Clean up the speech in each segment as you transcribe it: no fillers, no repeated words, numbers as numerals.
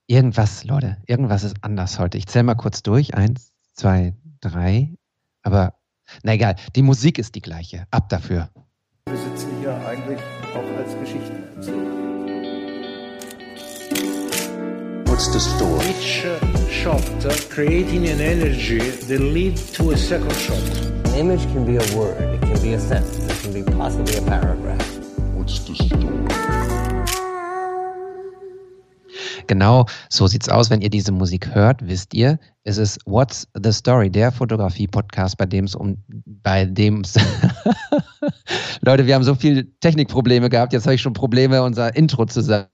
Irgendwas, Leute, irgendwas ist anders heute. Ich zähle mal kurz durch. 1, 2, 3. Aber, na egal, die Musik ist die gleiche. Ab dafür. Wir sitzen hier eigentlich auch als Geschichtenerzähler. What's the story? Each shot creating an energy that leads to a second shot. An image can be a word, it can be a sentence, it can be possibly a paragraph. What's the story? Genau, so sieht's aus. Wenn ihr diese Musik hört, wisst ihr, es ist What's the Story, der Fotografie-Podcast, bei dem Leute, wir haben so viele Technikprobleme gehabt, jetzt habe ich schon Probleme, unser Intro zu sagen.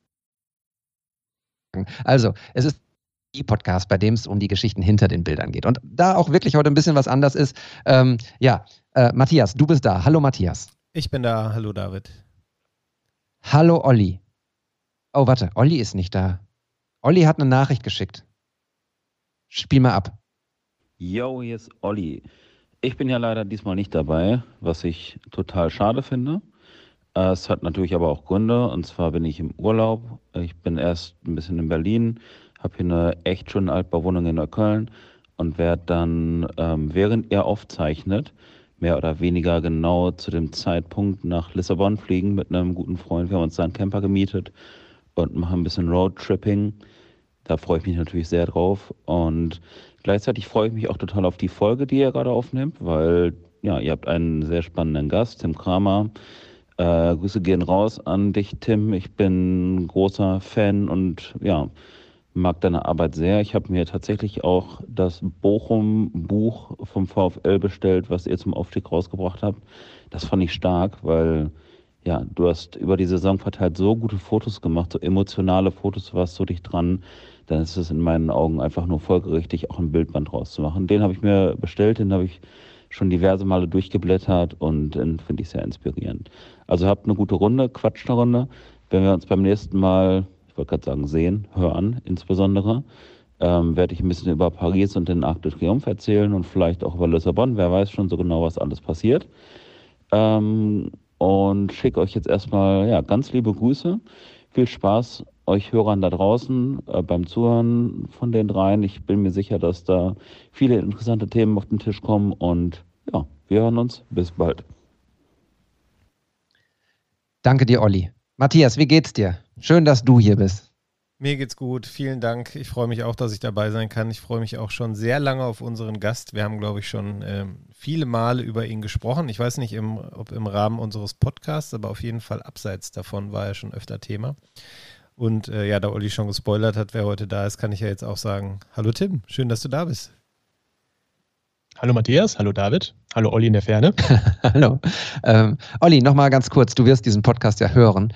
Also, es ist der Podcast, bei dem es um die Geschichten hinter den Bildern geht. Und da auch wirklich heute ein bisschen was anders ist, Matthias, du bist da. Hallo Matthias. Ich bin da. Hallo David. Hallo Olli. Oh, warte, Olli ist nicht da. Olli hat eine Nachricht geschickt. Spiel mal ab. Yo, hier ist Olli. Ich bin ja leider diesmal nicht dabei, was ich total schade finde. Es hat natürlich aber auch Gründe, und zwar bin ich im Urlaub. Ich bin erst ein bisschen in Berlin, habe hier eine echt schöne Altbauwohnung in Neukölln und werde dann, während ihr aufzeichnet, mehr oder weniger genau zu dem Zeitpunkt nach Lissabon fliegen mit einem guten Freund. Wir haben uns da einen Camper gemietet und machen ein bisschen Roadtripping. Da freue ich mich natürlich sehr drauf und gleichzeitig freue ich mich auch total auf die Folge, die ihr gerade aufnehmt, weil ja, ihr habt einen sehr spannenden Gast, Tim Kramer. Grüße gehen raus an dich, Tim. Ich bin großer Fan und ja, mag deine Arbeit sehr. Ich habe mir tatsächlich auch das Bochum-Buch vom VfL bestellt, was ihr zum Aufstieg rausgebracht habt. Das fand ich stark, weil ja, du hast über die Saison verteilt so gute Fotos gemacht, so emotionale Fotos, du warst so dicht dran. Dann ist es in meinen Augen einfach nur folgerichtig, auch ein Bildband rauszumachen. Den habe ich mir bestellt, den habe ich schon diverse Male durchgeblättert und den finde ich sehr inspirierend. Also habt eine gute Runde, quatscht eine Runde. Wenn wir uns beim nächsten Mal, ich wollte gerade sagen sehen, hören insbesondere, werde ich ein bisschen über Paris und den Arc de Triomphe erzählen und vielleicht auch über Lissabon. Wer weiß schon so genau, was alles passiert. Und schicke euch jetzt erstmal ganz liebe Grüße. Viel Spaß euch Hörern da draußen beim Zuhören von den dreien. Ich bin mir sicher, dass da viele interessante Themen auf den Tisch kommen und ja, wir hören uns. Bis bald. Danke dir, Olli. Matthias, wie geht's dir? Schön, dass du hier bist. Mir geht's gut, vielen Dank. Ich freue mich auch, dass ich dabei sein kann. Ich freue mich auch schon sehr lange auf unseren Gast. Wir haben, glaube ich, schon viele Male über ihn gesprochen. Ich weiß nicht, ob im Rahmen unseres Podcasts, aber auf jeden Fall abseits davon war er schon öfter Thema. Und da Olli schon gespoilert hat, wer heute da ist, kann ich ja jetzt auch sagen, hallo Tim, schön, dass du da bist. Hallo Matthias, hallo David, hallo Olli in der Ferne. Hallo. Olli, nochmal ganz kurz, du wirst diesen Podcast ja hören.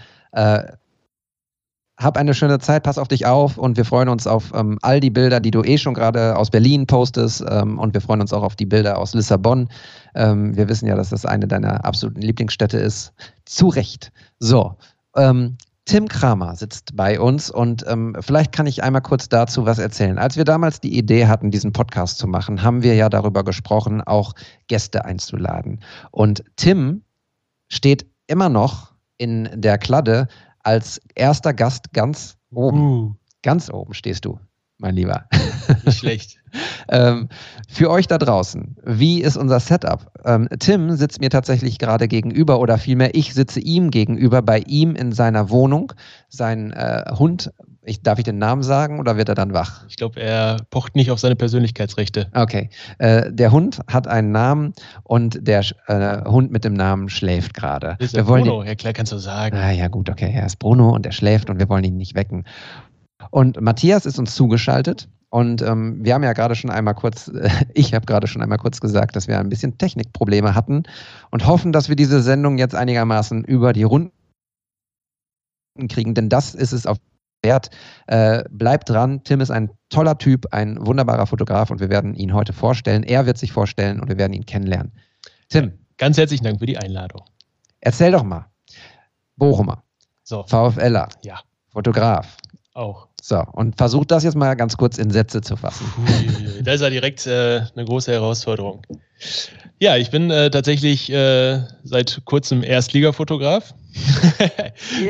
Hab eine schöne Zeit, pass auf dich auf und wir freuen uns auf all die Bilder, die du schon gerade aus Berlin postest und wir freuen uns auch auf die Bilder aus Lissabon. Wir wissen ja, dass das eine deiner absoluten Lieblingsstädte ist. Zu Recht. So, Tim Kramer sitzt bei uns und vielleicht kann ich einmal kurz dazu was erzählen. Als wir damals die Idee hatten, diesen Podcast zu machen, haben wir ja darüber gesprochen, auch Gäste einzuladen. Und Tim steht immer noch in der Kladde als erster Gast ganz oben. Ganz oben stehst du, mein Lieber. Nicht schlecht. Für euch da draußen, wie ist unser Setup? Tim sitzt mir tatsächlich gerade gegenüber oder vielmehr ich sitze ihm gegenüber, bei ihm in seiner Wohnung. Sein Hund, darf ich den Namen sagen oder wird er dann wach? Ich glaube, er pocht nicht auf seine Persönlichkeitsrechte. Okay. Der Hund hat einen Namen und der Hund mit dem Namen schläft gerade. Ist er Bruno? Ja klar, kannst du sagen. Ja gut, okay. Er ist Bruno und er schläft und wir wollen ihn nicht wecken. Und Matthias ist uns zugeschaltet. Und wir haben ja gerade schon einmal kurz, ich habe gerade schon einmal kurz gesagt, dass wir ein bisschen Technikprobleme hatten und hoffen, dass wir diese Sendung jetzt einigermaßen über die Runden kriegen, denn das ist es auf wert. Bleibt dran, Tim ist ein toller Typ, ein wunderbarer Fotograf und wir werden ihn heute vorstellen. Er wird sich vorstellen und wir werden ihn kennenlernen. Tim. Ganz herzlichen Dank für die Einladung. Erzähl doch mal. Bochumer. So. VfLer. Ja. Fotograf. Auch. So, und versucht das jetzt mal ganz kurz in Sätze zu fassen. Da ist ja direkt eine große Herausforderung. Ja, ich bin tatsächlich seit kurzem Erstligafotograf. Ja.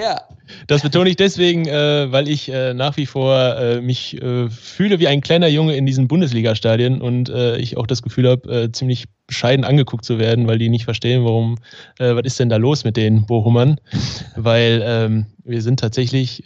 Das betone ich deswegen, weil ich nach wie vor mich fühle wie ein kleiner Junge in diesen Bundesliga-Stadien und ich auch das Gefühl habe, ziemlich bescheiden angeguckt zu werden, weil die nicht verstehen, was ist denn da los mit den Bochumern? Weil wir sind tatsächlich,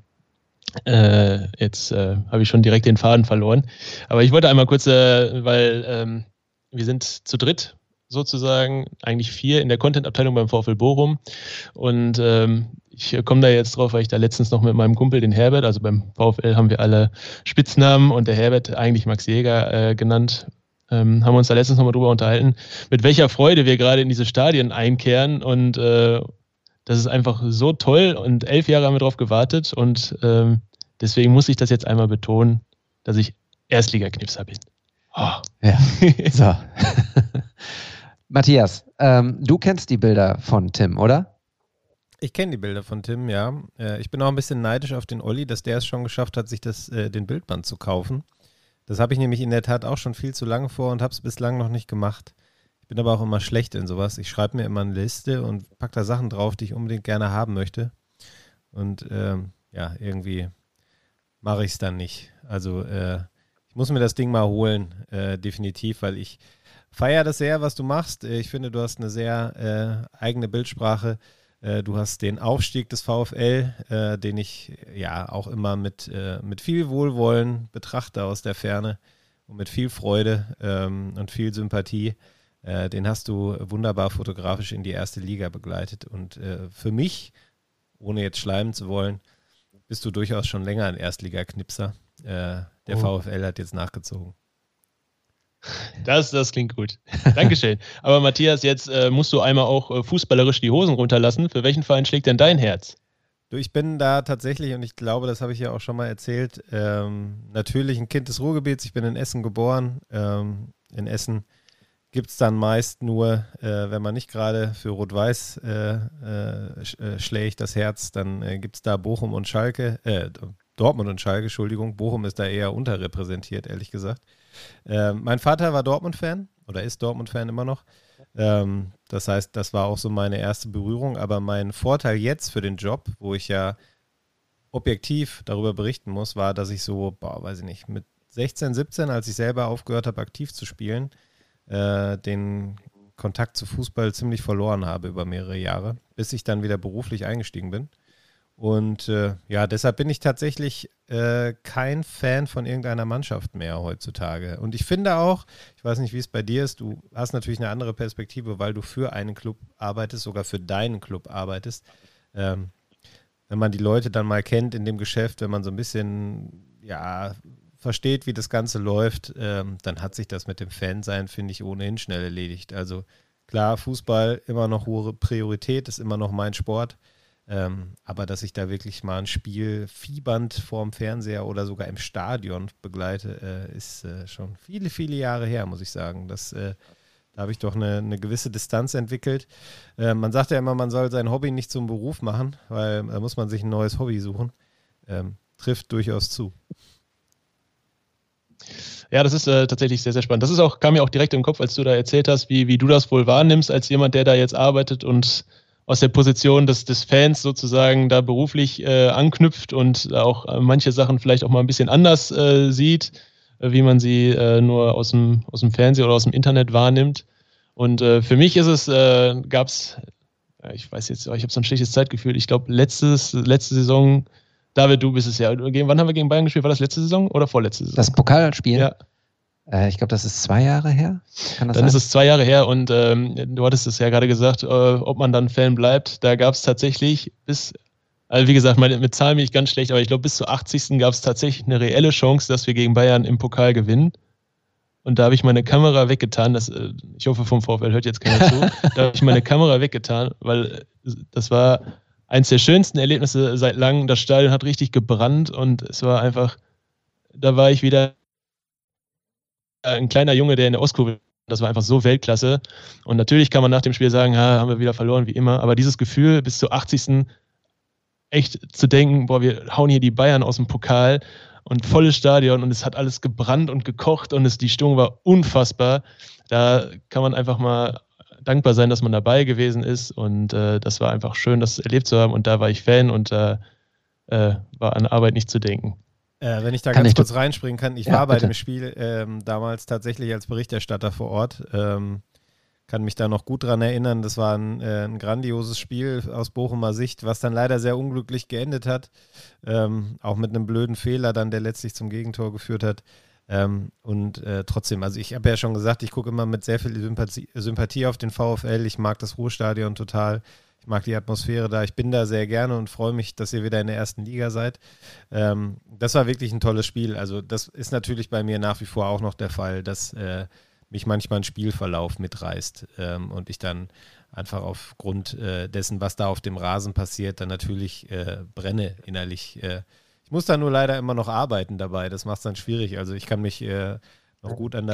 jetzt habe ich schon direkt den Faden verloren, aber ich wollte einmal kurz, weil wir sind zu dritt sozusagen, eigentlich 4 in der Content-Abteilung beim VfL Bochum und ich komme da jetzt drauf, weil ich da letztens noch mit meinem Kumpel, den Herbert, also beim VfL haben wir alle Spitznamen und der Herbert, eigentlich Max Jäger genannt, haben wir uns da letztens nochmal drüber unterhalten, mit welcher Freude wir gerade in diese Stadien einkehren und das ist einfach so toll und 11 Jahre haben wir drauf gewartet und deswegen muss ich das jetzt einmal betonen, dass ich Erstligaknipser bin. Oh. Ja, so. Matthias, du kennst die Bilder von Tim, oder? Ich kenne die Bilder von Tim, ja. Ich bin auch ein bisschen neidisch auf den Olli, dass der es schon geschafft hat, sich den Bildband zu kaufen. Das habe ich nämlich in der Tat auch schon viel zu lange vor und habe es bislang noch nicht gemacht. Ich bin aber auch immer schlecht in sowas. Ich schreibe mir immer eine Liste und packe da Sachen drauf, die ich unbedingt gerne haben möchte. Und irgendwie mache ich es dann nicht. Also ich muss mir das Ding mal holen, definitiv, weil ich feiere das sehr, was du machst. Ich finde, du hast eine sehr eigene Bildsprache. Du hast den Aufstieg des VfL, den ich ja auch immer mit viel Wohlwollen betrachte aus der Ferne und mit viel Freude und viel Sympathie. Den hast du wunderbar fotografisch in die erste Liga begleitet. Und für mich, ohne jetzt schleimen zu wollen, bist du durchaus schon länger ein Erstligaknipser. Der VfL hat jetzt nachgezogen. Das klingt gut. Dankeschön. Aber Matthias, jetzt musst du einmal auch fußballerisch die Hosen runterlassen. Für welchen Verein schlägt denn dein Herz? Du, ich bin da tatsächlich, und ich glaube, das habe ich ja auch schon mal erzählt, natürlich ein Kind des Ruhrgebiets. Ich bin in Essen geboren. In Essen gibt es dann meist nur, wenn man nicht gerade für Rot-Weiß schlägt das Herz, dann gibt es da Bochum und Schalke, Dortmund und Schalke, Entschuldigung. Bochum ist da eher unterrepräsentiert, ehrlich gesagt. Mein Vater war Dortmund-Fan oder ist Dortmund-Fan immer noch. Das heißt, das war auch so meine erste Berührung. Aber mein Vorteil jetzt für den Job, wo ich ja objektiv darüber berichten muss, war, dass ich so, weiß ich nicht, mit 16, 17, als ich selber aufgehört habe, aktiv zu spielen, den Kontakt zu Fußball ziemlich verloren habe über mehrere Jahre, bis ich dann wieder beruflich eingestiegen bin. Und deshalb bin ich tatsächlich kein Fan von irgendeiner Mannschaft mehr heutzutage. Und ich finde auch, ich weiß nicht, wie es bei dir ist, du hast natürlich eine andere Perspektive, weil du für einen Club arbeitest, sogar für deinen Club arbeitest. Wenn man die Leute dann mal kennt in dem Geschäft, wenn man so ein bisschen versteht, wie das Ganze läuft, dann hat sich das mit dem Fansein, finde ich, ohnehin schnell erledigt. Also klar, Fußball immer noch hohe Priorität, ist immer noch mein Sport. Aber dass ich da wirklich mal ein Spiel fiebernd vorm Fernseher oder sogar im Stadion begleite, ist schon viele, viele Jahre her, muss ich sagen. Da habe ich doch eine gewisse Distanz entwickelt. Man sagt ja immer, man soll sein Hobby nicht zum Beruf machen, weil da muss man sich ein neues Hobby suchen. Trifft durchaus zu. Ja, das ist tatsächlich sehr, sehr spannend. Kam mir auch direkt im Kopf, als du da erzählt hast, wie du das wohl wahrnimmst, als jemand, der da jetzt arbeitet und aus der Position des Fans sozusagen da beruflich anknüpft und auch manche Sachen vielleicht auch mal ein bisschen anders sieht, wie man sie nur aus dem Fernsehen oder aus dem Internet wahrnimmt. Und für mich ist es, ich weiß jetzt, ich habe so ein schlechtes Zeitgefühl, ich glaube letzte Saison, David, du bist es ja. Wann haben wir gegen Bayern gespielt? War das letzte Saison oder vorletzte Saison? Das Pokalspiel? Ja. Ich glaube, das ist 2 Jahre her. Dann ist es 2 Jahre her und du hattest es ja gerade gesagt, ob man dann Fan bleibt. Da gab es tatsächlich wie gesagt, mit Zahlen bin ich ganz schlecht, aber ich glaube, bis zur 80. gab es tatsächlich eine reelle Chance, dass wir gegen Bayern im Pokal gewinnen. Und da habe ich meine Kamera weggetan. Ich hoffe, vom VfL hört jetzt keiner zu. Da habe ich meine Kamera weggetan, weil das war eins der schönsten Erlebnisse seit langem. Das Stadion hat richtig gebrannt und es war einfach, da war ich wieder ein kleiner Junge, der in der Ostkurve, das war einfach so Weltklasse. Und natürlich kann man nach dem Spiel sagen, haben wir wieder verloren, wie immer. Aber dieses Gefühl, bis zur 80. echt zu denken, wir hauen hier die Bayern aus dem Pokal und volles Stadion und es hat alles gebrannt und gekocht und die Stimmung war unfassbar. Da kann man einfach mal dankbar sein, dass man dabei gewesen ist und das war einfach schön, das erlebt zu haben und da war ich Fan und da war an Arbeit nicht zu denken. Wenn ich da ganz kurz reinspringen kann, ich war bei dem Spiel damals tatsächlich als Berichterstatter vor Ort, kann mich da noch gut dran erinnern, das war ein grandioses Spiel aus Bochumer Sicht, was dann leider sehr unglücklich geendet hat, auch mit einem blöden Fehler dann, der letztlich zum Gegentor geführt hat. Trotzdem, also ich habe ja schon gesagt, ich gucke immer mit sehr viel Sympathie auf den VfL, ich mag das Ruhrstadion total, ich mag die Atmosphäre da, ich bin da sehr gerne und freue mich, dass ihr wieder in der ersten Liga seid. Das war wirklich ein tolles Spiel, also das ist natürlich bei mir nach wie vor auch noch der Fall, dass mich manchmal ein Spielverlauf mitreißt und ich dann einfach aufgrund dessen, was da auf dem Rasen passiert, dann natürlich brenne innerlich. Ich muss da nur leider immer noch arbeiten dabei, das macht es dann schwierig. Also ich kann mich noch gut an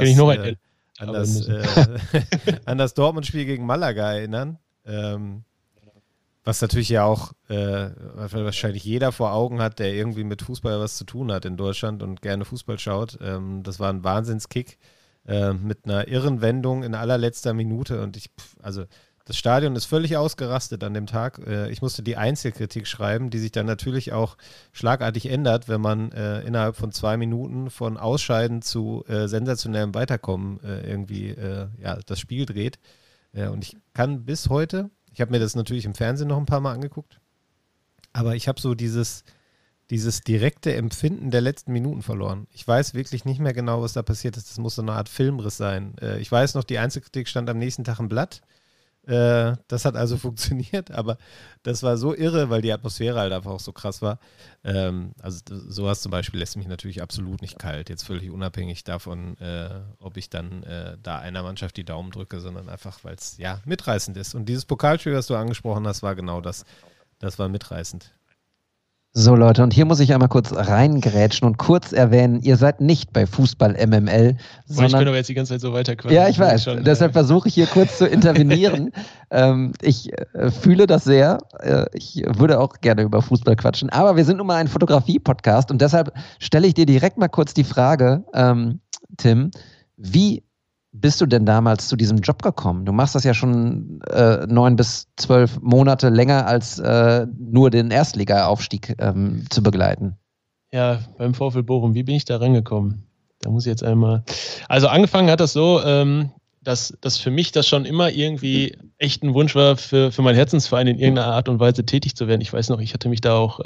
das Dortmund-Spiel gegen Malaga erinnern, was natürlich ja auch wahrscheinlich jeder vor Augen hat, der irgendwie mit Fußball was zu tun hat in Deutschland und gerne Fußball schaut. Das war ein Wahnsinnskick mit einer irren Wendung in allerletzter Minute und das Stadion ist völlig ausgerastet an dem Tag. Ich musste die Einzelkritik schreiben, die sich dann natürlich auch schlagartig ändert, wenn man innerhalb von 2 Minuten von Ausscheiden zu sensationellem Weiterkommen das Spiel dreht. Und ich kann bis heute, ich habe mir das natürlich im Fernsehen noch ein paar Mal angeguckt, aber ich habe so dieses direkte Empfinden der letzten Minuten verloren. Ich weiß wirklich nicht mehr genau, was da passiert ist. Das muss so eine Art Filmriss sein. Ich weiß noch, die Einzelkritik stand am nächsten Tag im Blatt. Das hat also funktioniert, aber das war so irre, weil die Atmosphäre halt einfach auch so krass war. Sowas zum Beispiel lässt mich natürlich absolut nicht kalt, jetzt völlig unabhängig davon, ob ich dann da einer Mannschaft die Daumen drücke, sondern einfach, weil es mitreißend ist. Und dieses Pokalspiel, was du angesprochen hast, war genau das. Das war mitreißend. So Leute, und hier muss ich einmal kurz reingrätschen und kurz erwähnen, ihr seid nicht bei Fußball MML, sondern... Ich bin aber jetzt die ganze Zeit so weiterquatschen. Ja, ich weiß, deshalb versuche ich hier kurz zu intervenieren. Ich fühle das sehr, ich würde auch gerne über Fußball quatschen, aber wir sind nun mal ein Fotografie-Podcast und deshalb stelle ich dir direkt mal kurz die Frage, Tim, wie bist du denn damals zu diesem Job gekommen? Du machst das ja schon 9 bis 12 Monate länger als nur den Erstliga-Aufstieg zu begleiten. Ja, beim VfL Bochum, wie bin ich da rangekommen? Da muss ich jetzt einmal... Also angefangen hat das so, dass für mich das schon immer irgendwie echt ein Wunsch war, für meinen Herzensverein in irgendeiner Art und Weise tätig zu werden. Ich weiß noch, ich hatte mich da auch...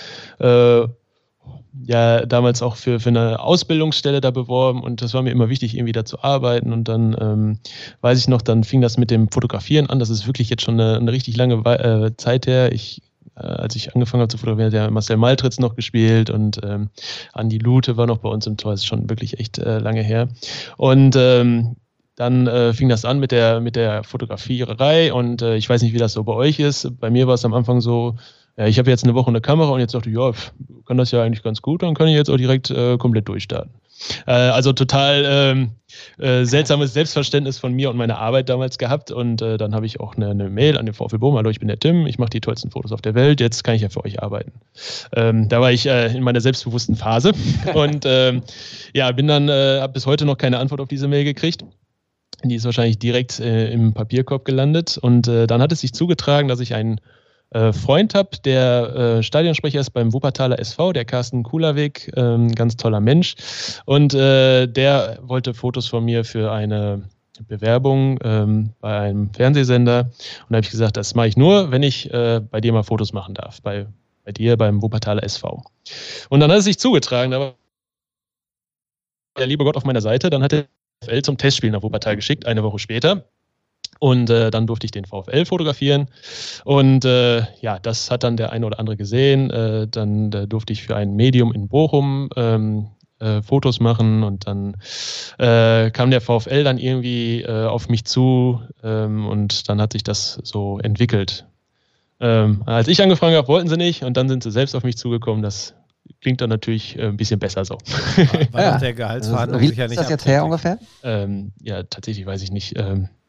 damals auch für eine Ausbildungsstelle da beworben und das war mir immer wichtig, irgendwie da zu arbeiten und dann weiß ich noch, dann fing das mit dem Fotografieren an, das ist wirklich jetzt schon eine richtig lange Zeit her. Als ich angefangen habe zu fotografieren, hat ja Marcel Maltritz noch gespielt und Andi Lute war noch bei uns im Tor, das ist schon wirklich echt lange her und dann fing das an mit der Fotografierei und ich weiß nicht, wie das so bei euch ist, bei mir war es am Anfang so, ja, ich habe jetzt eine Woche eine Kamera und jetzt dachte ich, ja, kann das ja eigentlich ganz gut, dann kann ich jetzt auch direkt komplett durchstarten. Also total seltsames Selbstverständnis von mir und meiner Arbeit damals gehabt und dann habe ich auch eine Mail an den VfL Bochum, hallo, ich bin der Tim, ich mache die tollsten Fotos auf der Welt, jetzt kann ich ja für euch arbeiten. Da war ich in meiner selbstbewussten Phase und bin dann, habe bis heute noch keine Antwort auf diese Mail gekriegt. Die ist wahrscheinlich direkt im Papierkorb gelandet und dann hat es sich zugetragen, dass ich einen Freund habe, der Stadionsprecher ist beim Wuppertaler SV, der Carsten Kulerweg, ganz toller Mensch. Und der wollte Fotos von mir für eine Bewerbung bei einem Fernsehsender. Und da habe ich gesagt, das mache ich nur, wenn ich bei dir mal Fotos machen darf, bei dir beim Wuppertaler SV. Und dann hat es sich zugetragen, da war der liebe Gott auf meiner Seite, dann hat der VfL zum Testspiel nach Wuppertal geschickt, eine Woche später. Und dann durfte ich den VfL fotografieren und das hat dann der eine oder andere gesehen. Dann durfte ich für ein Medium in Bochum Fotos machen und dann kam der VfL dann irgendwie auf mich zu und dann hat sich das so entwickelt. Als ich angefangen habe, wollten sie nicht und dann sind sie selbst auf mich zugekommen. Das klingt dann natürlich ein bisschen besser so. War der Gehaltsverhandlung sicher nicht. Ist das jetzt her ungefähr? Tatsächlich weiß ich nicht.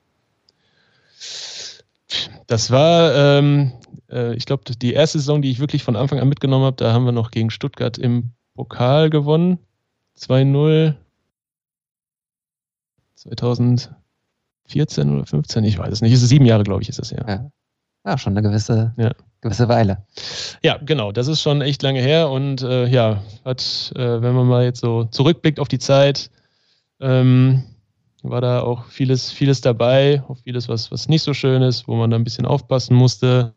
Das war, ich glaube, die erste Saison, die ich wirklich von Anfang an mitgenommen habe, da haben wir noch gegen Stuttgart im Pokal gewonnen. 2-0. 2004 14 oder 15, ich weiß es nicht. Es ist 7 Jahre, glaube ich, ist es, ja. Ja, schon eine gewisse Weile. Ja, genau, das ist schon echt lange her und wenn man mal jetzt so zurückblickt auf die Zeit, war da auch vieles dabei, auch vieles, was nicht so schön ist, wo man da ein bisschen aufpassen musste,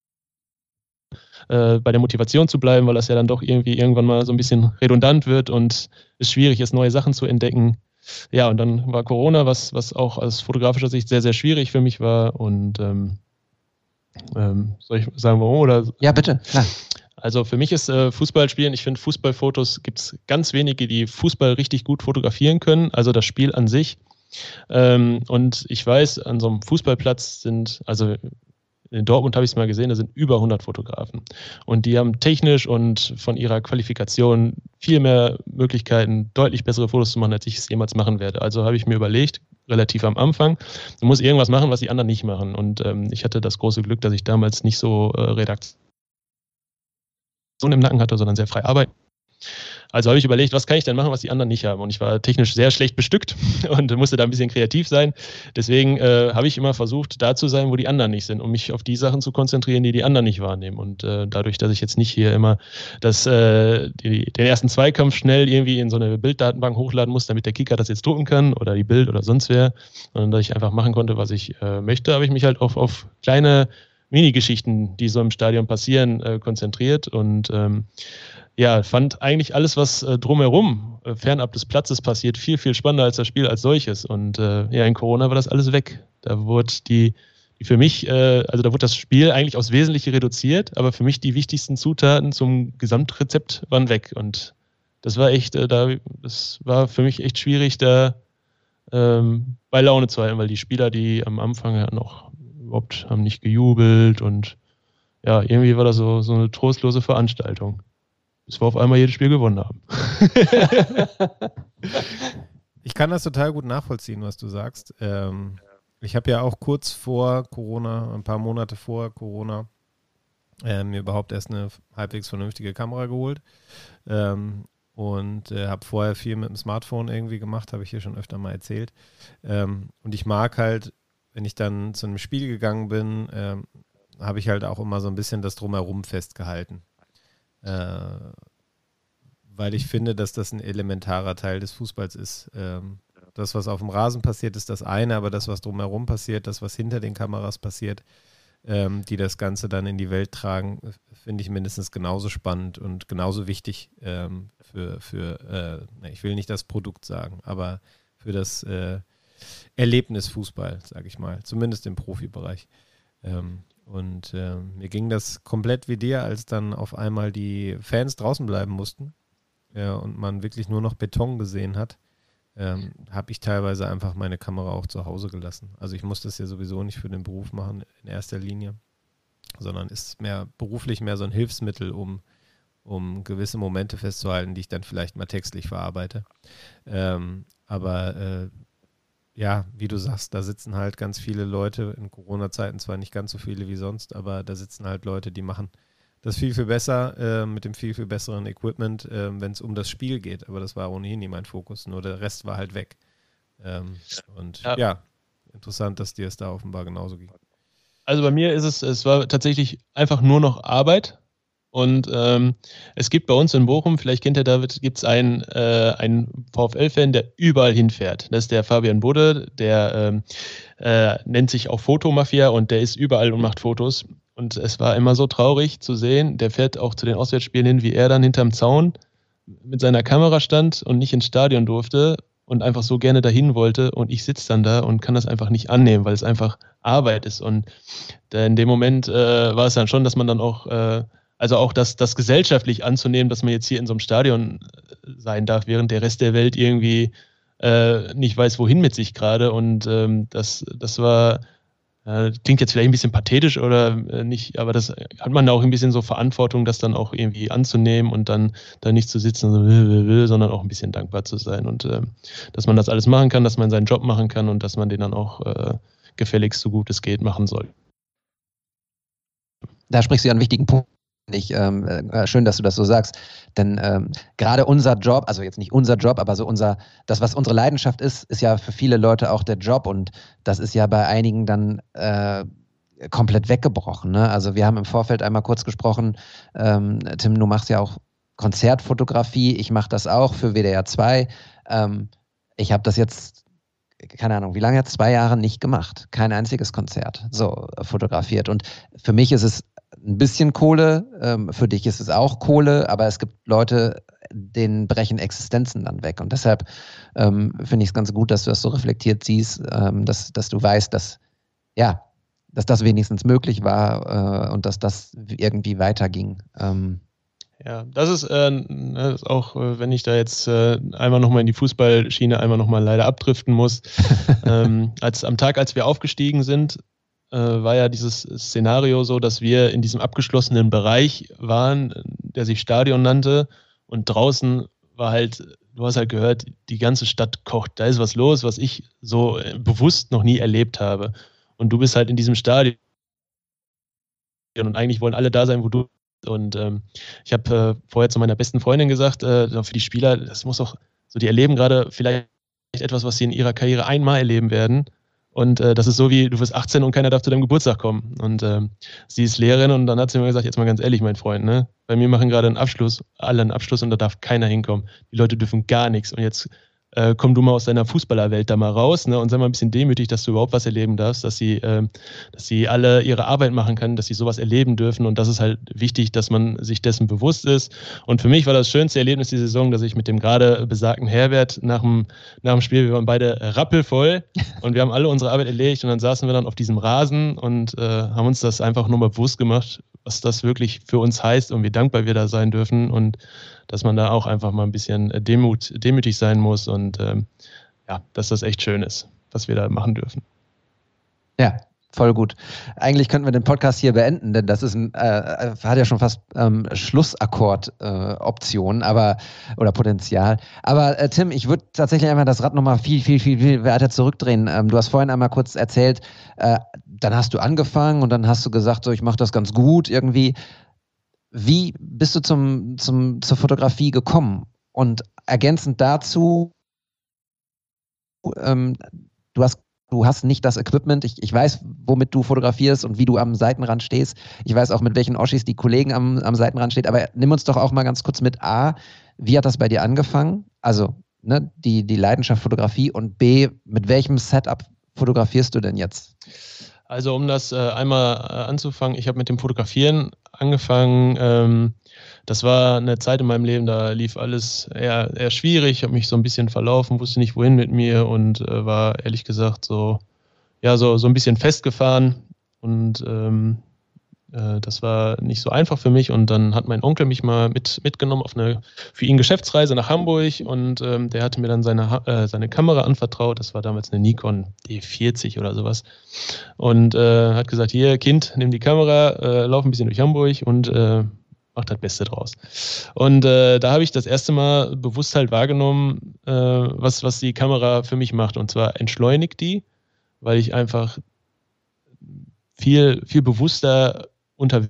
bei der Motivation zu bleiben, weil das ja dann doch irgendwann mal so ein bisschen redundant wird und es schwierig ist, neue Sachen zu entdecken. Ja, und dann war Corona, was auch aus fotografischer Sicht sehr, sehr schwierig für mich war und soll ich sagen, warum? Oder? Ja, bitte, klar. Also für mich ist Fußballspielen, ich finde Fußballfotos, gibt es ganz wenige, die Fußball richtig gut fotografieren können, also das Spiel an sich. Und ich weiß, an so einem Fußballplatz also in Dortmund habe ich es mal gesehen, da sind über 100 Fotografen. Und die haben technisch und von ihrer Qualifikation viel mehr Möglichkeiten, deutlich bessere Fotos zu machen, als ich es jemals machen werde. Also habe ich mir überlegt, relativ am Anfang, du musst irgendwas machen, was die anderen nicht machen. Und ich hatte das große Glück, dass ich damals nicht so Redaktion im Nacken hatte, sondern sehr frei arbeiten. Also habe ich überlegt, was kann ich denn machen, was die anderen nicht haben? Und ich war technisch sehr schlecht bestückt und musste da ein bisschen kreativ sein. Deswegen habe ich immer versucht, da zu sein, wo die anderen nicht sind, um mich auf die Sachen zu konzentrieren, die die anderen nicht wahrnehmen. Und dadurch, dass ich jetzt nicht hier immer den ersten Zweikampf schnell irgendwie in so eine Bilddatenbank hochladen muss, damit der Kicker das jetzt drucken kann oder die Bild oder sonst wer, sondern dass ich einfach machen konnte, was ich möchte, habe ich mich halt auf kleine Mini-Geschichten, die so im Stadion passieren, konzentriert und fand eigentlich alles, was drumherum, fernab des Platzes passiert, viel, viel spannender als das Spiel als solches. Und in Corona war das alles weg. Da wurde da wurde das Spiel eigentlich aufs Wesentliche reduziert, aber für mich die wichtigsten Zutaten zum Gesamtrezept waren weg. Und das war echt, das war für mich echt schwierig, da bei Laune zu halten, weil die Spieler, die am Anfang ja noch überhaupt haben nicht gejubelt und ja, irgendwie war das so eine trostlose Veranstaltung. Bis wir auf einmal jedes Spiel gewonnen haben. Ich kann das total gut nachvollziehen, was du sagst. Ich habe ja auch kurz vor Corona, ein paar Monate vor Corona, mir überhaupt erst eine halbwegs vernünftige Kamera geholt und habe vorher viel mit dem Smartphone irgendwie gemacht, habe ich hier schon öfter mal erzählt. Und ich mag halt, wenn ich dann zu einem Spiel gegangen bin, habe ich halt auch immer so ein bisschen das Drumherum festgehalten. Weil ich finde, dass das ein elementarer Teil des Fußballs ist. Das, was auf dem Rasen passiert, ist das eine, aber das, was drumherum passiert, das, was hinter den Kameras passiert, die das Ganze dann in die Welt tragen, finde ich mindestens genauso spannend und genauso wichtig ich will nicht das Produkt sagen, aber für das Erlebnis Fußball, sage ich mal, zumindest im Profibereich. Mir ging das komplett wie dir, als dann auf einmal die Fans draußen bleiben mussten und man wirklich nur noch Beton gesehen hat, habe ich teilweise einfach meine Kamera auch zu Hause gelassen. Also ich muss das ja sowieso nicht für den Beruf machen in erster Linie, sondern ist beruflich mehr so ein Hilfsmittel, um gewisse Momente festzuhalten, die ich dann vielleicht mal textlich verarbeite. Wie du sagst, da sitzen halt ganz viele Leute, in Corona-Zeiten zwar nicht ganz so viele wie sonst, aber da sitzen halt Leute, die machen das viel, viel besser, mit dem viel, viel besseren Equipment, wenn es um das Spiel geht. Aber das war ohnehin nie mein Fokus, nur der Rest war halt weg. Interessant, dass dir es da offenbar genauso ging. Also bei mir ist es war tatsächlich einfach nur noch Arbeit. Und es gibt bei uns in Bochum, vielleicht kennt ihr David, gibt es einen VfL-Fan, der überall hinfährt. Das ist der Fabian Budde, der nennt sich auch Fotomafia und der ist überall und macht Fotos. Und es war immer so traurig zu sehen, der fährt auch zu den Auswärtsspielen hin, wie er dann hinterm Zaun mit seiner Kamera stand und nicht ins Stadion durfte und einfach so gerne dahin wollte. Und ich sitze dann da und kann das einfach nicht annehmen, weil es einfach Arbeit ist. Und in dem Moment war es dann schon, dass man dann auch auch das gesellschaftlich anzunehmen, dass man jetzt hier in so einem Stadion sein darf, während der Rest der Welt irgendwie nicht weiß, wohin mit sich gerade. Und das war, klingt jetzt vielleicht ein bisschen pathetisch oder nicht, aber das hat man auch ein bisschen so Verantwortung, das dann auch irgendwie anzunehmen und dann da nicht zu sitzen, sondern auch ein bisschen dankbar zu sein. Und dass man das alles machen kann, dass man seinen Job machen kann und dass man den dann auch gefälligst so gut es geht machen soll. Da sprichst du ja einen wichtigen Punkt schön, dass du das so sagst, denn gerade unser Job, also jetzt nicht unser Job, aber so das, was unsere Leidenschaft ist ja für viele Leute auch der Job und das ist ja bei einigen dann komplett weggebrochen. Ne? Also wir haben im Vorfeld einmal kurz gesprochen, Tim, du machst ja auch Konzertfotografie, ich mache das auch für WDR 2. Ich habe das jetzt, keine Ahnung, wie lange jetzt, 2 Jahre nicht gemacht. Kein einziges Konzert so fotografiert. Und für mich ist es ein bisschen Kohle, für dich ist es auch Kohle, aber es gibt Leute, denen brechen Existenzen dann weg. Und deshalb finde ich es ganz gut, dass du das so reflektiert siehst, dass du weißt, dass das wenigstens möglich war und dass das irgendwie weiterging. Ja, das ist auch, wenn ich da jetzt einmal nochmal in die Fußballschiene einmal nochmal leider abdriften muss. Am Tag, als wir aufgestiegen sind, war ja dieses Szenario so, dass wir in diesem abgeschlossenen Bereich waren, der sich Stadion nannte und draußen war halt, du hast halt gehört, die ganze Stadt kocht, da ist was los, was ich so bewusst noch nie erlebt habe. Und du bist halt in diesem Stadion und eigentlich wollen alle da sein, wo du bist. Und ich habe vorher zu meiner besten Freundin gesagt, für die Spieler, das muss auch so, die erleben gerade vielleicht etwas, was sie in ihrer Karriere einmal erleben werden. Und das ist so wie, du wirst 18 und keiner darf zu deinem Geburtstag kommen. Und sie ist Lehrerin und dann hat sie mir gesagt, jetzt mal ganz ehrlich, mein Freund, ne? Bei mir machen gerade alle einen Abschluss und da darf keiner hinkommen. Die Leute dürfen gar nichts. Und jetzt komm du mal aus deiner Fußballerwelt da mal raus, ne, und sei mal ein bisschen demütig, dass du überhaupt was erleben darfst, dass sie alle ihre Arbeit machen können, dass sie sowas erleben dürfen und das ist halt wichtig, dass man sich dessen bewusst ist. Und für mich war das schönste Erlebnis die Saison, dass ich mit dem gerade besagten Herbert nach dem Spiel, wir waren beide rappelvoll und wir haben alle unsere Arbeit erledigt und dann saßen wir dann auf diesem Rasen und haben uns das einfach nur mal bewusst gemacht, was das wirklich für uns heißt und wie dankbar wir da sein dürfen und dass man da auch einfach mal ein bisschen demütig sein muss und dass das echt schön ist, was wir da machen dürfen. Ja, voll gut. Eigentlich könnten wir den Podcast hier beenden, denn das ist hat ja schon fast Schlussakkord-Optionen, oder Potenzial. Aber Tim, ich würde tatsächlich einmal das Rad nochmal viel weiter zurückdrehen. Du hast vorhin einmal kurz erzählt, dann hast du angefangen und dann hast du gesagt, so ich mache das ganz gut irgendwie. Wie bist du zur Fotografie gekommen? Und ergänzend dazu, du hast nicht das Equipment. Ich weiß, womit du fotografierst und wie du am Seitenrand stehst. Ich weiß auch, mit welchen Oschis die Kollegen am Seitenrand stehen. Aber nimm uns doch auch mal ganz kurz mit A, wie hat das bei dir angefangen? Also die Leidenschaft Fotografie und B, mit welchem Setup fotografierst du denn jetzt? Also um das einmal anzufangen, ich habe mit dem Fotografieren angefangen. Das war eine Zeit in meinem Leben, da lief alles eher schwierig. Ich habe mich so ein bisschen verlaufen, wusste nicht wohin mit mir und war ehrlich gesagt so ein bisschen festgefahren und das war nicht so einfach für mich und dann hat mein Onkel mich mal mitgenommen auf für ihn Geschäftsreise nach Hamburg und der hatte mir dann seine Kamera anvertraut, das war damals eine Nikon D40 oder sowas und hat gesagt, hier Kind, nimm die Kamera, lauf ein bisschen durch Hamburg und mach das Beste draus. Und da habe ich das erste Mal bewusst halt wahrgenommen, was die Kamera für mich macht und zwar entschleunigt die, weil ich einfach viel, viel bewusster unterwegs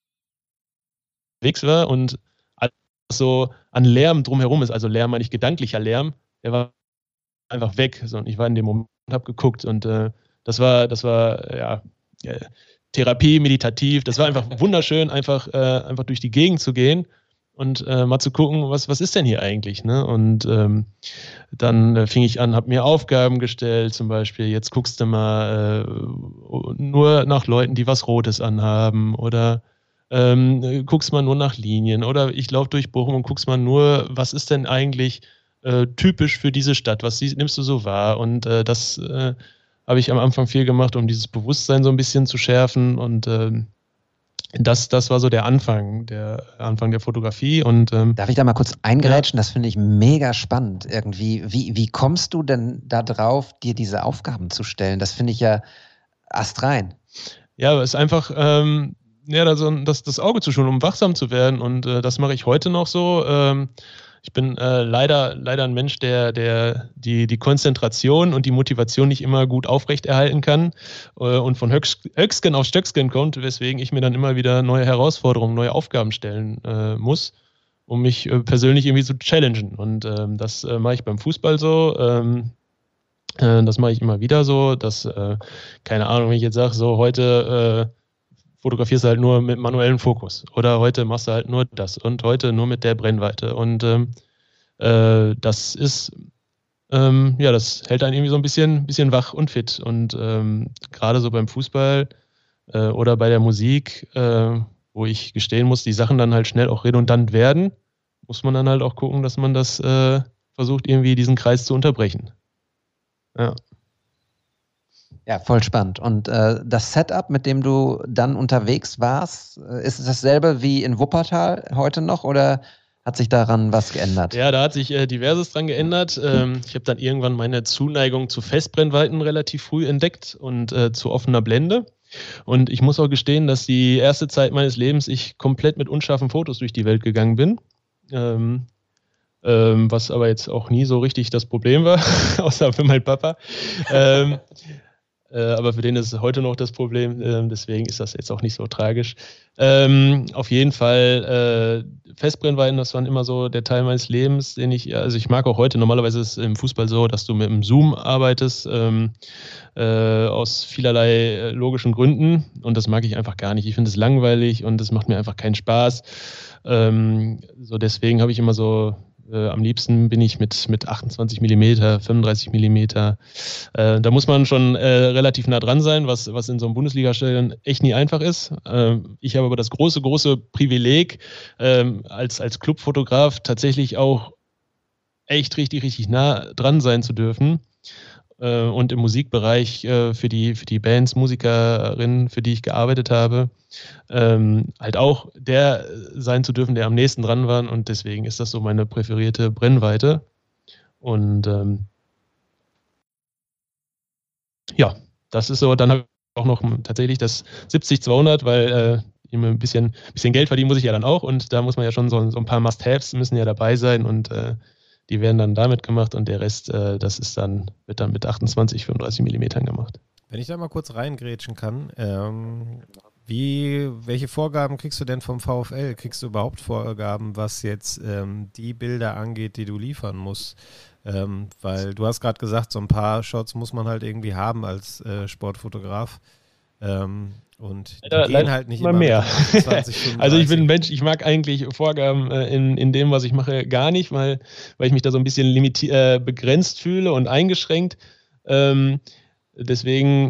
war und alles so an Lärm drumherum ist, also Lärm meine ich gedanklicher Lärm, der war einfach weg. So, und ich war in dem Moment und habe geguckt und das war Therapie, meditativ, das war einfach wunderschön, einfach durch die Gegend zu gehen und mal zu gucken, was ist denn hier eigentlich, ne? Und dann fing ich an, habe mir Aufgaben gestellt, zum Beispiel, jetzt guckst du mal nur nach Leuten, die was Rotes anhaben oder guckst mal nur nach Linien oder ich laufe durch Bochum und guckst mal nur, was ist denn eigentlich typisch für diese Stadt, was nimmst du so wahr und das habe ich am Anfang viel gemacht, um dieses Bewusstsein so ein bisschen zu schärfen und das war so der Anfang der Fotografie. Und darf ich da mal kurz eingrätschen? Ja. Das finde ich mega spannend irgendwie. Wie kommst du denn da drauf, dir diese Aufgaben zu stellen? Das finde ich ja astrein. Ja, es ist einfach das Auge zu schulen, um wachsam zu werden und das mache ich heute noch so. Ich bin leider ein Mensch, der die Konzentration und die Motivation nicht immer gut aufrechterhalten kann und von Höcksken auf Stöcksken kommt, weswegen ich mir dann immer wieder neue Herausforderungen, neue Aufgaben stellen muss, um mich persönlich irgendwie zu challengen. Und das mache ich beim Fußball so. Das mache ich immer wieder so, dass, keine Ahnung, wenn ich jetzt sage, so heute fotografierst du halt nur mit manuellem Fokus oder heute machst du halt nur das und heute nur mit der Brennweite und das ist, das hält einen irgendwie so ein bisschen wach und fit und gerade so beim Fußball oder bei der Musik, wo ich gestehen muss, die Sachen dann halt schnell auch redundant werden, muss man dann halt auch gucken, dass man das versucht, irgendwie diesen Kreis zu unterbrechen. Ja. Ja, voll spannend. Und das Setup, mit dem du dann unterwegs warst, ist es dasselbe wie in Wuppertal heute noch oder hat sich daran was geändert? Ja, da hat sich Diverses dran geändert. Ich habe dann irgendwann meine Zuneigung zu Festbrennweiten relativ früh entdeckt und zu offener Blende. Und ich muss auch gestehen, dass die erste Zeit meines Lebens ich komplett mit unscharfen Fotos durch die Welt gegangen bin. Was aber jetzt auch nie so richtig das Problem war, außer für meinen Papa. Aber für den ist es heute noch das Problem, deswegen ist das jetzt auch nicht so tragisch. Auf jeden Fall Festbrennweiten, das war immer so der Teil meines Lebens, den ich mag auch heute. Normalerweise ist es im Fußball so, dass du mit dem Zoom arbeitest, aus vielerlei logischen Gründen und das mag ich einfach gar nicht. Ich finde es langweilig und es macht mir einfach keinen Spaß. So deswegen habe ich immer so am liebsten bin ich mit 28 mm, 35 mm. Da muss man schon relativ nah dran sein, was in so einem Bundesliga-Stadion echt nie einfach ist. Ich habe aber das große Privileg, als Clubfotograf tatsächlich auch echt richtig nah dran sein zu dürfen. Und im Musikbereich für die Bands, Musikerinnen, für die ich gearbeitet habe, halt auch der sein zu dürfen, der am nächsten dran war. Und deswegen ist das so meine präferierte Brennweite. Und das ist so. Dann habe ich auch noch tatsächlich das 70-200, weil ein bisschen Geld verdienen muss ich ja dann auch. Und da muss man ja schon so ein paar Must-Haves müssen ja dabei sein. Und die werden dann damit gemacht und der Rest, wird dann mit 28, 35 mm gemacht. Wenn ich da mal kurz reingrätschen kann, welche Vorgaben kriegst du denn vom VfL? Kriegst du überhaupt Vorgaben, was jetzt die Bilder angeht, die du liefern musst? Weil du hast gerade gesagt, so ein paar Shots muss man halt irgendwie haben als Sportfotograf. Und die gehen halt nicht immer mehr. 20, also ich bin ein Mensch, ich mag eigentlich Vorgaben in dem, was ich mache, gar nicht, weil ich mich da so ein bisschen begrenzt fühle und eingeschränkt. Deswegen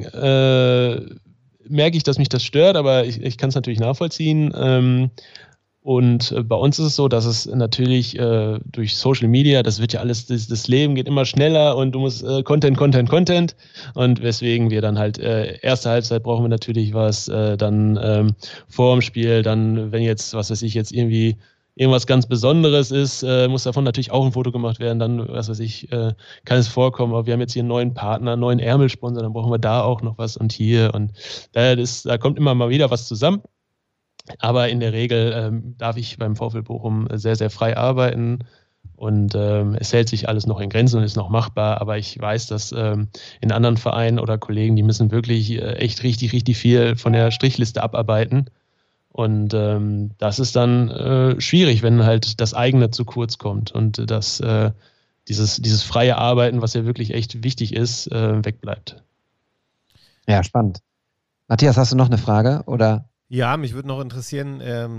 merke ich, dass mich das stört, aber ich kann es natürlich nachvollziehen. Und bei uns ist es so, dass es natürlich durch Social Media, das wird ja alles, das Leben geht immer schneller und du musst Content. Und weswegen wir dann halt erste Halbzeit brauchen wir natürlich was, dann vor dem Spiel, dann wenn jetzt, was weiß ich, jetzt irgendwie irgendwas ganz Besonderes ist, muss davon natürlich auch ein Foto gemacht werden, dann, was weiß ich, kann es vorkommen, aber wir haben jetzt hier einen neuen Partner, einen neuen Ärmelsponsor, dann brauchen wir da auch noch was und hier und da kommt immer mal wieder was zusammen. Aber in der Regel darf ich beim VfL Bochum sehr, sehr frei arbeiten und es hält sich alles noch in Grenzen und ist noch machbar. Aber ich weiß, dass in anderen Vereinen oder Kollegen, die müssen wirklich echt richtig viel von der Strichliste abarbeiten. Und das ist dann schwierig, wenn halt das eigene zu kurz kommt und dass dieses freie Arbeiten, was ja wirklich echt wichtig ist, wegbleibt. Ja, spannend. Matthias, hast du noch eine Frage oder? Ja, mich würde noch interessieren,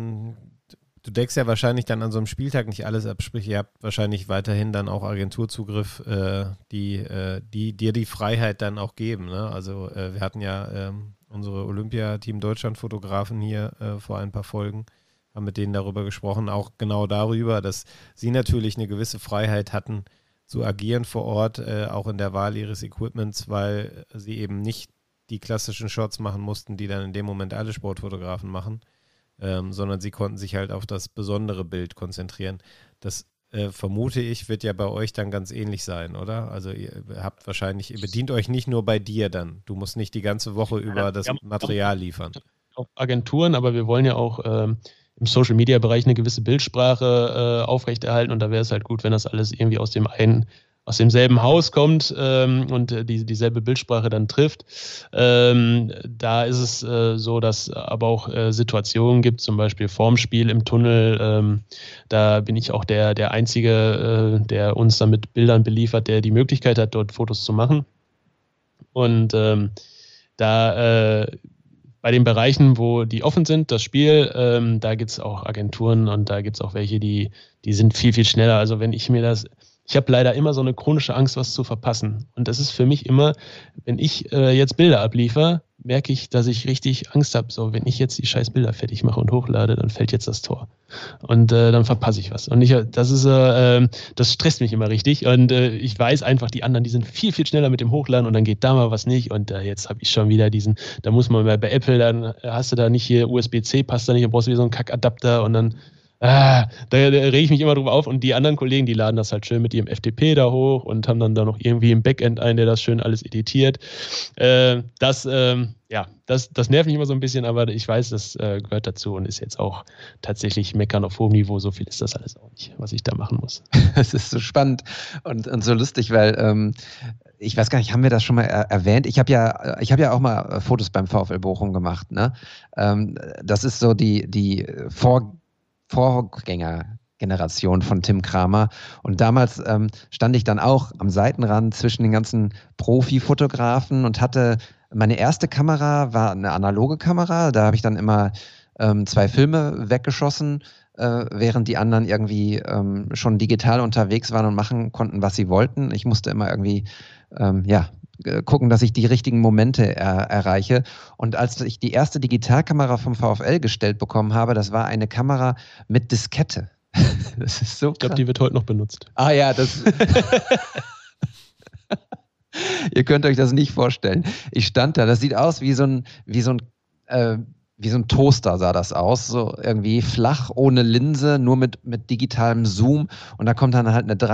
du deckst ja wahrscheinlich dann an so einem Spieltag nicht alles ab, sprich ihr habt wahrscheinlich weiterhin dann auch Agenturzugriff, die dir die Freiheit dann auch geben. Ne? Also wir hatten ja unsere Olympiateam Deutschland-Fotografen hier vor ein paar Folgen, haben mit denen darüber gesprochen, auch genau darüber, dass sie natürlich eine gewisse Freiheit hatten zu agieren vor Ort, auch in der Wahl ihres Equipments, weil sie eben nicht die klassischen Shots machen mussten, die dann in dem Moment alle Sportfotografen machen, sondern sie konnten sich halt auf das besondere Bild konzentrieren. Das vermute ich, wird ja bei euch dann ganz ähnlich sein, oder? Also ihr bedient euch nicht nur bei dir dann. Du musst nicht die ganze Woche über das Material liefern. Auch Agenturen, aber wir wollen ja auch im Social-Media-Bereich eine gewisse Bildsprache aufrechterhalten und da wäre es halt gut, wenn das alles irgendwie aus demselben Haus kommt und dieselbe Bildsprache dann trifft. Da ist es so, dass aber auch Situationen gibt, zum Beispiel vorm Spiel im Tunnel. Da bin ich auch der Einzige, der uns dann mit Bildern beliefert, der die Möglichkeit hat, dort Fotos zu machen. Und bei den Bereichen, wo die offen sind, das Spiel, da gibt es auch Agenturen und da gibt es auch welche, die sind viel, viel schneller. Also wenn ich habe leider immer so eine chronische Angst, was zu verpassen. Und das ist für mich immer, wenn ich jetzt Bilder abliefere, merke ich, dass ich richtig Angst habe. So, wenn ich jetzt die scheiß Bilder fertig mache und hochlade, dann fällt jetzt das Tor. Und dann verpasse ich was. Und das stresst mich immer richtig. Und ich weiß einfach, die anderen, die sind viel, viel schneller mit dem Hochladen und dann geht da mal was nicht. Und jetzt habe ich schon wieder da muss man bei Apple, dann hast du da nicht hier USB-C, passt da nicht, dann brauchst du wieder so einen Kackadapter und dann da rege ich mich immer drüber auf und die anderen Kollegen, die laden das halt schön mit ihrem FTP da hoch und haben dann da noch irgendwie im Backend einen, der das schön alles editiert. Das nervt mich immer so ein bisschen, aber ich weiß, das gehört dazu und ist jetzt auch tatsächlich Meckern auf hohem Niveau. So viel ist das alles auch nicht, was ich da machen muss. Es ist so spannend und so lustig, weil ich weiß gar nicht, haben wir das schon mal erwähnt? Ich habe ja auch mal Fotos beim VfL Bochum gemacht. Ne? Das ist so die Vorgängergeneration von Tim Kramer. Und damals stand ich dann auch am Seitenrand zwischen den ganzen Profi-Fotografen und hatte, meine erste Kamera war eine analoge Kamera. Da habe ich dann immer 2 Filme weggeschossen, während die anderen irgendwie schon digital unterwegs waren und machen konnten, was sie wollten. Ich musste immer irgendwie, gucken, dass ich die richtigen Momente erreiche. Und als ich die erste Digitalkamera vom VfL gestellt bekommen habe, das war eine Kamera mit Diskette. Das ist so krass. Ich glaube, die wird heute noch benutzt. Ah ja, das... Ihr könnt euch das nicht vorstellen. Ich stand da, das sieht aus wie so ein Toaster sah das aus, so irgendwie flach, ohne Linse, nur mit digitalem Zoom und da kommt dann halt eine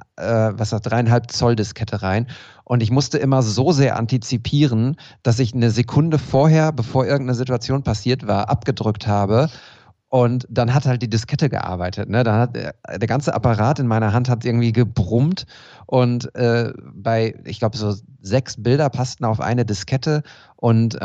3,5 Zoll Diskette rein und ich musste immer so sehr antizipieren, dass ich eine Sekunde vorher, bevor irgendeine Situation passiert war, abgedrückt habe und dann hat halt die Diskette gearbeitet. Ne? Dann hat der ganze Apparat in meiner Hand hat irgendwie gebrummt und ich glaube so 6 Bilder passten auf eine Diskette und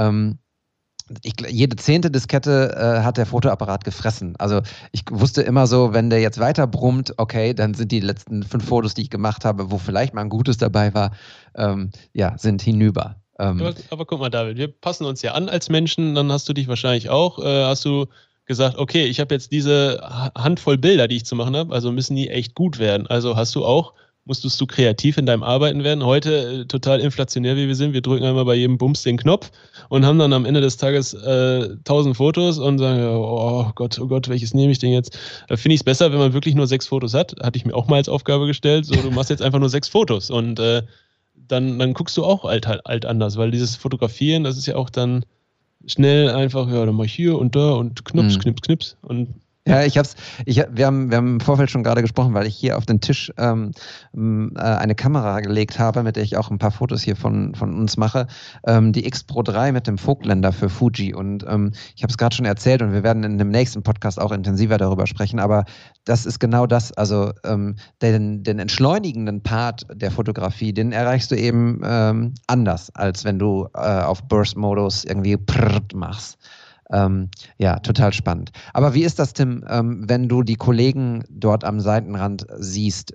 jede 10. Diskette hat der Fotoapparat gefressen. Also ich wusste immer so, wenn der jetzt weiter brummt, okay, dann sind die letzten 5 Fotos, die ich gemacht habe, wo vielleicht mal ein gutes dabei war, sind hinüber. Aber guck mal, David, wir passen uns ja an als Menschen, dann hast du dich wahrscheinlich auch, hast du gesagt, okay, ich habe jetzt diese Handvoll Bilder, die ich zu machen habe, also müssen die echt gut werden. Also musstest du kreativ in deinem Arbeiten werden. Heute, total inflationär wie wir sind, wir drücken einmal bei jedem Bums den Knopf und haben dann am Ende des Tages 1000 Fotos und sagen, oh Gott, welches nehme ich denn jetzt? Da finde ich es besser, wenn man wirklich nur 6 Fotos hat. Hatte ich mir auch mal als Aufgabe gestellt, so du machst jetzt einfach nur 6 Fotos und dann guckst du auch alt anders, weil dieses Fotografieren, das ist ja auch dann schnell einfach, ja, dann mach ich hier und da und knips und ja, wir haben im Vorfeld schon gerade gesprochen, weil ich hier auf den Tisch eine Kamera gelegt habe, mit der ich auch ein paar Fotos hier von uns mache, die X Pro 3 mit dem Vogtländer für Fuji und ich habe es gerade schon erzählt und wir werden in dem nächsten Podcast auch intensiver darüber sprechen, aber das ist genau das, also den entschleunigenden Part der Fotografie, den erreichst du eben anders, als wenn du auf Burst-Modus irgendwie machst. Total spannend. Aber wie ist das, Tim, wenn du die Kollegen dort am Seitenrand siehst?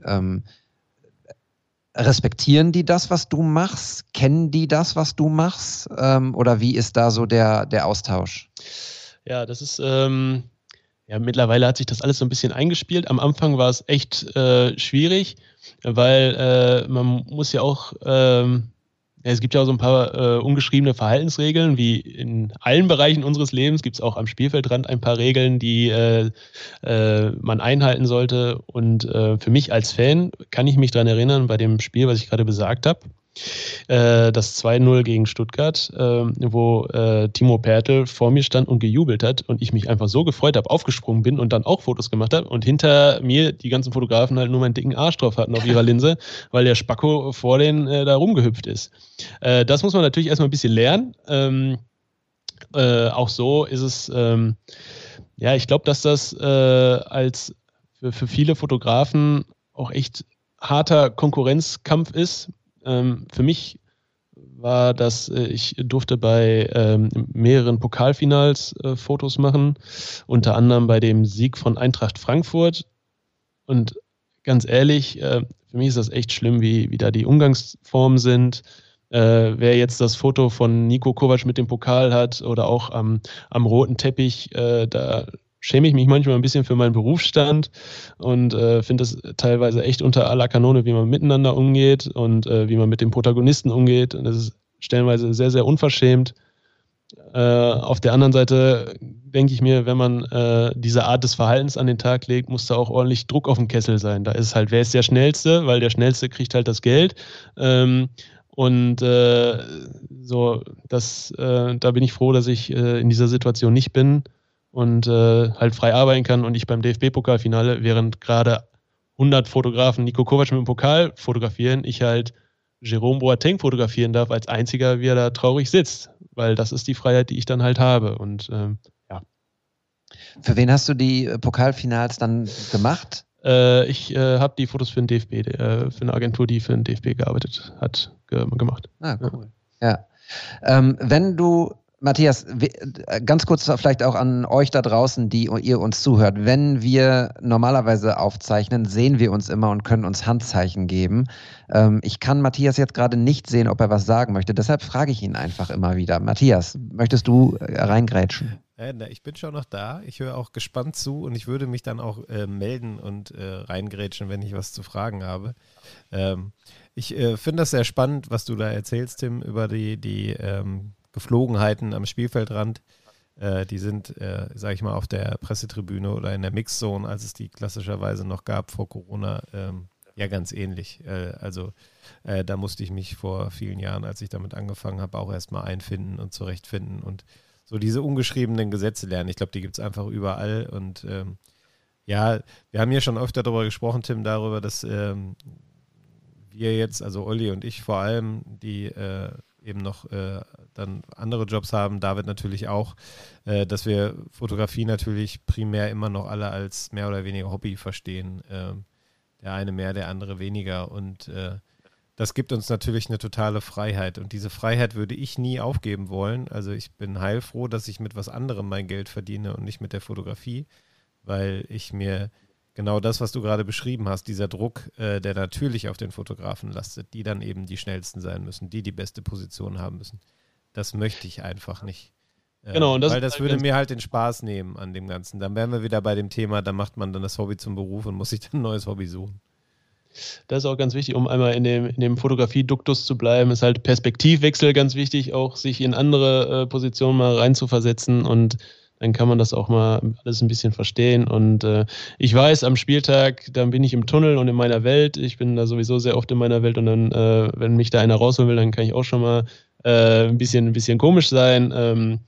Respektieren die das, was du machst? Kennen die das, was du machst? Oder wie ist da so der Austausch? Ja, das ist, mittlerweile hat sich das alles so ein bisschen eingespielt. Am Anfang war es echt schwierig, weil man muss ja auch... es gibt ja auch so ein paar ungeschriebene Verhaltensregeln, wie in allen Bereichen unseres Lebens gibt es auch am Spielfeldrand ein paar Regeln, die man einhalten sollte. Und für mich als Fan kann ich mich daran erinnern, bei dem Spiel, was ich gerade besagt habe, das 2-0 gegen Stuttgart, wo Timo Pertl vor mir stand und gejubelt hat und ich mich einfach so gefreut habe, aufgesprungen bin und dann auch Fotos gemacht habe und hinter mir die ganzen Fotografen halt nur meinen dicken Arsch drauf hatten auf ihrer Linse, weil der Spacko vor denen da rumgehüpft ist. Das muss man natürlich erstmal ein bisschen lernen. Auch so ist es Ja, ich glaube, dass das als für viele Fotografen auch echt harter Konkurrenzkampf ist. Für mich war das, ich durfte bei mehreren Pokalfinals Fotos machen, unter anderem bei dem Sieg von Eintracht Frankfurt. Und ganz ehrlich, für mich ist das echt schlimm, wie da die Umgangsformen sind. Wer jetzt das Foto von Niko Kovac mit dem Pokal hat oder auch am roten Teppich, da schäme ich mich manchmal ein bisschen für meinen Berufsstand und finde es teilweise echt unter aller Kanone, wie man miteinander umgeht und wie man mit den Protagonisten umgeht. Und das ist stellenweise sehr, sehr unverschämt. Auf der anderen Seite denke ich mir, wenn man diese Art des Verhaltens an den Tag legt, muss da auch ordentlich Druck auf dem Kessel sein. Da ist halt, wer ist der Schnellste? Weil der Schnellste kriegt halt das Geld. Da bin ich froh, dass ich in dieser Situation nicht bin und halt frei arbeiten kann und ich beim DFB-Pokalfinale, während gerade 100 Fotografen Niko Kovac mit dem Pokal fotografieren, ich halt Jerome Boateng fotografieren darf als einziger, wie er da traurig sitzt, weil das ist die Freiheit, die ich dann halt habe und ja. Für wen hast du die Pokalfinals dann gemacht? Ich habe die Fotos für den DFB, für eine Agentur, die für den DFB gearbeitet hat, gemacht. Ah, cool. Ja. Wenn du, Matthias, ganz kurz vielleicht auch an euch da draußen, die ihr uns zuhört. Wenn wir normalerweise aufzeichnen, sehen wir uns immer und können uns Handzeichen geben. Ich kann Matthias jetzt gerade nicht sehen, ob er was sagen möchte. Deshalb frage ich ihn einfach immer wieder. Matthias, möchtest du reingrätschen? Ich bin schon noch da. Ich höre auch gespannt zu und ich würde mich dann auch melden und reingrätschen, wenn ich was zu fragen habe. Ich finde das sehr spannend, was du da erzählst, Tim, über die Geflogenheiten am Spielfeldrand. Die sind, sage ich mal, auf der Pressetribüne oder in der Mixzone, als es die klassischerweise noch gab vor Corona, ja ganz ähnlich. Da musste ich mich vor vielen Jahren, als ich damit angefangen habe, auch erstmal einfinden und zurechtfinden und so diese ungeschriebenen Gesetze lernen. Ich glaube, die gibt es einfach überall und wir haben hier schon öfter darüber gesprochen, Tim, darüber, dass wir jetzt, also Olli und ich vor allem, die eben noch dann andere Jobs haben, David natürlich auch, dass wir Fotografie natürlich primär immer noch alle als mehr oder weniger Hobby verstehen. Der eine mehr, der andere weniger und das gibt uns natürlich eine totale Freiheit und diese Freiheit würde ich nie aufgeben wollen. Also ich bin heilfroh, dass ich mit was anderem mein Geld verdiene und nicht mit der Fotografie, weil ich mir genau das, was du gerade beschrieben hast, dieser Druck, der natürlich auf den Fotografen lastet, die dann eben die schnellsten sein müssen, die beste Position haben müssen. Das möchte ich einfach nicht. Genau, und weil das würde mir halt den Spaß nehmen an dem Ganzen. Dann wären wir wieder bei dem Thema, da macht man dann das Hobby zum Beruf und muss sich dann ein neues Hobby suchen. Das ist auch ganz wichtig, um einmal in dem Fotografie-Duktus zu bleiben, ist halt Perspektivwechsel ganz wichtig, auch sich in andere Positionen mal reinzuversetzen und dann kann man das auch mal alles ein bisschen verstehen und ich weiß, am Spieltag, dann bin ich im Tunnel und in meiner Welt, ich bin da sowieso sehr oft in meiner Welt und dann, wenn mich da einer rausholen will, dann kann ich auch schon mal ein bisschen komisch sein,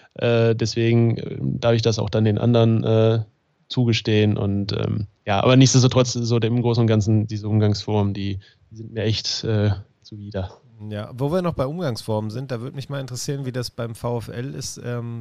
deswegen darf ich das auch dann den anderen zugestehen und aber nichtsdestotrotz so im Großen und Ganzen diese Umgangsformen, die sind mir echt zuwider. Ja, wo wir noch bei Umgangsformen sind, da würde mich mal interessieren, wie das beim VfL ist,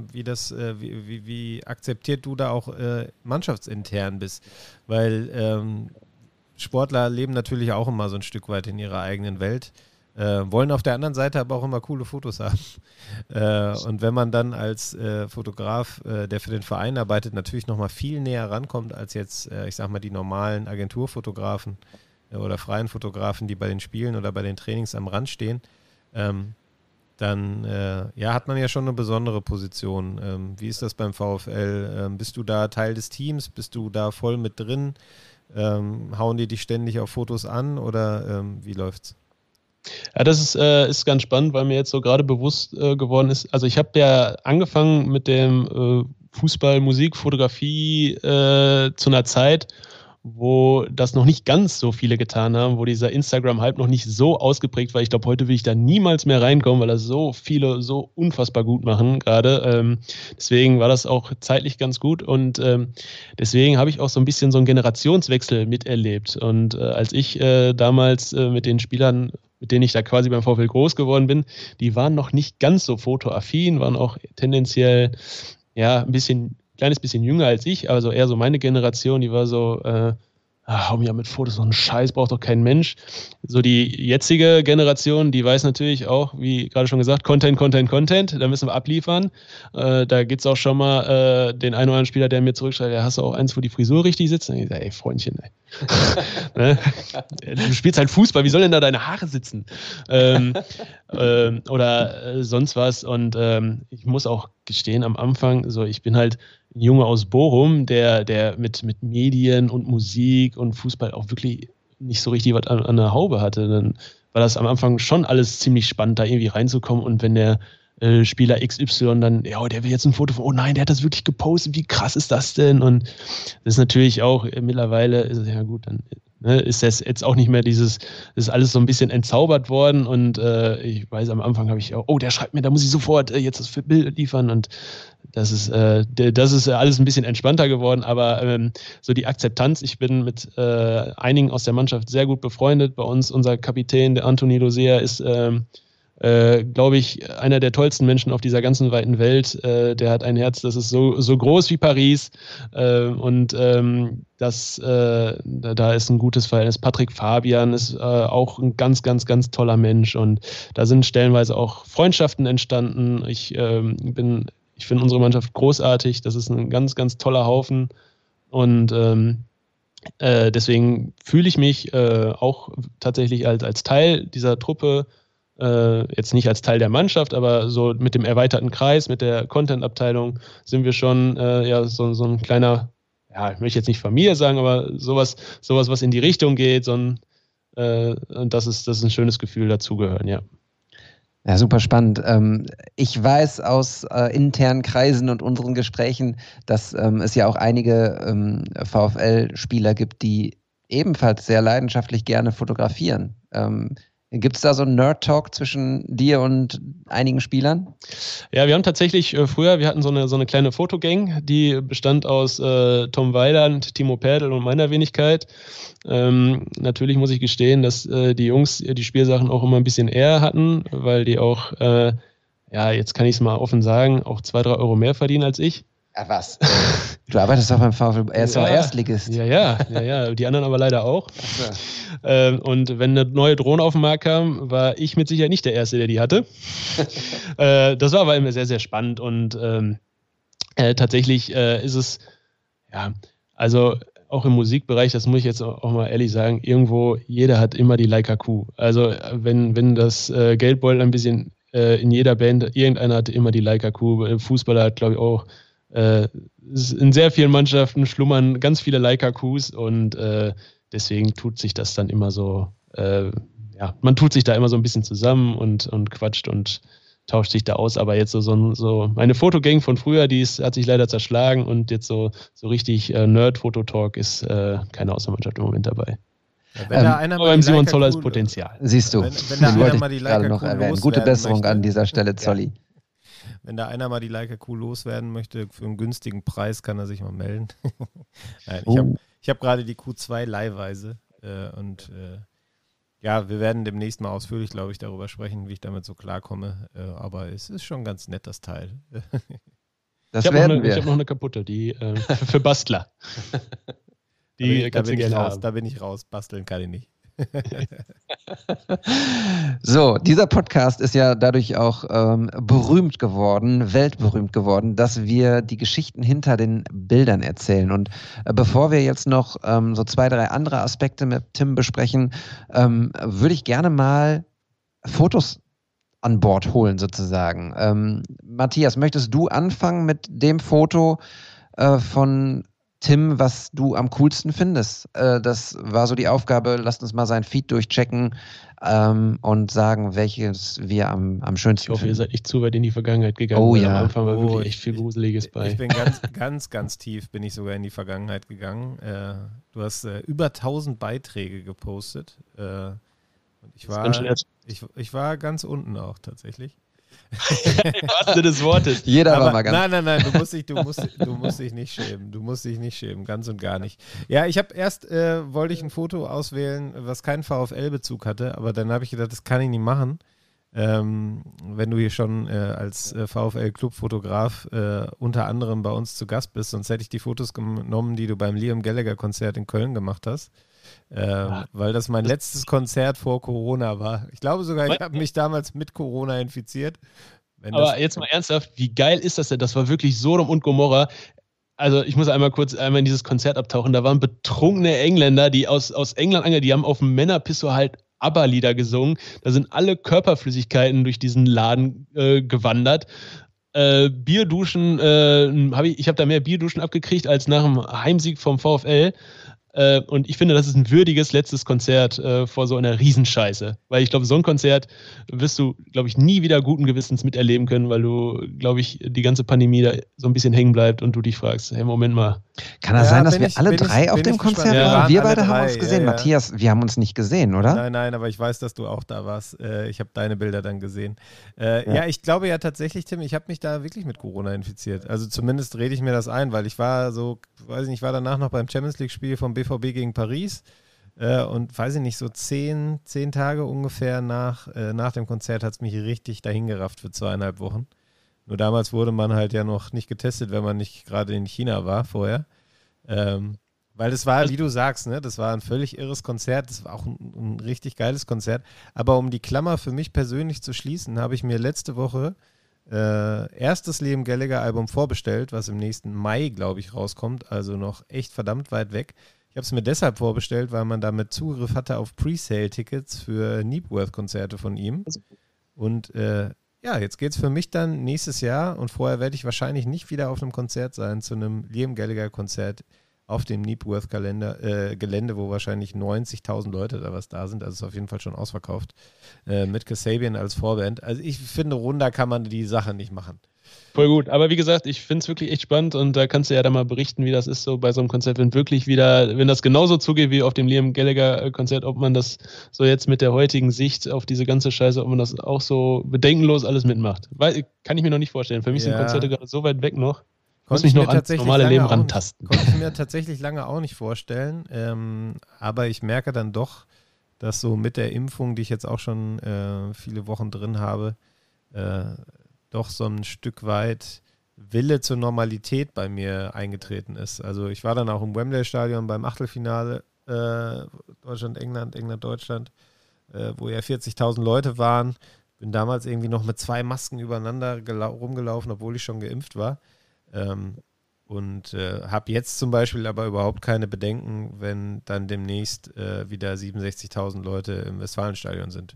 wie akzeptiert du da auch mannschaftsintern bist, weil Sportler leben natürlich auch immer so ein Stück weit in ihrer eigenen Welt, wollen auf der anderen Seite aber auch immer coole Fotos haben. Und wenn man dann als Fotograf, der für den Verein arbeitet, natürlich nochmal viel näher rankommt als jetzt, ich sag mal, die normalen Agenturfotografen oder freien Fotografen, die bei den Spielen oder bei den Trainings am Rand stehen, dann hat man ja schon eine besondere Position. Wie ist das beim VfL? Bist du da Teil des Teams? Bist du da voll mit drin? Hauen die dich ständig auf Fotos an oder wie läuft's? Ja, das ist ganz spannend, weil mir jetzt so gerade bewusst geworden ist, also ich habe ja angefangen mit dem Fußball, Musik, Fotografie zu einer Zeit, wo das noch nicht ganz so viele getan haben, wo dieser Instagram-Hype noch nicht so ausgeprägt war. Ich glaube, heute will ich da niemals mehr reinkommen, weil das so viele so unfassbar gut machen gerade. Deswegen war das auch zeitlich ganz gut und deswegen habe ich auch so ein bisschen so einen Generationswechsel miterlebt. Und als ich damals mit den Spielern, mit denen ich da quasi beim VfL groß geworden bin, die waren noch nicht ganz so fotoaffin, waren auch tendenziell ein bisschen kleines bisschen jünger als ich, also eher so meine Generation, die war so, hau mir mit Fotos, so ein Scheiß, braucht doch kein Mensch. So die jetzige Generation, die weiß natürlich auch, wie gerade schon gesagt, Content, da müssen wir abliefern. Da gibt es auch schon mal den einen oder anderen Spieler, der mir zurückschreibt, ja, hast du auch eins, wo die Frisur richtig sitzt? Und ich sage, ey, Freundchen, ey. Ne? Du spielst halt Fußball, wie sollen denn da deine Haare sitzen? Oder sonst was. Und ich muss auch gestehen, am Anfang, so ich bin halt ein Junge aus Bochum, der mit Medien und Musik und Fußball auch wirklich nicht so richtig was an der Haube hatte. Dann war das am Anfang schon alles ziemlich spannend, da irgendwie reinzukommen. Und wenn der Spieler XY dann, ja, der will jetzt ein Foto von, oh nein, der hat das wirklich gepostet, wie krass ist das denn? Und das ist natürlich auch mittlerweile, ist es ja gut, dann ist das jetzt auch nicht mehr das ist alles so ein bisschen entzaubert worden und ich weiß, am Anfang habe ich auch, oh, der schreibt mir, da muss ich sofort jetzt das Bild liefern und das ist alles ein bisschen entspannter geworden, aber so die Akzeptanz, ich bin mit einigen aus der Mannschaft sehr gut befreundet. Bei uns, unser Kapitän, der Anthony Losea, ist glaube ich, einer der tollsten Menschen auf dieser ganzen weiten Welt. Der hat ein Herz, das ist so groß wie Paris. Da ist ein gutes Verhältnis. Patrick Fabian ist auch ein ganz, ganz, ganz toller Mensch. Und da sind stellenweise auch Freundschaften entstanden. Ich finde unsere Mannschaft großartig. Das ist ein ganz, ganz toller Haufen. Und deswegen fühle ich mich auch tatsächlich als Teil dieser Truppe, jetzt nicht als Teil der Mannschaft, aber so mit dem erweiterten Kreis, mit der Content-Abteilung sind wir schon so ein kleiner, ja, ich möchte jetzt nicht Familie sagen, aber sowas, was in die Richtung geht, und das ist ein schönes Gefühl, dazugehören, ja. Ja, super spannend. Ich weiß aus internen Kreisen und unseren Gesprächen, dass es ja auch einige VfL-Spieler gibt, die ebenfalls sehr leidenschaftlich gerne fotografieren. Gibt es da so einen Nerd-Talk zwischen dir und einigen Spielern? Ja, wir haben tatsächlich früher, wir hatten so eine kleine Fotogang, die bestand aus Tom Weiland, Timo Perdl und meiner Wenigkeit. Natürlich muss ich gestehen, dass die Jungs die Spielsachen auch immer ein bisschen eher hatten, weil die auch, jetzt kann ich es mal offen sagen, auch 2-3 Euro mehr verdienen als ich. Ja, was? Du arbeitest doch beim VfL, er ist doch Erstligist. Ja, die anderen aber leider auch. Und wenn eine neue Drohne auf den Markt kam, war ich mit Sicherheit nicht der Erste, der die hatte. Das war aber immer sehr, sehr spannend und tatsächlich ist es, ja, also auch im Musikbereich, das muss ich jetzt auch mal ehrlich sagen, irgendwo, jeder hat immer die Leica Q. Also wenn das Geldbeutel ein bisschen in jeder Band, irgendeiner hatte immer die Leica Q. Fußballer hat, glaube ich, auch in sehr vielen Mannschaften schlummern ganz viele Leica Qs und deswegen tut sich das dann immer so, man tut sich da immer so ein bisschen zusammen und quatscht und tauscht sich da aus, aber jetzt so meine Fotogang von früher, hat sich leider zerschlagen und jetzt so richtig Nerd-Fototalk ist keine Außermannschaft im Moment dabei. Ja, aber beim Simon Zoller ist Potenzial. Siehst du, wenn da einer mal die gerade noch erwähnen. Gute Besserung möchte, an dieser Stelle, Zolli. Ja. Wenn da einer mal die Leica Q loswerden möchte, für einen günstigen Preis kann er sich mal melden. Nein, ich hab gerade die Q2 leihweise wir werden demnächst mal ausführlich, glaube ich, darüber sprechen, wie ich damit so klarkomme. Aber es ist schon ganz nett, das Teil. Ich habe noch eine kaputte, die für Bastler. Da bin ich raus. Basteln kann ich nicht. So, dieser Podcast ist ja dadurch auch berühmt geworden, weltberühmt geworden, dass wir die Geschichten hinter den Bildern erzählen. Und bevor wir jetzt noch so 2, 3 andere Aspekte mit Tim besprechen, würde ich gerne mal Fotos an Bord holen sozusagen. Matthias, möchtest du anfangen mit dem Foto von Tim, was du am coolsten findest? Das war so die Aufgabe, lasst uns mal seinen Feed durchchecken und sagen, welches wir am schönsten finden. Ich hoffe, ihr seid nicht zu weit in die Vergangenheit gegangen. Oh ja. Am Anfang war wirklich echt viel Gruseliges bei. Ich bin ganz, ganz tief bin ich sogar in die Vergangenheit gegangen. Du hast über 1000 Beiträge gepostet. Und ich war ganz unten auch tatsächlich. Im wahrsten Sinne des Wortes. Jeder war mal ganz. Nein, du musst dich nicht schämen. Du musst dich nicht schämen, ganz und gar nicht. Ja, ich habe erst, wollte ich ein Foto auswählen, was keinen VfL-Bezug hatte, aber dann habe ich gedacht, das kann ich nicht machen. wenn du hier schon als VfL-Club-Fotograf unter anderem bei uns zu Gast bist, sonst hätte ich die Fotos genommen, die du beim Liam Gallagher-Konzert in Köln gemacht hast. Weil das mein letztes Konzert vor Corona war. Ich glaube sogar, ich habe mich damals mit Corona infiziert. Aber jetzt mal ernsthaft, wie geil ist das denn? Das war wirklich Sodom und Gomorra. Also ich muss einmal in dieses Konzert abtauchen. Da waren betrunkene Engländer, die aus England angeln, die haben auf dem Männerpisso halt ABBA-Lieder gesungen. Da sind alle Körperflüssigkeiten durch diesen Laden gewandert. Bierduschen, ich habe da mehr Bierduschen abgekriegt als nach dem Heimsieg vom VfL. Und ich finde, das ist ein würdiges letztes Konzert vor so einer Riesenscheiße. Weil ich glaube, so ein Konzert wirst du, glaube ich, nie wieder guten Gewissens miterleben können, weil du, glaube ich, die ganze Pandemie da so ein bisschen hängen bleibt und du dich fragst, hey, Moment mal. Kann das sein, dass wir alle drei auf dem Konzert waren? Wir beide haben uns gesehen. Matthias, wir haben uns nicht gesehen, oder? Nein, aber ich weiß, dass du auch da warst. Ich habe deine Bilder dann gesehen. Ja, ich glaube ja tatsächlich, Tim, ich habe mich da wirklich mit Corona infiziert. Also zumindest rede ich mir das ein, weil ich war so, weiß ich nicht, ich war danach noch beim Champions-League-Spiel vom BVB gegen Paris und weiß ich nicht, so 10 Tage ungefähr nach dem Konzert hat es mich richtig dahingerafft für 2,5 Wochen. Nur damals wurde man halt ja noch nicht getestet, wenn man nicht gerade in China war vorher. Weil das war, wie du sagst, ne, das war ein völlig irres Konzert, das war auch ein richtig geiles Konzert. Aber um die Klammer für mich persönlich zu schließen, habe ich mir letzte Woche erstes Liam Gallagher Album vorbestellt, was im nächsten Mai, glaube ich, rauskommt, also noch echt verdammt weit weg. Ich habe es mir deshalb vorbestellt, weil man damit Zugriff hatte auf Presale-Tickets für Knebworth-Konzerte von ihm. Und ja, jetzt geht es für mich dann nächstes Jahr und vorher werde ich wahrscheinlich nicht wieder auf einem Konzert sein, zu einem Liam Gallagher-Konzert auf dem Knebworth-Gelände, wo wahrscheinlich 90.000 Leute da was da sind. Also ist auf jeden Fall schon ausverkauft. Mit Kasabian als Vorband. Also ich finde, runder kann man die Sache nicht machen. Voll gut. Aber wie gesagt, ich finde es wirklich echt spannend und da kannst du ja dann mal berichten, wie das ist so bei so einem Konzert, wenn das genauso zugeht wie auf dem Liam Gallagher-Konzert, ob man das so jetzt mit der heutigen Sicht auf diese ganze Scheiße, ob man das auch so bedenkenlos alles mitmacht. Kann ich mir noch nicht vorstellen. Für mich sind Konzerte gerade so weit weg noch. Muss mich noch ans normale Leben rantasten. Konnte ich mir tatsächlich lange auch nicht vorstellen. Aber ich merke dann doch, dass so mit der Impfung, die ich jetzt auch schon viele Wochen drin habe, doch so ein Stück weit Wille zur Normalität bei mir eingetreten ist. Also ich war dann auch im Wembley-Stadion beim Achtelfinale Deutschland-England, England-Deutschland, wo ja 40.000 Leute waren. Bin damals irgendwie noch mit 2 Masken übereinander rumgelaufen, obwohl ich schon geimpft war. Und habe jetzt zum Beispiel aber überhaupt keine Bedenken, wenn dann demnächst wieder 67.000 Leute im Westfalenstadion sind.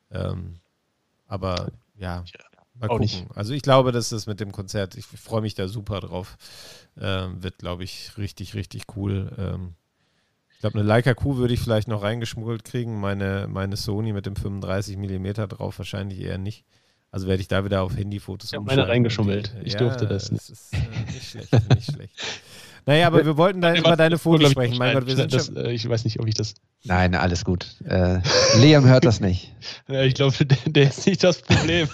Aber ja, mal gucken. Nicht. Also ich glaube, dass das mit dem Konzert, ich freue mich da super drauf, wird, glaube ich, richtig, richtig cool. Ich glaube, eine Leica Q würde ich vielleicht noch reingeschmuggelt kriegen, meine Sony mit dem 35 mm drauf wahrscheinlich eher nicht. Also werde ich da wieder auf Handyfotos umschalten. Ich habe meine reingeschummelt. Ich durfte das nicht. Das ist nicht schlecht, nicht schlecht. Naja, aber wir wollten da über deine Fotos sprechen. Mein Gott, wir sind schon... Ich weiß nicht, ob ich das... Nein, alles gut. Liam hört das nicht. Ja, ich glaube, der ist nicht das Problem.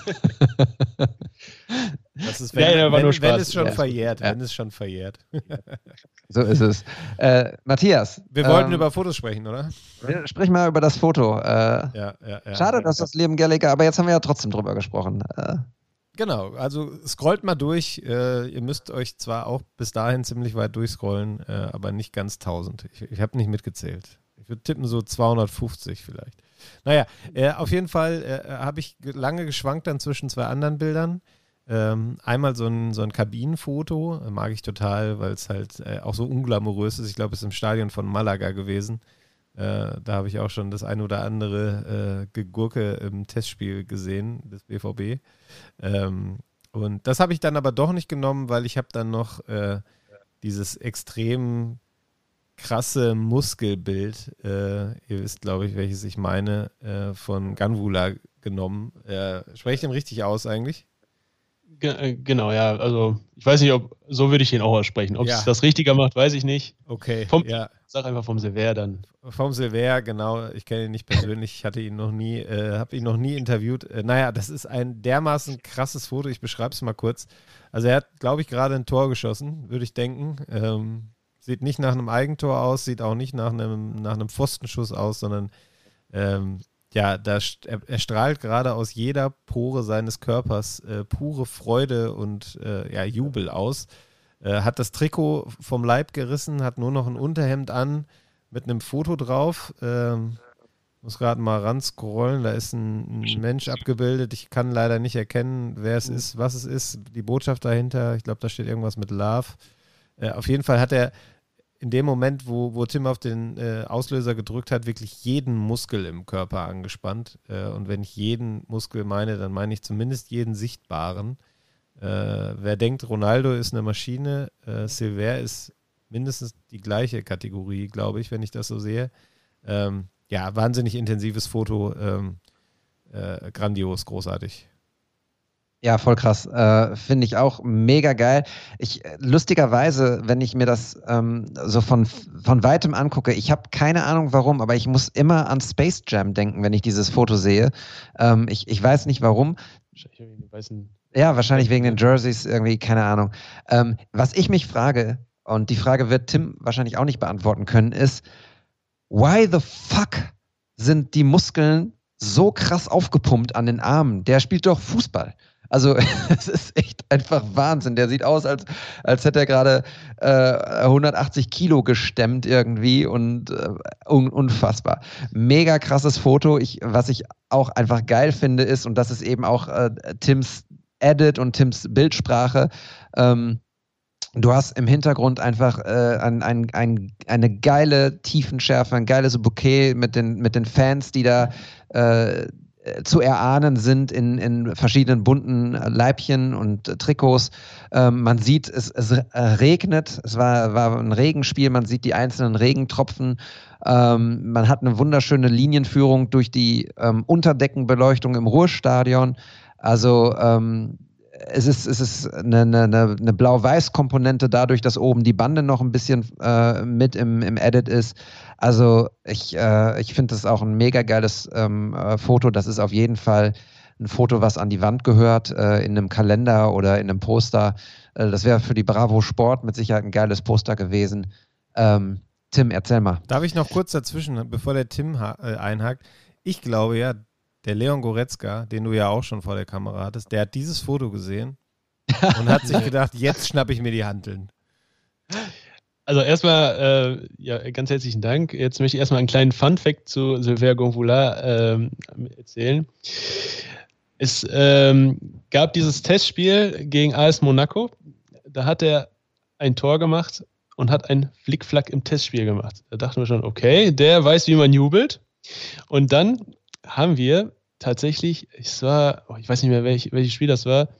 Das ist, wenn es schon verjährt. Wenn es schon verjährt. So ist es. Matthias. Wir wollten über Fotos sprechen, oder? Sprich mal über das Foto. Schade, dass das Liam Gallagher, aber jetzt haben wir ja trotzdem drüber gesprochen. Genau, also scrollt mal durch. Ihr müsst euch zwar auch bis dahin ziemlich weit durchscrollen, aber nicht ganz 1000. Ich habe nicht mitgezählt. Ich würde tippen so 250 vielleicht. Naja, auf jeden Fall habe ich lange geschwankt dann zwischen 2 anderen Bildern. Einmal so ein Kabinenfoto, mag ich total, weil es halt auch so unglamourös ist. Ich glaube, es ist im Stadion von Malaga gewesen. Da habe ich auch schon das ein oder andere Gegurke im Testspiel gesehen, des BVB. Und das habe ich dann aber doch nicht genommen, weil ich habe dann noch dieses extrem krasse Muskelbild, ihr wisst, glaube ich, welches ich meine, von Ganvula genommen. Spreche ich den richtig aus eigentlich? Genau, ja. Also ich weiß nicht, so würde ich ihn auch aussprechen. Ob es das richtiger macht, weiß ich nicht. Okay, Sag einfach vom Silver dann. Vom Silver, genau. Ich kenne ihn nicht persönlich. Ich hatte ihn noch nie, habe ihn noch nie interviewt. Naja, das ist ein dermaßen krasses Foto. Ich beschreibe es mal kurz. Also er hat, glaube ich, gerade ein Tor geschossen, würde ich denken. Sieht nicht nach einem Eigentor aus, sieht auch nicht nach einem Pfostenschuss aus, sondern ja, er strahlt gerade aus jeder Pore seines Körpers pure Freude und Jubel aus. Hat das Trikot vom Leib gerissen, hat nur noch ein Unterhemd an mit einem Foto drauf. Muss gerade mal ranscrollen, da ist ein Mensch abgebildet. Ich kann leider nicht erkennen, wer es ist, was es ist, die Botschaft dahinter. Ich glaube, da steht irgendwas mit Love. Auf jeden Fall hat er in dem Moment, wo Tim auf den Auslöser gedrückt hat, wirklich jeden Muskel im Körper angespannt. Und wenn ich jeden Muskel meine, dann meine ich zumindest jeden sichtbaren. Wer denkt, Ronaldo ist eine Maschine, Silver ist mindestens die gleiche Kategorie, glaube ich, wenn ich das so sehe. Wahnsinnig intensives Foto, grandios, großartig. Ja, voll krass. Finde ich auch mega geil. Lustigerweise, wenn ich mir das so von Weitem angucke, ich habe keine Ahnung warum, aber ich muss immer an Space Jam denken, wenn ich dieses Foto sehe. Ich weiß nicht warum. Wahrscheinlich wegen den Jerseys, irgendwie, keine Ahnung. Was ich mich frage, und die Frage wird Tim wahrscheinlich auch nicht beantworten können, ist, why the fuck sind die Muskeln so krass aufgepumpt an den Armen? Der spielt doch Fußball. Also es ist echt einfach Wahnsinn. Der sieht aus, als hätte er gerade 180 Kilo gestemmt irgendwie und unfassbar. Mega krasses Foto. Was ich auch einfach geil finde ist, und das ist eben auch Tims Edit und Tims Bildsprache, du hast im Hintergrund einfach eine geile Tiefenschärfe, ein geiles Bouquet mit den Fans, die da zu erahnen sind in verschiedenen bunten Leibchen und Trikots. Man sieht, es regnet, es war ein Regenspiel, man sieht die einzelnen Regentropfen. Man hat eine wunderschöne Linienführung durch die Unterdeckenbeleuchtung im Ruhrstadion. Also es ist eine Blau-Weiß-Komponente dadurch, dass oben die Bande noch ein bisschen mit im Edit ist. Also ich finde das auch ein mega geiles Foto. Das ist auf jeden Fall ein Foto, was an die Wand gehört, in einem Kalender oder in einem Poster. Das wäre für die Bravo Sport mit Sicherheit ein geiles Poster gewesen. Tim, erzähl mal. Darf ich noch kurz dazwischen, bevor der Tim einhakt? Ich glaube ja, der Leon Goretzka, den du ja auch schon vor der Kamera hattest, der hat dieses Foto gesehen und hat sich gedacht, jetzt schnappe ich mir die Hanteln. Also erstmal, ganz herzlichen Dank. Jetzt möchte ich erstmal einen kleinen Fun-Fact zu Sylvain Gonvoula erzählen. Es gab dieses Testspiel gegen AS Monaco. Da hat er ein Tor gemacht und hat einen Flickflack im Testspiel gemacht. Da dachten wir schon, okay, der weiß, wie man jubelt. Und dann haben wir tatsächlich, ich weiß nicht mehr, welches Spiel das war,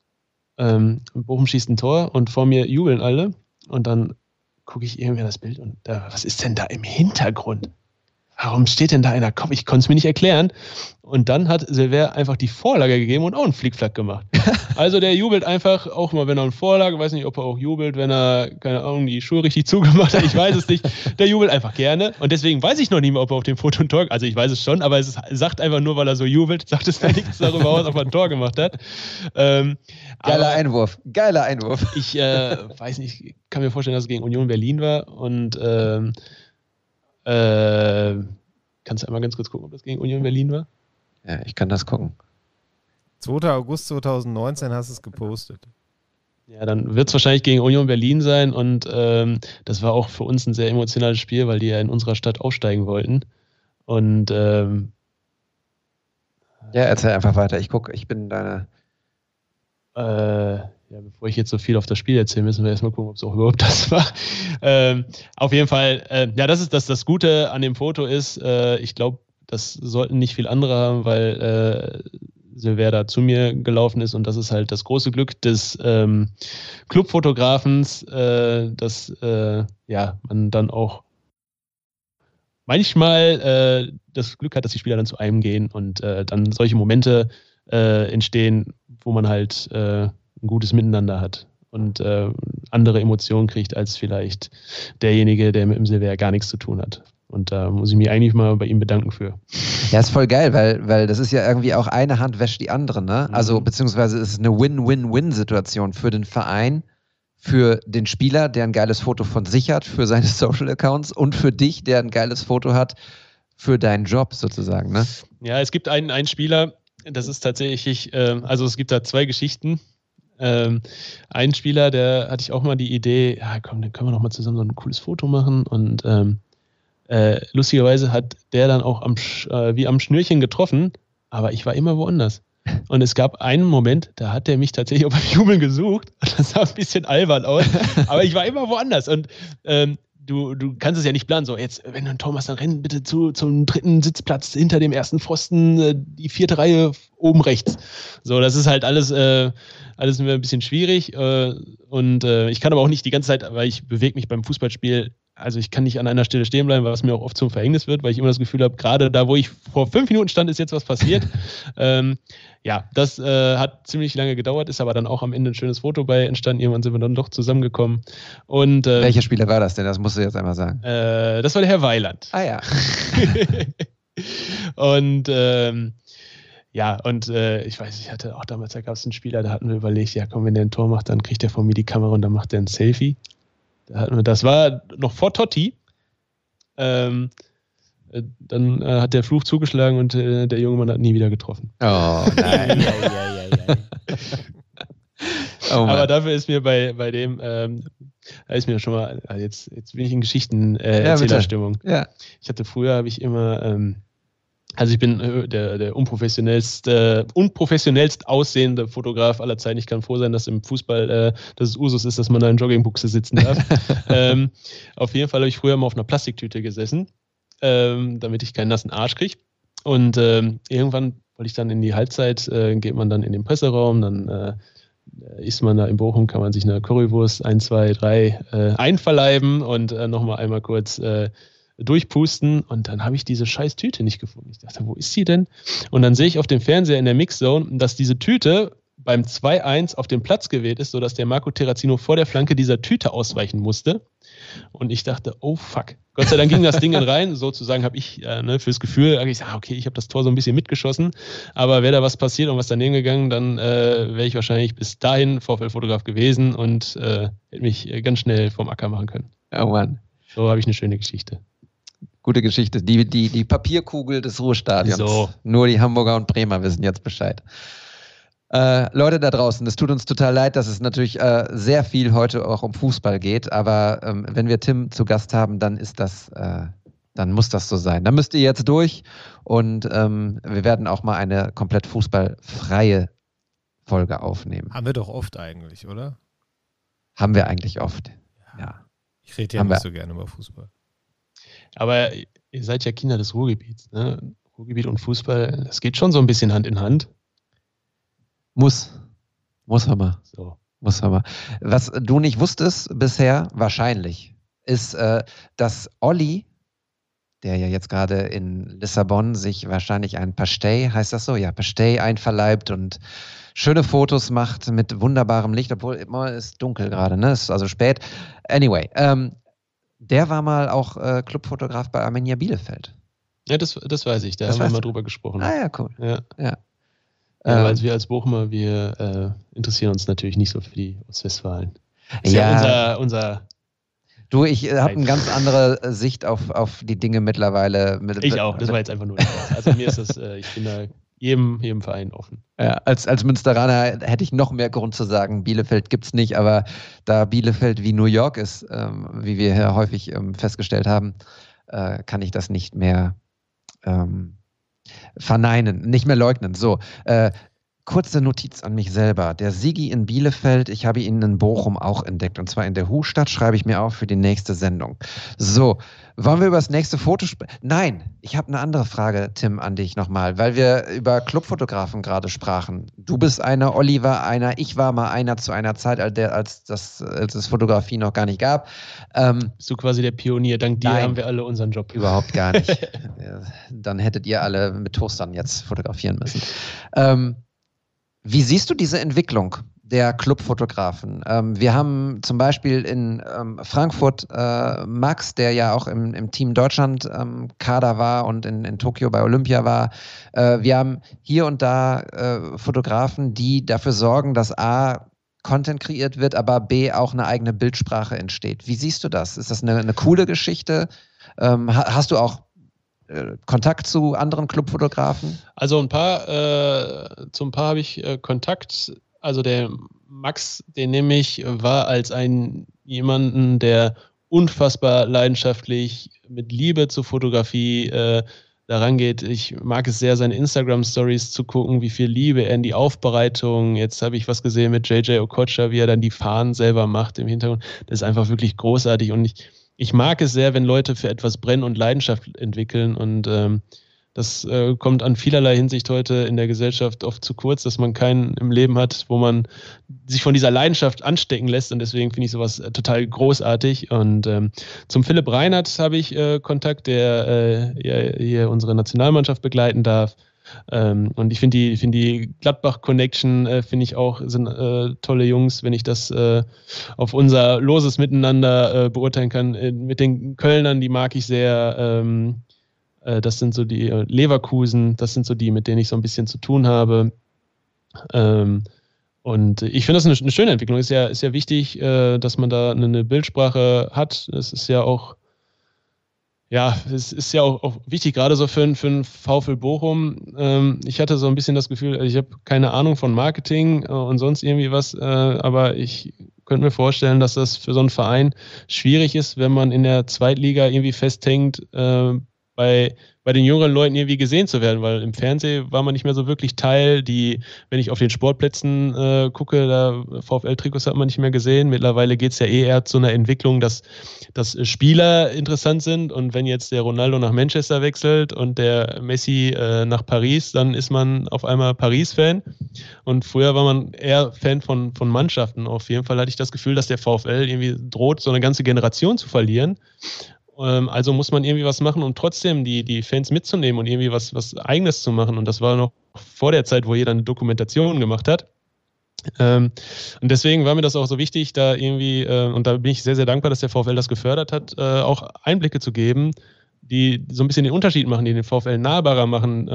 Bochum schießt ein Tor und vor mir jubeln alle und dann gucke ich irgendwie das Bild und was ist denn da im Hintergrund? Warum steht denn da einer Kopf? Ich konnte es mir nicht erklären. Und dann hat Silver einfach die Vorlage gegeben und auch einen Flickflack gemacht. Also der jubelt einfach, auch mal wenn er eine Vorlage, weiß nicht, ob er auch jubelt, wenn er, keine Ahnung, die Schuhe richtig zugemacht hat, ich weiß es nicht. Der jubelt einfach gerne. Und deswegen weiß ich noch nicht mehr, ob er auf dem Foto ein Tor, also ich weiß es schon, aber es sagt einfach nur, weil er so jubelt, sagt es mir nichts darüber aus, ob er ein Tor gemacht hat. Geiler Einwurf. Ich weiß nicht, ich kann mir vorstellen, dass es gegen Union Berlin war und kannst du einmal ganz kurz gucken, ob das gegen Union Berlin war? Ja, ich kann das gucken. 2. August 2019 hast du es gepostet. Ja, dann wird es wahrscheinlich gegen Union Berlin sein und das war auch für uns ein sehr emotionales Spiel, weil die ja in unserer Stadt aufsteigen wollten. Und ja, erzähl einfach weiter. Ich bin deine... bevor ich jetzt so viel auf das Spiel erzähle, müssen wir erstmal gucken, ob es auch überhaupt das war. Auf jeden Fall, das ist das Gute an dem Foto ist, ich glaube, das sollten nicht viel andere haben, weil Silver da zu mir gelaufen ist und das ist halt das große Glück des Clubfotografens, dass man dann auch manchmal das Glück hat, dass die Spieler dann zu einem gehen und dann solche Momente entstehen, wo man halt ein gutes Miteinander hat und andere Emotionen kriegt als vielleicht derjenige, der mit dem Silver gar nichts zu tun hat. Und da muss ich mich eigentlich mal bei ihm bedanken für. Ja, ist voll geil, weil das ist ja irgendwie auch eine Hand wäscht die andere, ne? Also beziehungsweise ist es eine Win-Win-Win-Situation für den Verein, für den Spieler, der ein geiles Foto von sich hat, für seine Social Accounts und für dich, der ein geiles Foto hat für deinen Job sozusagen, ne? Ja, es gibt einen Spieler, das ist tatsächlich, also es gibt da 2 Geschichten. Ein Spieler, der hatte ich auch mal die Idee, ja komm, dann können wir noch mal zusammen so ein cooles Foto machen und lustigerweise hat der dann auch wie am Schnürchen getroffen, aber ich war immer woanders. Und es gab einen Moment, da hat der mich tatsächlich auf beim Jubeln gesucht. Das sah ein bisschen albern aus, aber ich war immer woanders. Und du kannst es ja nicht planen. So, jetzt, wenn du ein Tor machst, dann renn bitte zum 3. Sitzplatz hinter dem 1. Pfosten, die 4. Reihe oben rechts. So, das ist halt alles immer ein bisschen schwierig. Und ich kann aber auch nicht die ganze Zeit, weil ich bewege mich beim Fußballspiel. Also ich kann nicht an einer Stelle stehen bleiben, was mir auch oft zum Verhängnis wird, weil ich immer das Gefühl habe, gerade da, wo ich vor 5 Minuten stand, ist jetzt was passiert. Ja, das hat ziemlich lange gedauert, ist aber dann auch am Ende ein schönes Foto bei entstanden. Irgendwann sind wir dann doch zusammengekommen. Und, welcher Spieler war das denn? Das musst du jetzt einmal sagen. Das war der Herr Weiland. Ah ja. Und ich weiß, ich hatte auch damals, da gab es einen Spieler, da hatten wir überlegt, ja komm, wenn der ein Tor macht, dann kriegt er von mir die Kamera und dann macht er ein Selfie. Das war noch vor Totti. Dann hat der Fluch zugeschlagen und der junge Mann hat nie wieder getroffen. Oh nein. Oh, aber dafür ist mir bei dem, da ist mir schon mal, jetzt bin ich in Geschichten-Erzählerstimmung. Ja. Ich hatte früher, habe ich immer, also ich bin der unprofessionellst aussehende Fotograf aller Zeiten. Ich kann froh sein, dass im Fußball dass es Usus ist, dass man da in Joggingbuchse sitzen darf. Auf jeden Fall habe ich früher mal auf einer Plastiktüte gesessen, damit ich keinen nassen Arsch kriege. Und irgendwann wollte ich dann in die Halbzeit, geht man dann in den Presseraum, dann isst man da in Bochum, kann man sich eine Currywurst 1, 2, 3 einverleiben und nochmal einmal kurz durchpusten und dann habe ich diese scheiß Tüte nicht gefunden. Ich dachte, wo ist sie denn? Und dann sehe ich auf dem Fernseher in der Mixzone, dass diese Tüte beim 2-1 auf den Platz geweht ist, sodass der Marco Terrazino vor der Flanke dieser Tüte ausweichen musste. Und ich dachte, oh fuck. Gott sei Dank ging das Ding rein. Sozusagen habe ich fürs Gefühl, ich sage, okay, ich habe das Tor so ein bisschen mitgeschossen, aber wäre da was passiert und was daneben gegangen, dann wäre ich wahrscheinlich bis dahin VfL-Fotograf gewesen und hätte mich ganz schnell vom Acker machen können. Oh Mann. So habe ich eine schöne Geschichte. Gute Geschichte. Die Papierkugel des Ruhrstadions. So. Nur die Hamburger und Bremer wissen jetzt Bescheid. Leute da draußen, es tut uns total leid, dass es natürlich sehr viel heute auch um Fußball geht, aber wenn wir Tim zu Gast haben, dann ist das, dann muss das so sein. Dann müsst ihr jetzt durch und wir werden auch mal eine komplett fußballfreie Folge aufnehmen. Haben wir doch oft eigentlich, oder? Haben wir eigentlich oft, ja. Ich rede ja nicht so gerne über Fußball. Aber ihr seid ja Kinder des Ruhrgebiets, ne? Ruhrgebiet und Fußball, das geht schon so ein bisschen Hand in Hand. Muss aber. So. Muss aber. Was du nicht wusstest bisher, wahrscheinlich, ist, dass Olli, der ja jetzt gerade in Lissabon sich wahrscheinlich ein Pastei, heißt das so? Ja, Pastei einverleibt und schöne Fotos macht mit wunderbarem Licht, obwohl immer ist dunkel gerade, ne? Ist also spät. Anyway, der war mal auch Clubfotograf bei Arminia Bielefeld. Ja, das weiß ich. Da haben wir mal drüber gesprochen. Ah ja, cool. Ja. Also wir als Bochumer, wir interessieren uns natürlich nicht so für die Ostwestfalen. Das ist ja unser Du, ich habe eine ganz andere Sicht auf die Dinge mittlerweile. Ich auch, das war jetzt einfach nur Spaß. Also mir ist das, ich bin da jedem Verein offen. Ja, als Münsteraner hätte ich noch mehr Grund zu sagen, Bielefeld gibt's nicht, aber da Bielefeld wie New York ist, wie wir hier häufig festgestellt haben, kann ich das nicht mehr verneinen, nicht mehr leugnen. So, kurze Notiz an mich selber. Der Sigi in Bielefeld, ich habe ihn in Bochum auch entdeckt. Und zwar in der Hustadt, schreibe ich mir auf für die nächste Sendung. So, wollen wir über das nächste Foto sprechen? Nein, ich habe eine andere Frage, Tim, an dich nochmal, weil wir über Clubfotografen gerade sprachen. Du bist einer, Olli war einer, ich war mal einer zu einer Zeit, als es Fotografie noch gar nicht gab. Bist du quasi der Pionier? Dank dir haben wir alle unseren Job. Überhaupt gar nicht. Dann hättet ihr alle mit Toastern jetzt fotografieren müssen. Wie siehst du diese Entwicklung der Clubfotografen? Wir haben zum Beispiel in Frankfurt Max, der ja auch im Team Deutschland Kader war und in Tokio bei Olympia war. Wir haben hier und da Fotografen, die dafür sorgen, dass A, Content kreiert wird, aber B, auch eine eigene Bildsprache entsteht. Wie siehst du das? Ist das eine coole Geschichte? Hast du auch Kontakt zu anderen Clubfotografen? Also zu ein paar habe ich Kontakt. Also der Max, den nehme ich, war als jemanden, der unfassbar leidenschaftlich mit Liebe zur Fotografie daran geht. Ich mag es sehr, seine Instagram-Stories zu gucken, wie viel Liebe er in die Aufbereitung. Jetzt habe ich was gesehen mit JJ Okocha, wie er dann die Fahnen selber macht im Hintergrund. Das ist einfach wirklich großartig und ich mag es sehr, wenn Leute für etwas brennen und Leidenschaft entwickeln und das kommt an vielerlei Hinsicht heute in der Gesellschaft oft zu kurz, dass man keinen im Leben hat, wo man sich von dieser Leidenschaft anstecken lässt und deswegen finde ich sowas total großartig. Und zum Philipp Reinhardt habe ich Kontakt, der hier unsere Nationalmannschaft begleiten darf. Und ich finde die Gladbach-Connection finde ich auch, sind tolle Jungs, wenn ich das auf unser loses Miteinander beurteilen kann. Mit den Kölnern, die mag ich sehr. Das sind so die Leverkusen, das sind so die, mit denen ich so ein bisschen zu tun habe. Und ich finde das eine schöne Entwicklung. Ist ja wichtig, dass man da eine Bildsprache hat. Es ist ja auch, es ist ja auch wichtig, gerade so für einen VfL Bochum. Ich hatte so ein bisschen das Gefühl, ich habe keine Ahnung von Marketing und sonst irgendwie was, aber ich könnte mir vorstellen, dass das für so einen Verein schwierig ist, wenn man in der Zweitliga irgendwie festhängt, bei den jüngeren Leuten irgendwie gesehen zu werden, weil im Fernsehen war man nicht mehr so wirklich Teil. Wenn ich auf den Sportplätzen gucke, da VfL-Trikots hat man nicht mehr gesehen. Mittlerweile geht es ja eher zu einer Entwicklung, dass Spieler interessant sind und wenn jetzt der Ronaldo nach Manchester wechselt und der Messi nach Paris, dann ist man auf einmal Paris-Fan und früher war man eher Fan von Mannschaften. Auf jeden Fall hatte ich das Gefühl, dass der VfL irgendwie droht, so eine ganze Generation zu verlieren. Also muss man irgendwie was machen, um trotzdem die Fans mitzunehmen und irgendwie was Eigenes zu machen. Und das war noch vor der Zeit, wo jeder eine Dokumentation gemacht hat. Und deswegen war mir das auch so wichtig, da irgendwie, und da bin ich sehr, sehr dankbar, dass der VfL das gefördert hat, auch Einblicke zu geben, die so ein bisschen den Unterschied machen, die den VfL nahbarer machen,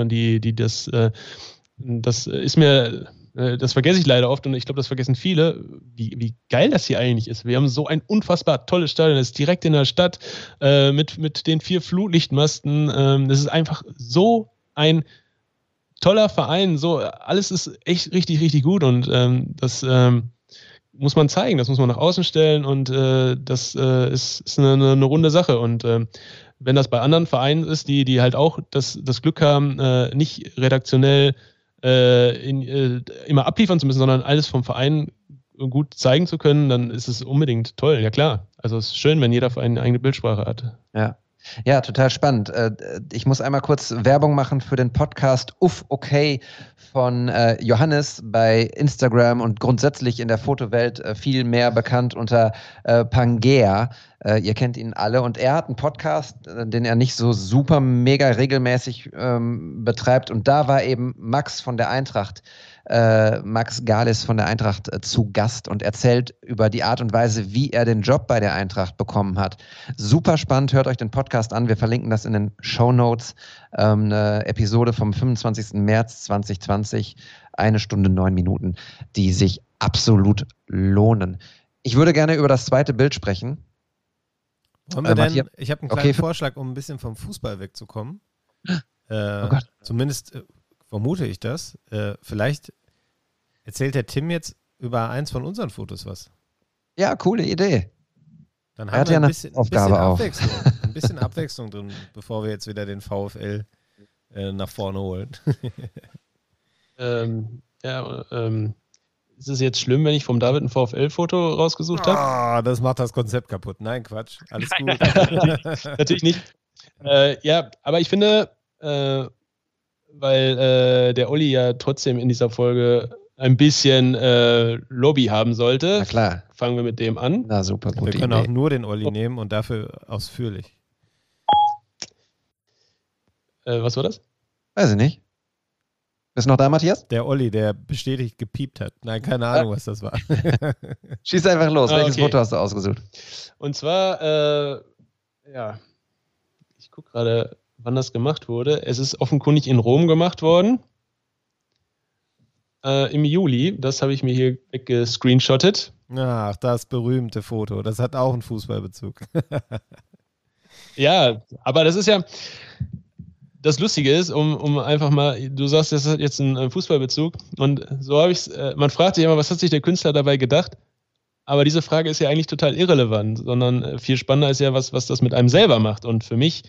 das ist mir... Das vergesse ich leider oft und ich glaube, das vergessen viele, wie geil das hier eigentlich ist. Wir haben so ein unfassbar tolles Stadion, das ist direkt in der Stadt mit den 4 Flutlichtmasten. Das ist einfach so ein toller Verein, so alles ist echt richtig, richtig gut und das muss man zeigen, das muss man nach außen stellen und das ist eine runde Sache und wenn das bei anderen Vereinen ist, die halt auch das Glück haben, nicht redaktionell immer abliefern zu müssen, sondern alles vom Verein gut zeigen zu können, dann ist es unbedingt toll, ja klar. Also es ist schön, wenn jeder Verein eine eigene Bildsprache hat. Ja, total spannend. Ich muss einmal kurz Werbung machen für den Podcast Uff, okay von Johannes bei Instagram und grundsätzlich in der Fotowelt viel mehr bekannt unter Pangea. Ihr kennt ihn alle und er hat einen Podcast, den er nicht so super mega regelmäßig betreibt und da war eben Max von der Eintracht, Max Galis von der Eintracht zu Gast und erzählt über die Art und Weise, wie er den Job bei der Eintracht bekommen hat. Super spannend, hört euch den Podcast an, wir verlinken das in den Shownotes. Eine Episode vom 25. März 2020, 1 Stunde 9 Minuten, die sich absolut lohnen. Ich würde gerne über das zweite Bild sprechen. Ich habe einen kleinen Vorschlag, um ein bisschen vom Fußball wegzukommen. Oh Gott. Zumindest vermute ich das. Vielleicht erzählt der Tim jetzt über eins von unseren Fotos was. Ja, coole Idee. Dann haben wir ein bisschen Abwechslung drin, bevor wir jetzt wieder den VfL nach vorne holen. Ist es jetzt schlimm, wenn ich vom David ein VfL-Foto rausgesucht habe? Das macht das Konzept kaputt. Nein, Quatsch. Alles gut. Natürlich nicht. Aber ich finde, weil der Olli ja trotzdem in dieser Folge ein bisschen Lobby haben sollte. Na klar. Fangen wir mit dem an. Na super, gute Idee. Wir können auch nur den Olli nehmen und dafür ausführlich. Was war das? Weiß ich nicht. Bist du noch da, Matthias? Der Olli, der bestätigt gepiept hat. Nein, keine Ahnung, was das war. Schieß einfach los. Welches Foto hast du ausgesucht? Und zwar, ich gucke gerade, wann das gemacht wurde. Es ist offenkundig in Rom gemacht worden. Im Juli. Das habe ich mir hier weggescreenshottet. Ach, das berühmte Foto. Das hat auch einen Fußballbezug. Ja, aber das ist ja... das Lustige ist, um einfach mal, du sagst, das hat jetzt einen Fußballbezug und so habe ich es, man fragt sich immer, was hat sich der Künstler dabei gedacht? Aber diese Frage ist ja eigentlich total irrelevant, sondern viel spannender ist ja, was das mit einem selber macht. Und für mich,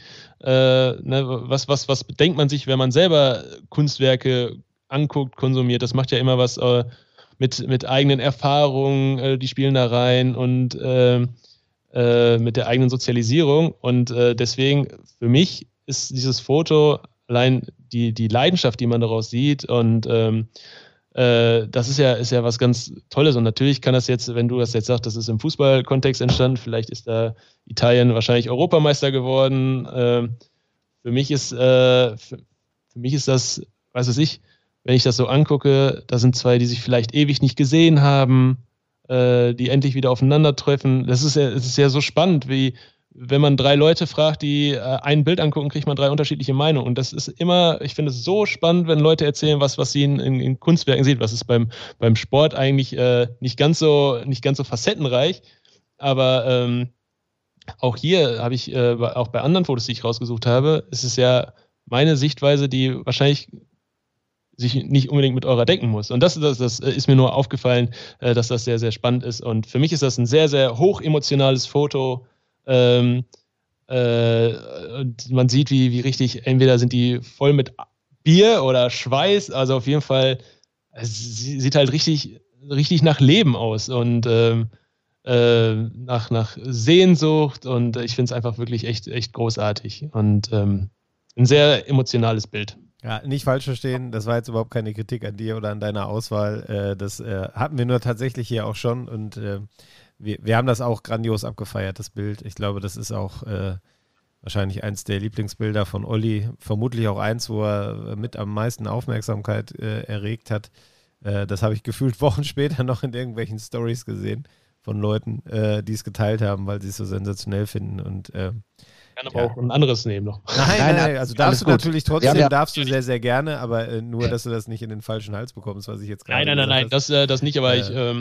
was denkt man sich, wenn man selber Kunstwerke anguckt, konsumiert? Das macht ja immer was mit eigenen Erfahrungen, die spielen da rein und mit der eigenen Sozialisierung. Und deswegen, für mich ist dieses Foto allein die Leidenschaft, die man daraus sieht und das ist ja was ganz Tolles und natürlich kann das jetzt, wenn du das jetzt sagst, das ist im Fußballkontext entstanden, vielleicht ist da Italien wahrscheinlich Europameister geworden. Für mich ist das, weiß ich, wenn ich das so angucke, da sind zwei, die sich vielleicht ewig nicht gesehen haben, die endlich wieder aufeinandertreffen. Es ist ja so spannend, wie wenn man 3 Leute fragt, die ein Bild angucken, kriegt man 3 unterschiedliche Meinungen. Und das ist immer, ich finde es so spannend, wenn Leute erzählen, was sie in Kunstwerken sehen. Was ist beim Sport eigentlich nicht ganz so facettenreich. Aber auch hier habe ich, auch bei anderen Fotos, die ich rausgesucht habe, ist es ja meine Sichtweise, die wahrscheinlich sich nicht unbedingt mit eurer decken muss. Und das ist mir nur aufgefallen, dass das sehr, sehr spannend ist. Und für mich ist das ein sehr, sehr hochemotionales Foto. Und man sieht, wie richtig, entweder sind die voll mit Bier oder Schweiß, also auf jeden Fall, sie sieht halt richtig nach Leben aus und nach Sehnsucht und ich finde es einfach wirklich echt großartig und ein sehr emotionales Bild. Ja, nicht falsch verstehen, das war jetzt überhaupt keine Kritik an dir oder an deiner Auswahl, das hatten wir nur tatsächlich hier auch schon und wir haben das auch grandios abgefeiert, das Bild. Ich glaube, das ist auch wahrscheinlich eins der Lieblingsbilder von Olli. Vermutlich auch eins, wo er mit am meisten Aufmerksamkeit erregt hat. Das habe ich gefühlt Wochen später noch in irgendwelchen Stories gesehen von Leuten, die es geteilt haben, weil sie es so sensationell finden. Und kann aber auch ein anderes nehmen noch. Nein, also darfst du natürlich trotzdem, ja. darfst du sehr, sehr gerne, aber nur, dass du das nicht in den falschen Hals bekommst, was ich jetzt gerade Nein, das nicht, aber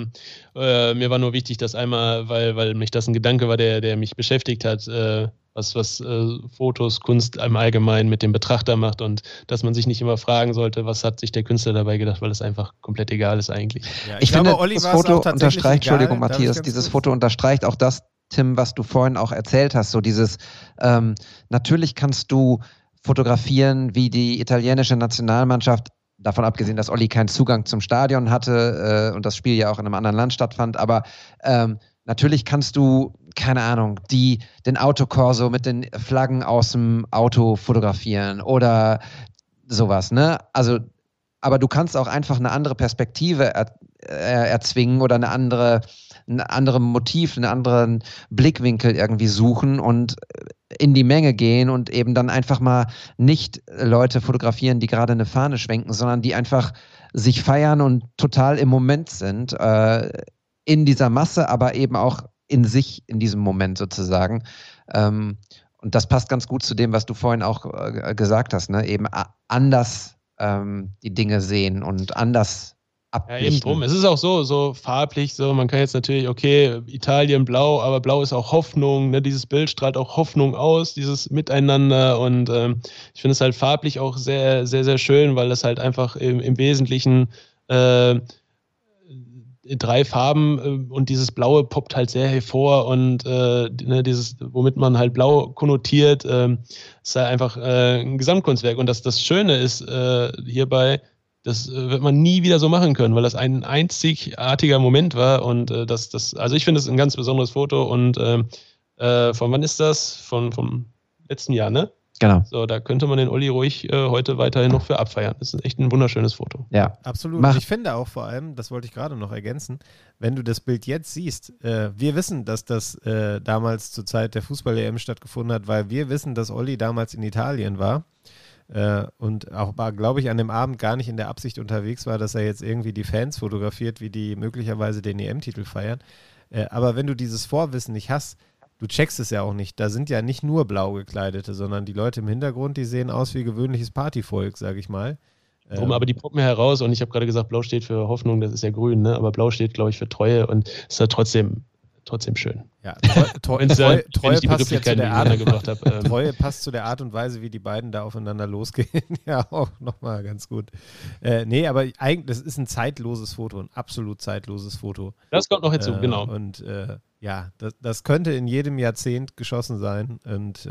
mir war nur wichtig, dass einmal, weil mich das ein Gedanke war, der mich beschäftigt hat, was Fotos, Kunst im Allgemeinen mit dem Betrachter macht und dass man sich nicht immer fragen sollte, was hat sich der Künstler dabei gedacht, weil es einfach komplett egal ist eigentlich. Ja, ich finde, Olli das war es Foto auch tatsächlich unterstreicht, egal. Entschuldigung Matthias, dieses Foto unterstreicht auch das, Tim, was du vorhin auch erzählt hast, so dieses, natürlich kannst du fotografieren, wie die italienische Nationalmannschaft, davon abgesehen, dass Olli keinen Zugang zum Stadion hatte und das Spiel ja auch in einem anderen Land stattfand, aber natürlich kannst du, keine Ahnung, den Autokorso mit den Flaggen aus dem Auto fotografieren oder sowas, ne? Also, aber du kannst auch einfach eine andere Perspektive erzwingen oder ein anderes Motiv, einen anderen Blickwinkel irgendwie suchen und in die Menge gehen und eben dann einfach mal nicht Leute fotografieren, die gerade eine Fahne schwenken, sondern die einfach sich feiern und total im Moment sind, in dieser Masse, aber eben auch in sich, in diesem Moment sozusagen. Und das passt ganz gut zu dem, was du vorhin auch gesagt hast, ne? Eben anders die Dinge sehen und anders ablichten. Ja, eben drum. Es ist auch so farblich, so man kann jetzt natürlich, okay, Italien blau, aber blau ist auch Hoffnung, ne? Dieses Bild strahlt auch Hoffnung aus, dieses Miteinander und ich finde es halt farblich auch sehr, sehr, sehr schön, weil das halt einfach im Wesentlichen 3 Farben und dieses Blaue poppt halt sehr hervor und dieses, womit man halt Blau konnotiert, ist halt einfach ein Gesamtkunstwerk und das Schöne ist hierbei, das wird man nie wieder so machen können, weil das ein einzigartiger Moment war und also ich finde es ein ganz besonderes Foto und von wann ist das? Vom letzten Jahr, ne? Genau. So, da könnte man den Olli ruhig heute weiterhin noch für abfeiern. Das ist echt ein wunderschönes Foto. Ja, absolut. Und ich finde auch vor allem, das wollte ich gerade noch ergänzen, wenn du das Bild jetzt siehst, wir wissen, dass das damals zur Zeit der Fußball-EM stattgefunden hat, weil wir wissen, dass Olli damals in Italien war und auch, glaube ich, an dem Abend gar nicht in der Absicht unterwegs war, dass er jetzt irgendwie die Fans fotografiert, wie die möglicherweise den EM-Titel feiern. Aber wenn du dieses Vorwissen nicht hast, du checkst es ja auch nicht. Da sind ja nicht nur blau gekleidete, sondern die Leute im Hintergrund, die sehen aus wie gewöhnliches Partyvolk, sage ich mal. Aber die poppen heraus und ich habe gerade gesagt, blau steht für Hoffnung, das ist ja grün, ne? Aber blau steht, glaube ich, für Treue und ist ja trotzdem trotzdem schön. Ja, Treue passt zu der Art und Weise, wie die beiden da aufeinander losgehen. Ja, auch nochmal ganz gut. Nee, aber eigentlich, das ist ein zeitloses Foto, ein absolut zeitloses Foto. Das kommt noch hinzu, genau. Und ja, das könnte in jedem Jahrzehnt geschossen sein. Und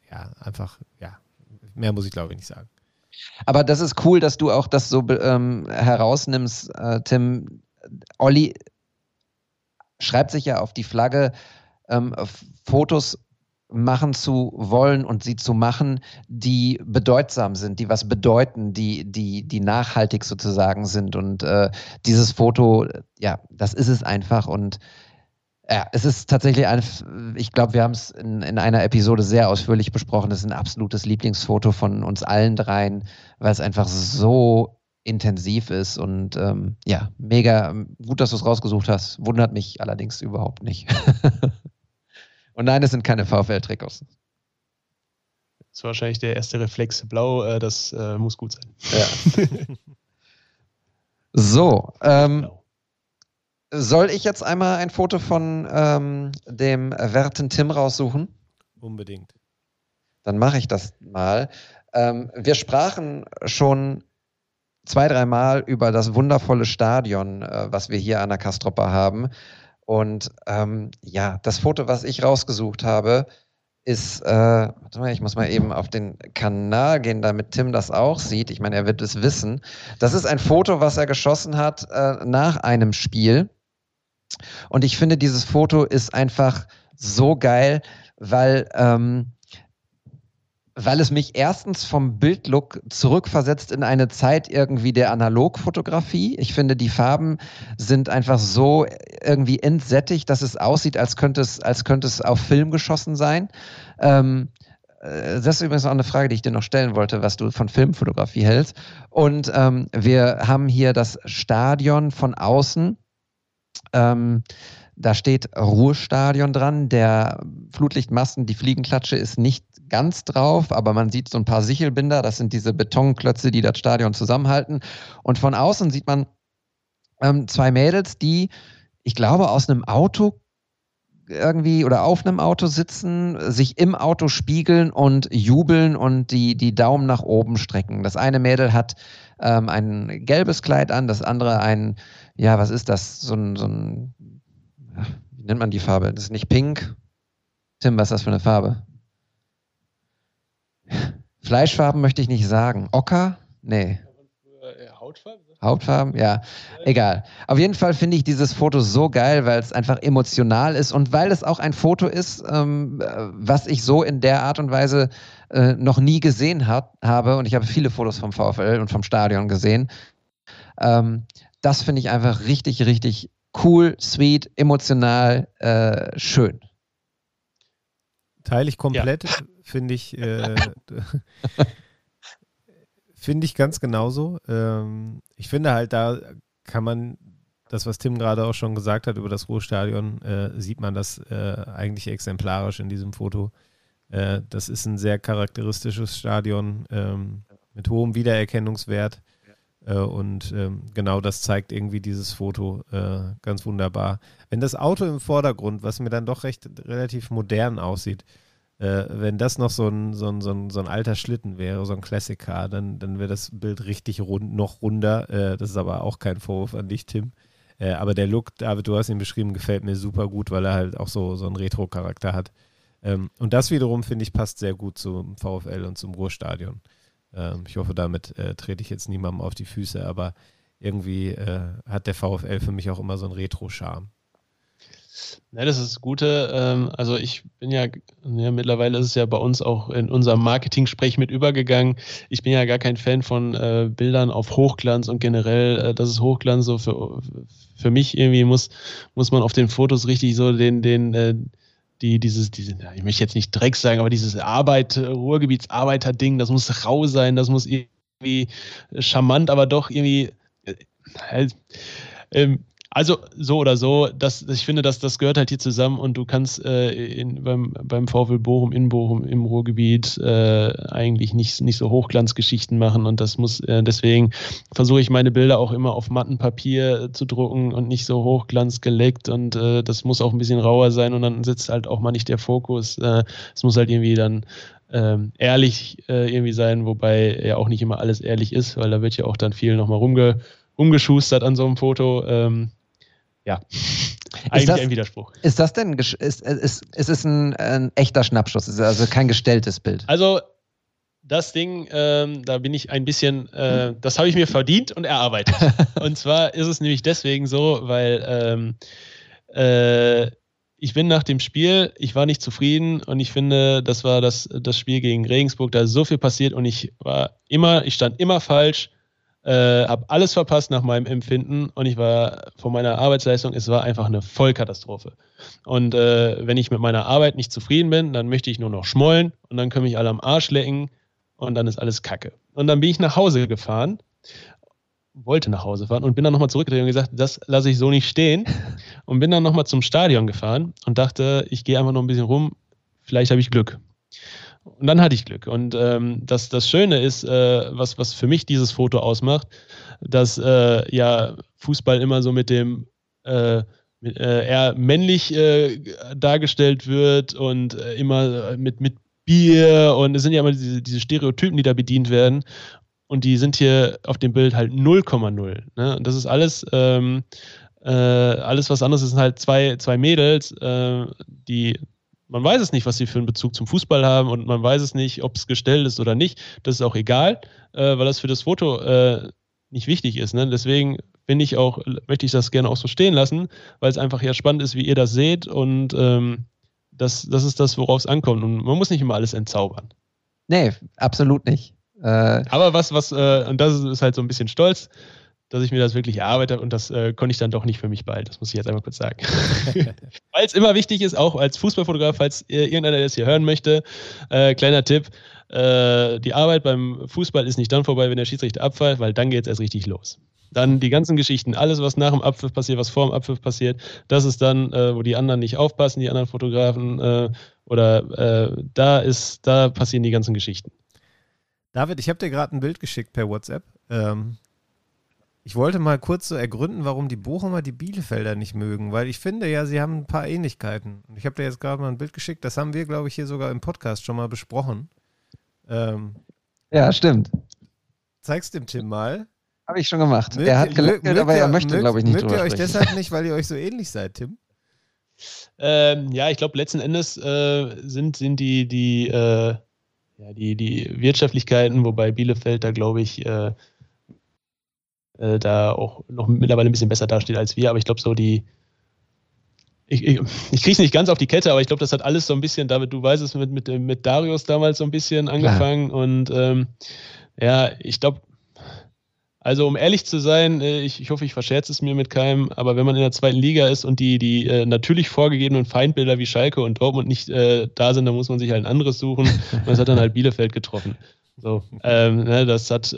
mehr muss ich glaube ich nicht sagen. Aber das ist cool, dass du auch das so herausnimmst, Tim. Olli schreibt sich ja auf die Flagge, Fotos machen zu wollen und sie zu machen, die bedeutsam sind, die was bedeuten, die nachhaltig sozusagen sind. Und dieses Foto, ja, das ist es einfach. Und ja, es ist tatsächlich ich glaube, wir haben es in einer Episode sehr ausführlich besprochen. Das ist ein absolutes Lieblingsfoto von uns allen dreien, weil es einfach so intensiv ist und ja, mega gut, dass du es rausgesucht hast. Wundert mich allerdings überhaupt nicht. Und nein, es sind keine VfL-Trikots. Das ist wahrscheinlich der erste Reflex. Blau, das muss gut sein. Ja. So, soll ich jetzt einmal ein Foto von dem werten Tim raussuchen? Unbedingt. Dann mache ich das mal. Wir sprachen schon 2-3 Mal über das wundervolle Stadion, was wir hier an der Castroper haben. Und ja, das Foto, was ich rausgesucht habe, ist, warte mal, ich muss mal eben auf den Kanal gehen, damit Tim das auch sieht. Ich meine, er wird es wissen. Das ist ein Foto, was er geschossen hat nach einem Spiel. Und ich finde, dieses Foto ist einfach so geil, weil es mich erstens vom Bildlook zurückversetzt in eine Zeit irgendwie der Analogfotografie. Ich finde, die Farben sind einfach so irgendwie entsättigt, dass es aussieht, als könnte es auf Film geschossen sein. Das ist übrigens auch eine Frage, die ich dir noch stellen wollte, was du von Filmfotografie hältst. Und wir haben hier das Stadion von außen. Da steht Ruhrstadion dran. Der Flutlichtmasten, die Fliegenklatsche ist nicht ganz drauf, aber man sieht so ein paar Sichelbinder. Das sind diese Betonklötze, die das Stadion zusammenhalten. Und von außen sieht man 2 Mädels, die, ich glaube, aus einem Auto irgendwie oder auf einem Auto sitzen, sich im Auto spiegeln und jubeln und die Daumen nach oben strecken. Das eine Mädel hat ein gelbes Kleid an, das andere ein, ja, was ist das? So ein wie nennt man die Farbe? Das ist nicht pink. Tim, was ist das für eine Farbe? Fleischfarben möchte ich nicht sagen. Ocker? Nee. Hautfarben? Hautfarben? Ja, egal. Auf jeden Fall finde ich dieses Foto so geil, weil es einfach emotional ist und weil es auch ein Foto ist, was ich so in der Art und Weise noch nie gesehen habe. Und ich habe viele Fotos vom VfL und vom Stadion gesehen. Das finde ich einfach richtig, richtig cool, sweet, emotional, schön. Teile ich komplett, ja. Finde ich ganz genauso. Ich finde halt, da kann man das, was Tim gerade auch schon gesagt hat über das Ruhrstadion, sieht man das eigentlich exemplarisch in diesem Foto. Das ist ein sehr charakteristisches Stadion mit hohem Wiedererkennungswert. Und genau das zeigt irgendwie dieses Foto ganz wunderbar. Wenn das Auto im Vordergrund, was mir dann doch relativ modern aussieht, wenn das noch so ein alter Schlitten wäre, so ein Classic Car, dann wäre das Bild richtig noch runder. Das ist aber auch kein Vorwurf an dich, Tim. Aber der Look, David, du hast ihn beschrieben, gefällt mir super gut, weil er halt auch so einen Retro-Charakter hat. Und das wiederum, finde ich, passt sehr gut zum VfL und zum Ruhrstadion. Ich hoffe, damit trete ich jetzt niemandem auf die Füße, aber irgendwie hat der VfL für mich auch immer so einen Retro-Charme. Ja, das ist das Gute. Also ich bin ja, mittlerweile ist es ja bei uns auch in unserem Marketing-Sprech mit übergegangen. Ich bin ja gar kein Fan von Bildern auf Hochglanz und generell, das ist Hochglanz so für mich irgendwie muss man auf den Fotos richtig so dieses, ich möchte jetzt nicht Dreck sagen, aber dieses Ruhrgebietsarbeiter-Ding, das muss rau sein, das muss irgendwie charmant, aber doch irgendwie halt, Also so oder so, ich finde, das gehört halt hier zusammen und du kannst beim VfL Bochum in Bochum im Ruhrgebiet eigentlich nicht so Hochglanzgeschichten machen und das muss, deswegen versuche ich meine Bilder auch immer auf matten Papier zu drucken und nicht so hochglanz geleckt und das muss auch ein bisschen rauer sein und dann sitzt halt auch mal nicht der Fokus. Es muss halt irgendwie dann ehrlich irgendwie sein, wobei ja auch nicht immer alles ehrlich ist, weil da wird ja auch dann viel nochmal rumgeschustert an so einem Foto. Ja, eigentlich ein Widerspruch. Ist das denn, ist es ein echter Schnappschuss? Ist also kein gestelltes Bild? Also das Ding, da bin ich ein bisschen, das habe ich mir verdient und erarbeitet. Und zwar ist es nämlich deswegen so, weil ich bin nach dem Spiel, ich war nicht zufrieden und ich finde, das war das Spiel gegen Regensburg, da ist so viel passiert und ich stand immer falsch, habe alles verpasst nach meinem Empfinden und ich war von meiner Arbeitsleistung, es war einfach eine Vollkatastrophe. Und wenn ich mit meiner Arbeit nicht zufrieden bin, dann möchte ich nur noch schmollen und dann können mich alle am Arsch lecken und dann ist alles Kacke. Und dann bin ich nach Hause gefahren, wollte nach Hause fahren und bin dann nochmal zurückgedreht und gesagt, das lasse ich so nicht stehen und bin dann nochmal zum Stadion gefahren und dachte, ich gehe einfach noch ein bisschen rum, vielleicht habe ich Glück. Und dann hatte ich Glück. Und das Schöne ist, was für mich dieses Foto ausmacht, dass ja Fußball immer so mit dem eher männlich dargestellt wird und immer mit Bier und es sind ja immer diese Stereotypen, die da bedient werden. Und die sind hier auf dem Bild halt 0,0. Ne? Und das ist alles was anderes. Es sind halt zwei Mädels, die man weiß es nicht, was sie für einen Bezug zum Fußball haben und man weiß es nicht, ob es gestellt ist oder nicht. Das ist auch egal, weil das für das Foto nicht wichtig ist. Ne? Deswegen möchte ich das gerne auch so stehen lassen, weil es einfach ja spannend ist, wie ihr das seht und das ist das, worauf es ankommt. Und man muss nicht immer alles entzaubern. Nee, absolut nicht. Aber und das ist halt so ein bisschen stolz, dass ich mir das wirklich erarbeitet habe und das konnte ich dann doch nicht für mich behalten. Das muss ich jetzt einmal kurz sagen. Weil es immer wichtig ist, auch als Fußballfotograf, falls irgendeiner das hier hören möchte, kleiner Tipp, die Arbeit beim Fußball ist nicht dann vorbei, wenn der Schiedsrichter abpfeift, weil dann geht es erst richtig los. Dann die ganzen Geschichten, alles, was nach dem Abpfiff passiert, was vor dem Abpfiff passiert, das ist dann, wo die anderen nicht aufpassen, die anderen Fotografen, da passieren die ganzen Geschichten. David, ich habe dir gerade ein Bild geschickt per WhatsApp. Ich wollte mal kurz so ergründen, warum die Bochumer die Bielefelder nicht mögen, weil ich finde ja, sie haben ein paar Ähnlichkeiten. Und ich habe dir jetzt gerade mal ein Bild geschickt, das haben wir, glaube ich, hier sogar im Podcast schon mal besprochen. Ja, stimmt. Zeig's dem Tim mal. Habe ich schon gemacht. Er hat gelöckelt, aber er möchte, glaube ich, nicht drüber sprechen. Mögt ihr euch deshalb nicht, weil ihr euch so ähnlich seid, Tim? Ja, ich glaube, letzten Endes sind die Wirtschaftlichkeiten, wobei Bielefeld da, glaube ich, da auch noch mittlerweile ein bisschen besser dasteht als wir, aber ich glaube so ich kriege es nicht ganz auf die Kette, aber ich glaube, das hat alles so ein bisschen, David, du weißt es, mit Darius damals so ein bisschen angefangen. Ja. Und ich glaube, also um ehrlich zu sein, ich hoffe, ich verscherze es mir mit keinem, aber wenn man in der zweiten Liga ist und die natürlich vorgegebenen Feindbilder wie Schalke und Dortmund nicht da sind, dann muss man sich halt ein anderes suchen und das hat dann halt Bielefeld getroffen. So, das hat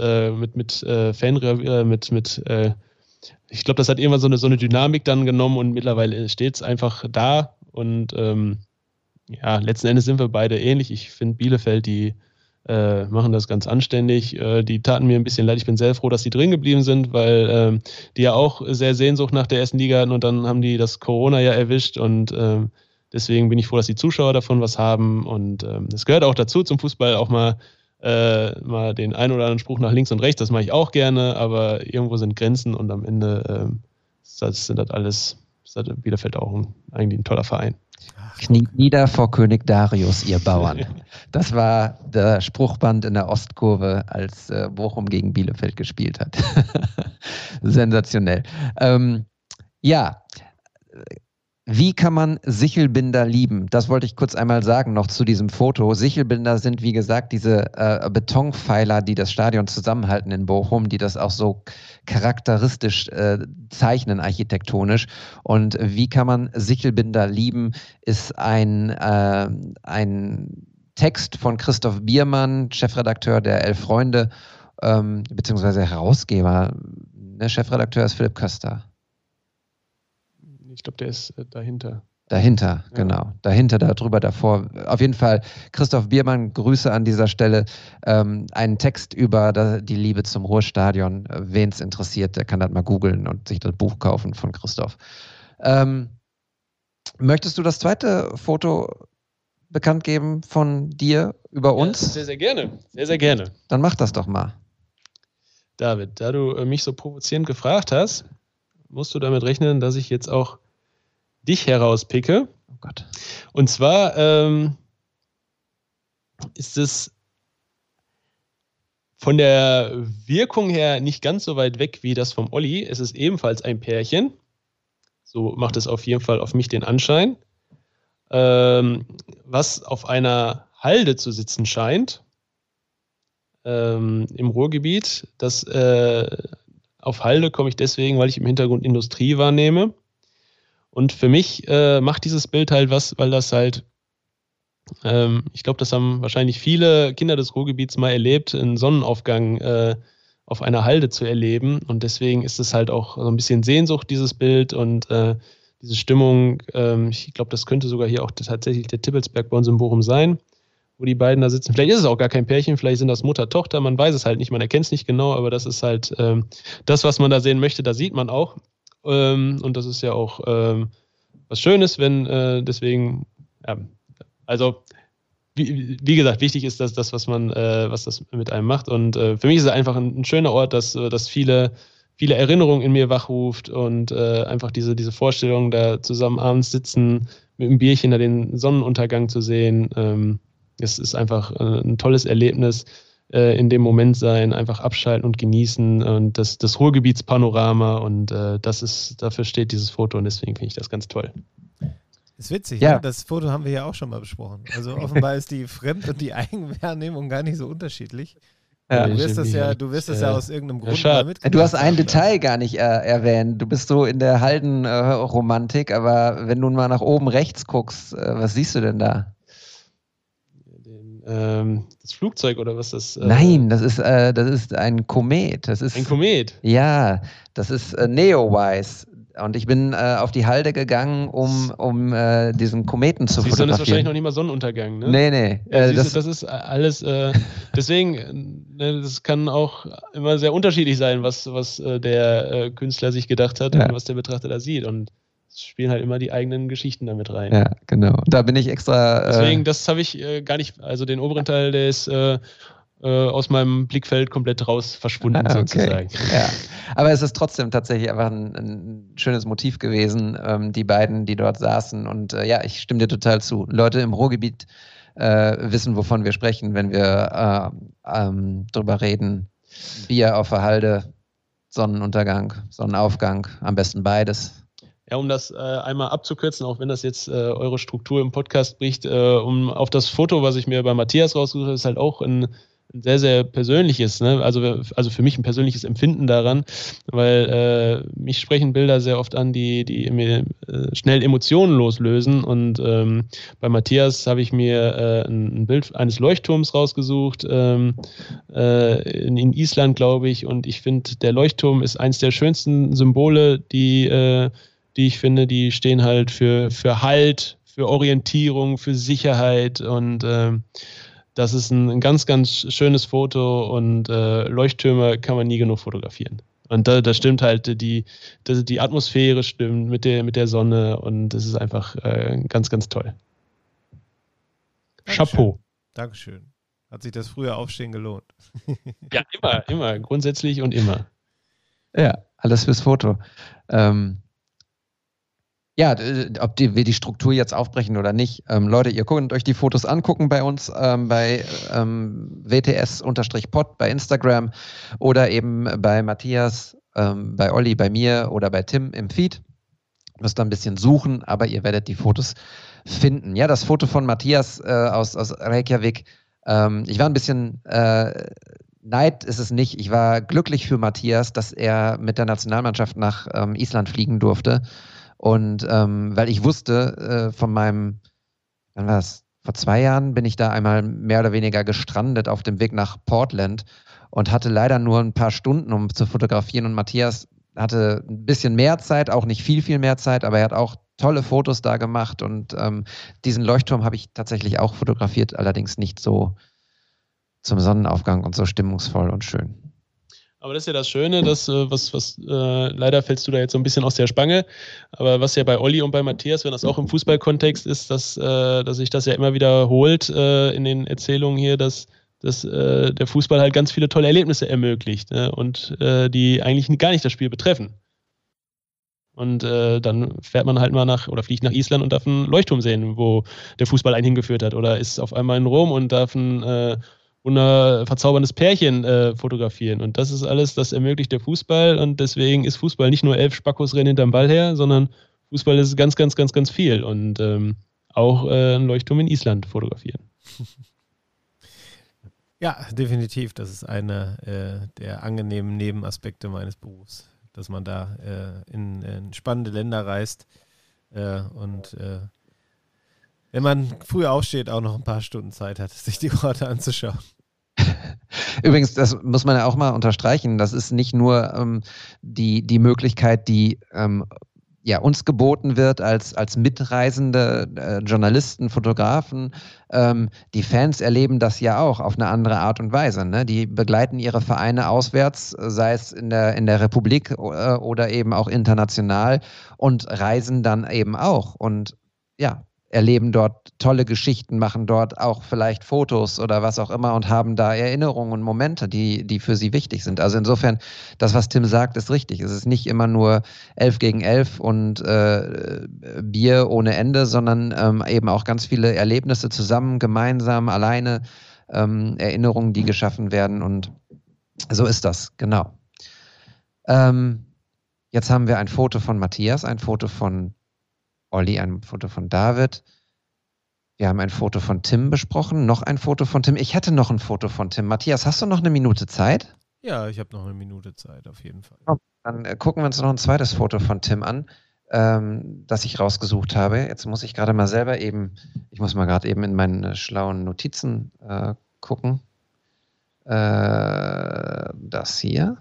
ich glaube, das hat irgendwann so eine Dynamik dann genommen und mittlerweile steht es einfach da und letzten Endes sind wir beide ähnlich. Ich finde Bielefeld, die machen das ganz anständig. Die taten mir ein bisschen leid. Ich bin sehr froh, dass sie drin geblieben sind, weil die ja auch sehr Sehnsucht nach der ersten Liga hatten und dann haben die das Corona ja erwischt und deswegen bin ich froh, dass die Zuschauer davon was haben und es gehört auch dazu zum Fußball auch mal den einen oder anderen Spruch nach links und rechts, das mache ich auch gerne, aber irgendwo sind Grenzen und am Ende ist Bielefeld auch eigentlich ein toller Verein. Kniet nieder vor König Darius, ihr Bauern. Das war der Spruchband in der Ostkurve, als Bochum gegen Bielefeld gespielt hat. Sensationell. Wie kann man Sichelbinder lieben? Das wollte ich kurz einmal sagen noch zu diesem Foto. Sichelbinder sind, wie gesagt, diese Betonpfeiler, die das Stadion zusammenhalten in Bochum, die das auch so charakteristisch zeichnen, architektonisch. Und wie kann man Sichelbinder lieben, ist ein Text von Christoph Biermann, Chefredakteur der Elf Freunde, beziehungsweise Herausgeber. Der Chefredakteur ist Philipp Köster. Ich glaube, der ist dahinter. Dahinter, genau. Dahinter, darüber, davor. Auf jeden Fall, Christoph Biermann, Grüße an dieser Stelle. Einen Text über die Liebe zum Ruhrstadion. Wen es interessiert, der kann das mal googeln und sich das Buch kaufen von Christoph. Möchtest du das zweite Foto bekannt geben von dir über uns? Ja, sehr, sehr gerne. Sehr, sehr gerne. Dann mach das doch mal. David, da du mich so provozierend gefragt hast, musst du damit rechnen, dass ich jetzt auch dich herauspicke. Oh Gott. Und zwar ist es von der Wirkung her nicht ganz so weit weg wie das vom Olli. Es ist ebenfalls ein Pärchen. So macht es auf jeden Fall auf mich den Anschein. Was auf einer Halde zu sitzen scheint. Im Ruhrgebiet. Auf Halde komme ich deswegen, weil ich im Hintergrund Industrie wahrnehme. Und für mich macht dieses Bild halt was, weil das halt, ich glaube, das haben wahrscheinlich viele Kinder des Ruhrgebiets mal erlebt, einen Sonnenaufgang auf einer Halde zu erleben. Und deswegen ist es halt auch so ein bisschen Sehnsucht, dieses Bild und diese Stimmung. Ich glaube, das könnte sogar hier auch tatsächlich der Tippelsberg bei uns in Bochum sein, wo die beiden da sitzen. Vielleicht ist es auch gar kein Pärchen, vielleicht sind das Mutter, Tochter, man weiß es halt nicht, man erkennt es nicht genau, aber das ist halt das, was man da sehen möchte, da sieht man auch. Und das ist ja auch was Schönes, wenn deswegen, ja, also wie gesagt, wichtig ist das, was das mit einem macht. Und für mich ist es einfach ein schöner Ort, dass viele Erinnerungen in mir wachruft und einfach diese Vorstellung, da zusammen abends sitzen, mit einem Bierchen da den Sonnenuntergang zu sehen. Es ist einfach ein tolles Erlebnis. In dem Moment sein, einfach abschalten und genießen und das Ruhrgebietspanorama und dafür steht dieses Foto und deswegen finde ich das ganz toll. Ist witzig, ja. Ne? Das Foto haben wir ja auch schon mal besprochen. Also offenbar ist die Fremd- und die Eigenwahrnehmung gar nicht so unterschiedlich. Ja. Du wirst das ja aus irgendeinem Grund schade. mal mitgebracht. Du hast ein Detail gar nicht erwähnt. Du bist so in der Haldenromantik, aber wenn du mal nach oben rechts guckst, was siehst du denn da? Das Flugzeug oder was das? Nein, das ist ein Komet. Das ist ein Komet. Ja, das ist Neowise. Und ich bin auf die Halde gegangen, um diesen Kometen zu fotografieren. Das ist wahrscheinlich noch nicht mal Sonnenuntergang, ne? Nee. Ja, das ist alles, deswegen, das kann auch immer sehr unterschiedlich sein, was der Künstler sich gedacht hat und was der Betrachter da sieht. Und es spielen halt immer die eigenen Geschichten damit rein. Ja, genau. Da bin ich extra... Deswegen, das habe ich gar nicht, also den oberen Teil, der ist aus meinem Blickfeld komplett raus verschwunden sozusagen. Ja. Aber es ist trotzdem tatsächlich einfach ein schönes Motiv gewesen, die beiden, die dort saßen. Und ich stimme dir total zu. Leute im Ruhrgebiet wissen, wovon wir sprechen, wenn wir drüber reden. Bier auf der Halde, Sonnenuntergang, Sonnenaufgang, am besten beides. Ja, um das einmal abzukürzen, auch wenn das jetzt eure Struktur im Podcast bricht, um auf das Foto, was ich mir bei Matthias rausgesucht habe, ist halt auch ein sehr, sehr persönliches, ne? Also für mich ein persönliches Empfinden daran, weil mich sprechen Bilder sehr oft an, die mir schnell Emotionen loslösen und bei Matthias habe ich mir ein Bild eines Leuchtturms rausgesucht, in Island, glaube ich, und ich finde, der Leuchtturm ist eins der schönsten Symbole, die ich finde, die stehen halt für Halt, für Orientierung, für Sicherheit und das ist ein ganz, ganz schönes Foto und Leuchttürme kann man nie genug fotografieren. Und da stimmt halt, die Atmosphäre stimmt mit der Sonne und das ist einfach ganz, ganz toll. Dankeschön. Chapeau. Dankeschön. Hat sich das frühe Aufstehen gelohnt? Ja, immer, grundsätzlich und immer. Ja, alles fürs Foto. Ja, ob wir die Struktur jetzt aufbrechen oder nicht. Leute, ihr könnt euch die Fotos angucken bei uns, bei WTS-Pod bei Instagram oder eben bei Matthias, bei Olli, bei mir oder bei Tim im Feed. Müsst da ein bisschen suchen, aber ihr werdet die Fotos finden. Ja, das Foto von Matthias aus Reykjavik. Ich war ein bisschen... Neid ist es nicht. Ich war glücklich für Matthias, dass er mit der Nationalmannschaft nach Island fliegen durfte. Und weil ich wusste von meinem, wann war es? Vor 2 Jahren bin ich da einmal mehr oder weniger gestrandet auf dem Weg nach Portland und hatte leider nur ein paar Stunden, um zu fotografieren. Und Matthias hatte ein bisschen mehr Zeit, auch nicht viel mehr Zeit, aber er hat auch tolle Fotos da gemacht und diesen Leuchtturm habe ich tatsächlich auch fotografiert, allerdings nicht so zum Sonnenaufgang und so stimmungsvoll und schön. Aber das ist ja das Schöne, dass leider fällst du da jetzt so ein bisschen aus der Spange, aber was ja bei Olli und bei Matthias, wenn das auch im Fußballkontext ist, dass sich das ja immer wiederholt in den Erzählungen hier, dass der Fußball halt ganz viele tolle Erlebnisse ermöglicht, ne? Und die eigentlich gar nicht das Spiel betreffen. Und dann fährt man halt mal fliegt nach Island und darf einen Leuchtturm sehen, wo der Fußball einen hingeführt hat, oder ist auf einmal in Rom und darf ein verzauberndes Pärchen fotografieren. Und das ist alles, das ermöglicht der Fußball. Und deswegen ist Fußball nicht nur 11 Spackos rennen hinterm Ball her, sondern Fußball ist ganz, ganz, ganz, ganz viel. Und auch einen Leuchtturm in Island fotografieren. Ja, definitiv. Das ist einer der angenehmen Nebenaspekte meines Berufs, dass man da in spannende Länder reist und wenn man früh aufsteht, auch noch ein paar Stunden Zeit hat, sich die Orte anzuschauen. Übrigens, das muss man ja auch mal unterstreichen, das ist nicht nur die Möglichkeit, die uns geboten wird als mitreisende Journalisten, Fotografen. Die Fans erleben das ja auch auf eine andere Art und Weise. Ne? Die begleiten ihre Vereine auswärts, sei es in der Republik oder eben auch international und reisen dann eben auch und ja, erleben dort tolle Geschichten, machen dort auch vielleicht Fotos oder was auch immer und haben da Erinnerungen und Momente, die für sie wichtig sind. Also insofern, das, was Tim sagt, ist richtig. Es ist nicht immer nur 11 gegen 11 und Bier ohne Ende, sondern eben auch ganz viele Erlebnisse zusammen, gemeinsam, alleine, Erinnerungen, die geschaffen werden und so ist das, genau. Jetzt haben wir ein Foto von Matthias, ein Foto von Olli, ein Foto von David. Wir haben ein Foto von Tim besprochen, noch ein Foto von Tim. Ich hätte noch ein Foto von Tim. Matthias, hast du noch eine Minute Zeit? Ja, ich habe noch eine Minute Zeit, auf jeden Fall. Dann gucken wir uns noch ein zweites Foto von Tim an, das ich rausgesucht habe. Jetzt muss ich gerade mal selber ich muss mal gerade eben in meine schlauen Notizen gucken. Das hier.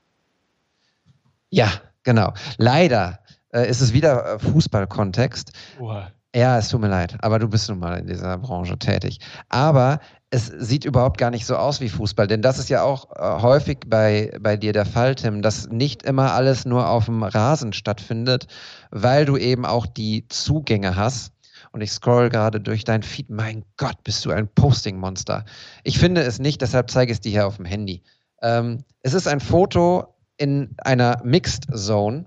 Ja, genau. Leider ist es wieder Fußballkontext. Wow. Ja, es tut mir leid, aber du bist nun mal in dieser Branche tätig. Aber es sieht überhaupt gar nicht so aus wie Fußball, denn das ist ja auch häufig bei dir der Fall, Tim, dass nicht immer alles nur auf dem Rasen stattfindet, weil du eben auch die Zugänge hast. Und ich scroll gerade durch dein Feed. Mein Gott, bist du ein Posting-Monster. Ich finde es nicht, deshalb zeige ich es dir hier auf dem Handy. Es ist ein Foto in einer Mixed Zone.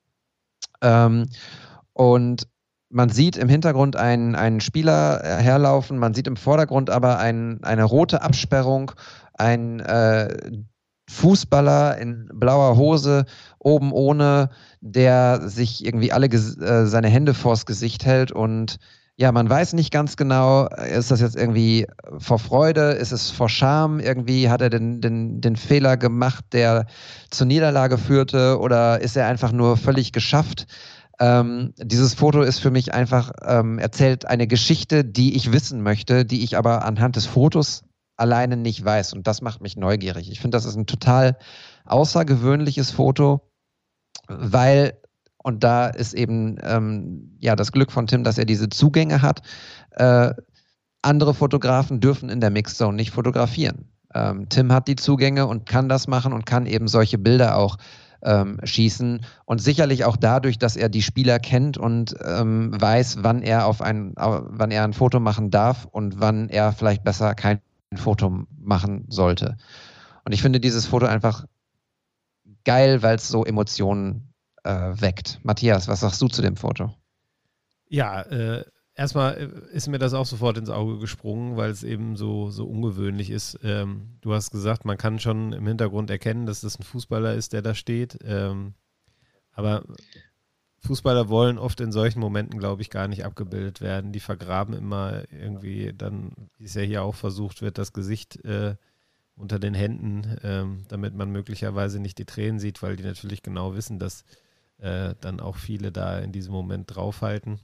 Und man sieht im Hintergrund einen Spieler herlaufen, man sieht im Vordergrund aber eine rote Absperrung, ein Fußballer in blauer Hose, oben ohne, der sich irgendwie seine Hände vors Gesicht hält und ja, man weiß nicht ganz genau, ist das jetzt irgendwie vor Freude, ist es vor Scham, irgendwie hat er den Fehler gemacht, der zur Niederlage führte oder ist er einfach nur völlig geschafft? Dieses Foto ist für mich einfach, erzählt eine Geschichte, die ich wissen möchte, die ich aber anhand des Fotos alleine nicht weiß und das macht mich neugierig. Ich finde, das ist ein total außergewöhnliches Foto, weil und da ist eben das Glück von Tim, dass er diese Zugänge hat. Andere Fotografen dürfen in der Mixzone nicht fotografieren. Tim hat die Zugänge und kann das machen und kann eben solche Bilder auch schießen. Und sicherlich auch dadurch, dass er die Spieler kennt und weiß, wann er ein Foto machen darf und wann er vielleicht besser kein Foto machen sollte. Und ich finde dieses Foto einfach geil, weil es so Emotionen weckt. Matthias, was sagst du zu dem Foto? Ja, erstmal ist mir das auch sofort ins Auge gesprungen, weil es eben so ungewöhnlich ist. Du hast gesagt, man kann schon im Hintergrund erkennen, dass das ein Fußballer ist, der da steht. Aber Fußballer wollen oft in solchen Momenten, glaube ich, gar nicht abgebildet werden. Die vergraben immer irgendwie dann, wie es ja hier auch versucht wird, das Gesicht unter den Händen, damit man möglicherweise nicht die Tränen sieht, weil die natürlich genau wissen, dass dann auch viele da in diesem Moment draufhalten.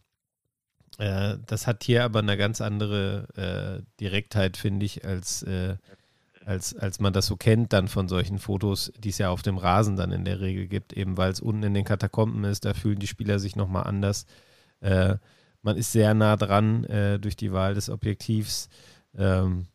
Das hat hier aber eine ganz andere Direktheit, finde ich, als als man das so kennt dann von solchen Fotos, die es ja auf dem Rasen dann in der Regel gibt, eben weil es unten in den Katakomben ist, da fühlen die Spieler sich nochmal anders. Man ist sehr nah dran durch die Wahl des Objektivs. Man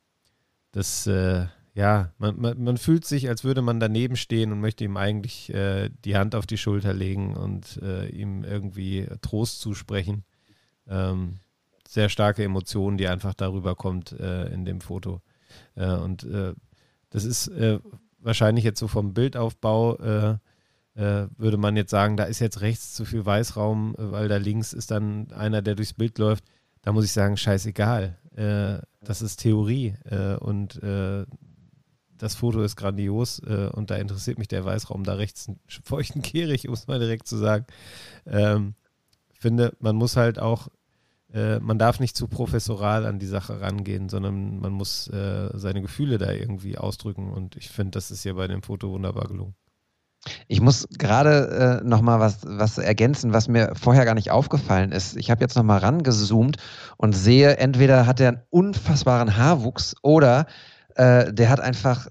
fühlt sich, als würde man daneben stehen und möchte ihm eigentlich die Hand auf die Schulter legen und ihm irgendwie Trost zusprechen. Sehr starke Emotionen, die einfach darüber kommt in dem Foto. Das ist wahrscheinlich jetzt so vom Bildaufbau, würde man jetzt sagen, da ist jetzt rechts zu viel Weißraum, weil da links ist dann einer, der durchs Bild läuft. Da muss ich sagen, scheißegal. Das ist Theorie und das Foto ist grandios und da interessiert mich der Weißraum da rechts einen feuchten Kehricht, um es mal direkt zu sagen. Finde, man muss halt auch, man darf nicht zu professoral an die Sache rangehen, sondern man muss seine Gefühle da irgendwie ausdrücken und ich finde, das ist hier bei dem Foto wunderbar gelungen. Ich muss gerade nochmal was ergänzen, was mir vorher gar nicht aufgefallen ist. Ich habe jetzt nochmal rangezoomt und sehe, entweder hat er einen unfassbaren Haarwuchs oder der hat einfach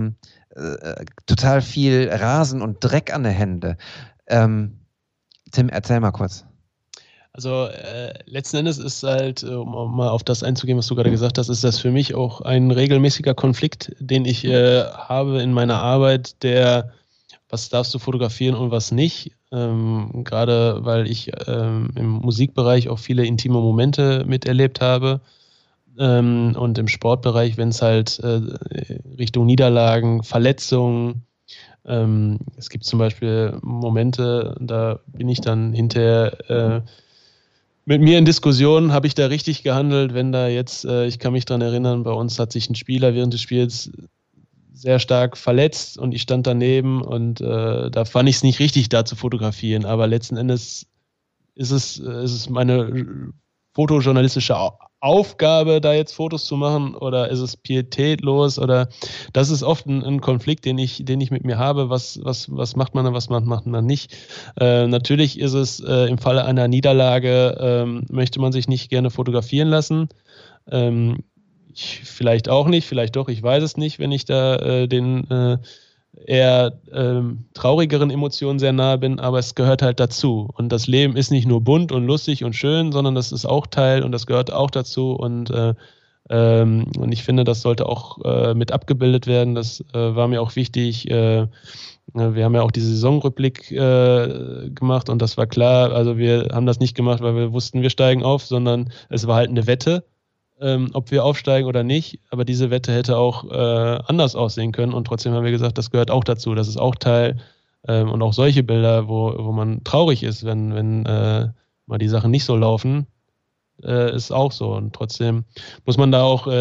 total viel Rasen und Dreck an den Händen. Tim, erzähl mal kurz. Also letzten Endes ist halt, um mal auf das einzugehen, was du gerade gesagt hast, ist das für mich auch ein regelmäßiger Konflikt, den ich habe in meiner Arbeit, der was darfst du fotografieren und was nicht. Gerade weil ich im Musikbereich auch viele intime Momente miterlebt habe. Und im Sportbereich, wenn es halt Richtung Niederlagen, Verletzungen, es gibt zum Beispiel Momente, da bin ich dann hinterher mit mir in Diskussionen, habe ich da richtig gehandelt, wenn da jetzt, ich kann mich daran erinnern, bei uns hat sich ein Spieler während des Spiels sehr stark verletzt und ich stand daneben und da fand ich es nicht richtig, da zu fotografieren. Aber letzten Endes ist es meine fotojournalistische Aufgabe, da jetzt Fotos zu machen oder ist es pietätlos oder das ist oft ein Konflikt, den ich mit mir habe. Was macht man und was macht man nicht? Natürlich ist es im Falle einer Niederlage, möchte man sich nicht gerne fotografieren lassen. Vielleicht auch nicht, vielleicht doch, ich weiß es nicht, wenn ich da den eher traurigeren Emotionen sehr nahe bin, aber es gehört halt dazu. Und das Leben ist nicht nur bunt und lustig und schön, sondern das ist auch Teil und das gehört auch dazu. Und ich finde, das sollte auch mit abgebildet werden. Das war mir auch wichtig. Wir haben ja auch diese Saisonrückblick gemacht und das war klar. Also wir haben das nicht gemacht, weil wir wussten, wir steigen auf, sondern es war halt eine Wette, ob wir aufsteigen oder nicht. Aber diese Wette hätte auch anders aussehen können und trotzdem haben wir gesagt, das gehört auch dazu. Das ist auch Teil und auch solche Bilder, wo man traurig ist, wenn mal die Sachen nicht so laufen, ist auch so. Und trotzdem muss man da auch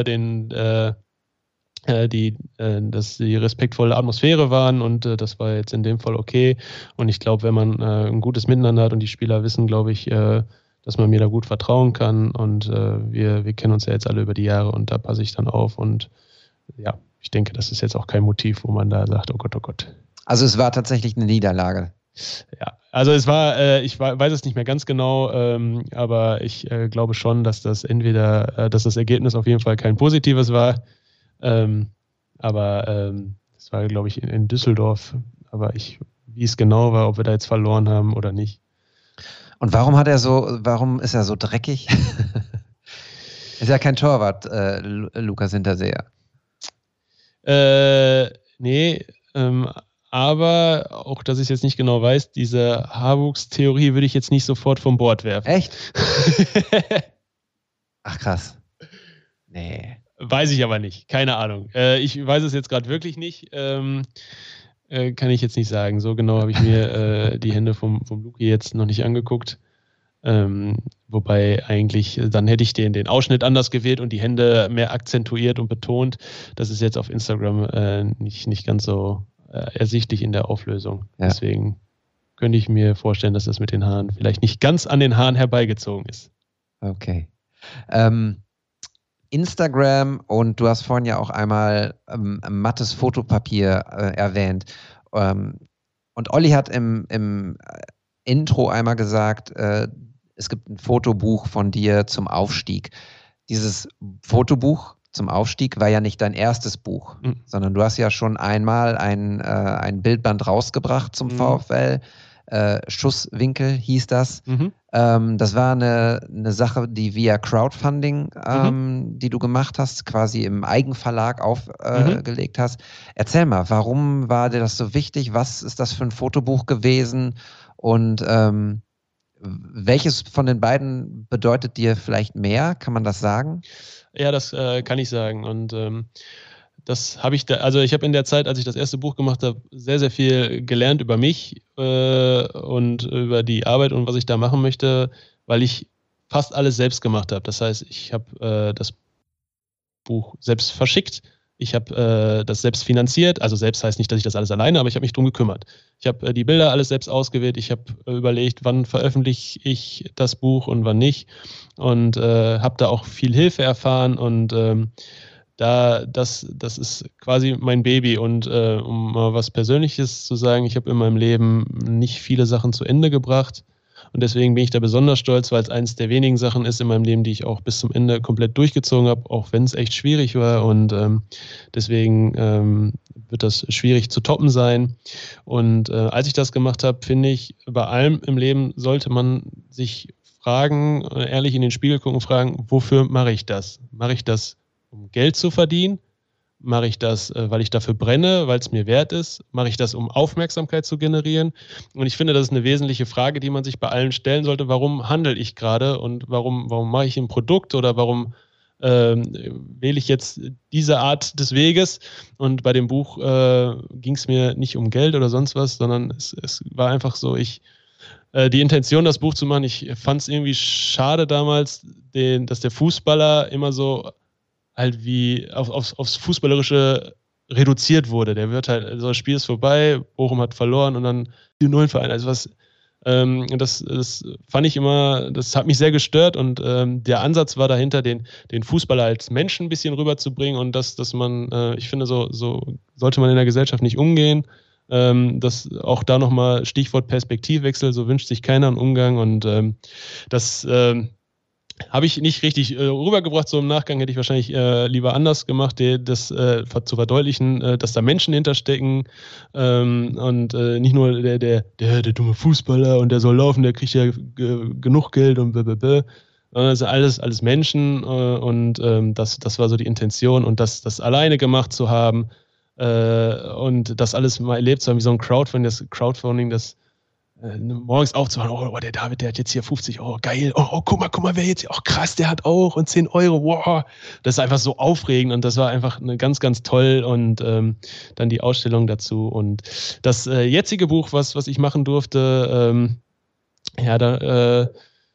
dass die respektvolle Atmosphäre waren und das war jetzt in dem Fall okay. Und ich glaube, wenn man ein gutes Miteinander hat und die Spieler wissen, glaube ich, dass man mir da gut vertrauen kann und wir kennen uns ja jetzt alle über die Jahre und da passe ich dann auf und ja, ich denke, das ist jetzt auch kein Motiv, wo man da sagt, oh Gott, oh Gott. Also es war tatsächlich eine Niederlage. Ja, also es war, ich weiß es nicht mehr ganz genau, aber ich glaube schon, dass das dass das Ergebnis auf jeden Fall kein positives war, aber es war, glaube ich, in Düsseldorf, aber wie es genau war, ob wir da jetzt verloren haben oder nicht. Und warum ist er so dreckig? Ist ja kein Torwart, Lukas Hinterseher. Nee, aber auch, dass ich es jetzt nicht genau weiß, diese Haarwuchs-Theorie würde ich jetzt nicht sofort vom Bord werfen. Echt? Ach krass. Nee. Weiß ich aber nicht, keine Ahnung. Ich weiß es jetzt gerade wirklich nicht. Kann ich jetzt nicht sagen. So genau habe ich mir die Hände vom Luki jetzt noch nicht angeguckt. Wobei eigentlich, dann hätte ich den Ausschnitt anders gewählt und die Hände mehr akzentuiert und betont. Das ist jetzt auf Instagram nicht ganz so ersichtlich in der Auflösung. Ja. Deswegen könnte ich mir vorstellen, dass das mit den Haaren vielleicht nicht ganz an den Haaren herbeigezogen ist. Okay. Instagram und du hast vorhin ja auch einmal mattes Fotopapier erwähnt. Und Olli hat im Intro einmal gesagt, es gibt ein Fotobuch von dir zum Aufstieg. Dieses Fotobuch zum Aufstieg war ja nicht dein erstes Buch, sondern du hast ja schon einmal ein Bildband rausgebracht zum VfL. Schusswinkel hieß das. Das war eine Sache, die via Crowdfunding, die du gemacht hast, quasi im Eigenverlag aufgelegt hast. Erzähl mal, warum war dir das so wichtig? Was ist das für ein Fotobuch gewesen? Und welches von den beiden bedeutet dir vielleicht mehr? Kann man das sagen? Ja, das kann ich sagen. Und das habe ich ich habe in der Zeit, als ich das erste Buch gemacht habe, sehr, sehr viel gelernt über mich und über die Arbeit und was ich da machen möchte, weil ich fast alles selbst gemacht habe. Das heißt, ich habe das Buch selbst verschickt, ich habe das selbst finanziert, also selbst heißt nicht, dass ich das alles alleine, aber ich habe mich drum gekümmert. Ich habe die Bilder alles selbst ausgewählt, ich habe überlegt, wann veröffentliche ich das Buch und wann nicht und habe da auch viel Hilfe erfahren und das ist quasi mein Baby und um mal was Persönliches zu sagen, ich habe in meinem Leben nicht viele Sachen zu Ende gebracht und deswegen bin ich da besonders stolz, weil es eines der wenigen Sachen ist in meinem Leben, die ich auch bis zum Ende komplett durchgezogen habe, auch wenn es echt schwierig war und deswegen wird das schwierig zu toppen sein und als ich das gemacht habe, finde ich, bei allem im Leben sollte man sich fragen, ehrlich in den Spiegel gucken und fragen, wofür mache ich das? Mache ich das, um Geld zu verdienen? Mache ich das, weil ich dafür brenne, weil es mir wert ist? Mache ich das, um Aufmerksamkeit zu generieren? Und ich finde, das ist eine wesentliche Frage, die man sich bei allen stellen sollte. Warum handle ich gerade und warum mache ich ein Produkt oder warum wähle ich jetzt diese Art des Weges? Und bei dem Buch ging es mir nicht um Geld oder sonst was, sondern es war einfach so, die Intention, das Buch zu machen, ich fand es irgendwie schade damals, dass der Fußballer immer so halt wie aufs Fußballerische reduziert wurde. Der wird halt, also das Spiel ist vorbei, Bochum hat verloren und dann die neuen Vereine. Also das fand ich immer, das hat mich sehr gestört und der Ansatz war dahinter, den Fußballer als Menschen ein bisschen rüberzubringen und dass man, ich finde, so sollte man in der Gesellschaft nicht umgehen. Das auch da nochmal Stichwort Perspektivwechsel, so wünscht sich keiner einen Umgang und das habe ich nicht richtig rübergebracht, so im Nachgang hätte ich wahrscheinlich lieber anders gemacht, das zu verdeutlichen, dass da Menschen hinterstecken und nicht nur der dumme Fußballer und der soll laufen, der kriegt ja genug Geld und blablabla. Also alles Menschen und das war so die Intention und das alleine gemacht zu haben und das alles mal erlebt zu haben, wie so ein Crowdfunding, das morgens aufzuwachen, oh, der David, der hat jetzt hier 50 Euro, geil, oh, guck mal, wer jetzt hier, oh krass, der hat auch und 10 Euro, wow, das ist einfach so aufregend und das war einfach eine ganz, ganz toll und dann die Ausstellung dazu und das jetzige Buch, was ich machen durfte, da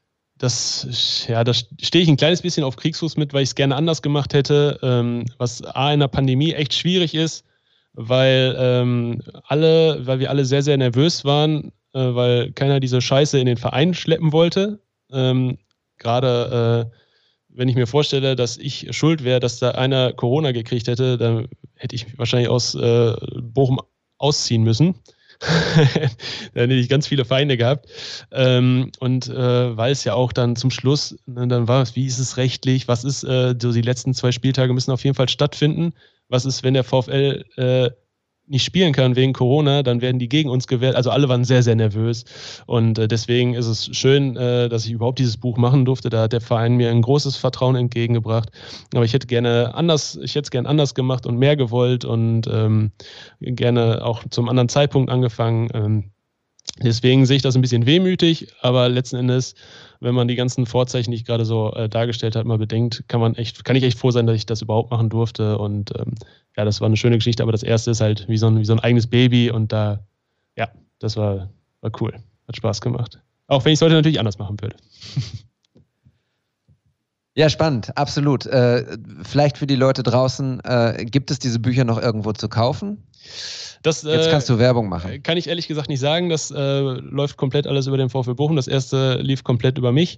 stehe ich ein kleines bisschen auf Kriegsfuß mit, weil ich es gerne anders gemacht hätte, was in der Pandemie echt schwierig ist, weil wir alle sehr, sehr nervös waren, weil keiner diese Scheiße in den Verein schleppen wollte. Gerade wenn ich mir vorstelle, dass ich schuld wäre, dass da einer Corona gekriegt hätte, dann hätte ich wahrscheinlich aus Bochum ausziehen müssen. Dann hätte ich ganz viele Feinde gehabt. Weil es ja auch dann zum Schluss, dann war es, wie ist es rechtlich, was ist, so die letzten 2 Spieltage müssen auf jeden Fall stattfinden. Was ist, wenn der VfL nicht spielen kann wegen Corona, dann werden die gegen uns gewählt. Also alle waren sehr, sehr nervös. Und deswegen ist es schön, dass ich überhaupt dieses Buch machen durfte. Da hat der Verein mir ein großes Vertrauen entgegengebracht. Aber ich hätte gerne anders gemacht und mehr gewollt und gerne auch zum anderen Zeitpunkt angefangen. Deswegen sehe ich das ein bisschen wehmütig, aber letzten Endes, wenn man die ganzen Vorzeichen, die ich gerade so dargestellt habe, mal bedenkt, kann ich echt froh sein, dass ich das überhaupt machen durfte und das war eine schöne Geschichte, aber das erste ist halt wie so ein eigenes Baby und das war cool, hat Spaß gemacht. Auch wenn ich es heute natürlich anders machen würde. Ja, spannend, absolut. Vielleicht für die Leute draußen, gibt es diese Bücher noch irgendwo zu kaufen? Jetzt kannst du Werbung machen. Kann ich ehrlich gesagt nicht sagen. Das läuft komplett alles über den VfL Bochum. Das erste lief komplett über mich.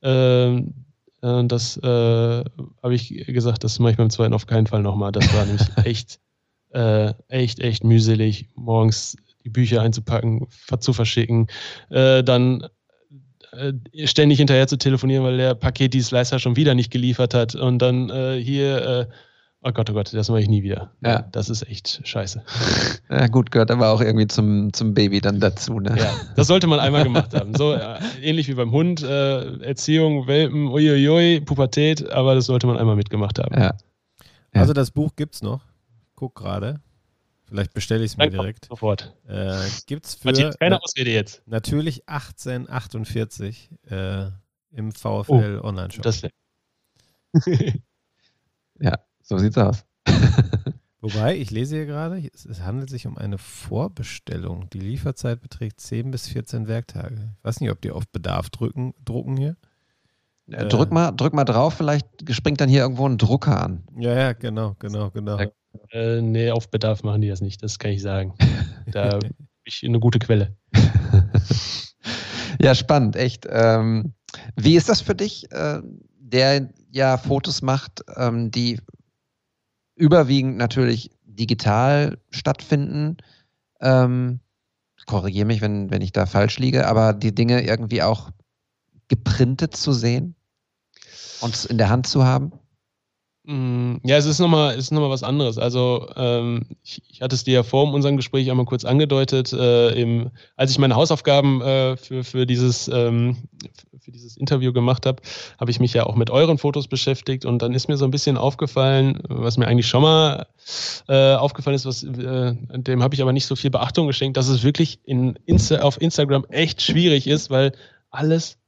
Das habe ich gesagt, das mache ich beim zweiten auf keinen Fall nochmal. Das war nämlich echt mühselig, morgens die Bücher einzupacken, zu verschicken. Dann ständig hinterher zu telefonieren, weil der Paketdienstleister schon wieder nicht geliefert hat und dann oh Gott, das mache ich nie wieder. Ja. Das ist echt scheiße. Ja gut, gehört aber auch irgendwie zum Baby dann dazu. Ne? Ja, das sollte man einmal gemacht haben. So ähnlich wie beim Hund, Erziehung, Welpen, uiuiui, Pubertät, aber das sollte man einmal mitgemacht haben. Ja. Also das Buch gibt's noch. Guck gerade. Vielleicht bestelle ich es mir direkt. Sofort. Gibt's für Matthias, keine Ausrede jetzt. natürlich 1848 im VfL Online-Shop. Das Ja, so sieht's aus. Wobei, ich lese hier gerade, es handelt sich um eine Vorbestellung. Die Lieferzeit beträgt 10 bis 14 Werktage. Ich weiß nicht, ob die auf Bedarf drucken hier. Drück mal drauf, vielleicht springt dann hier irgendwo ein Drucker an. Ja, genau. Nee, auf Bedarf machen die das nicht, das kann ich sagen. Da habe ich eine gute Quelle. Ja, spannend, echt. Wie ist das für dich, der ja Fotos macht, die überwiegend natürlich digital stattfinden? Korrigiere mich, wenn ich da falsch liege, aber die Dinge irgendwie auch geprintet zu sehen und in der Hand zu haben? Ja, es ist nochmal was anderes. Also ich hatte es dir ja vor unserem Gespräch einmal kurz angedeutet. Als ich meine Hausaufgaben für dieses Interview gemacht habe, habe ich mich ja auch mit euren Fotos beschäftigt und dann ist mir so ein bisschen aufgefallen, was mir eigentlich schon mal aufgefallen ist, dem habe ich aber nicht so viel Beachtung geschenkt, dass es wirklich auf Instagram echt schwierig ist, weil alles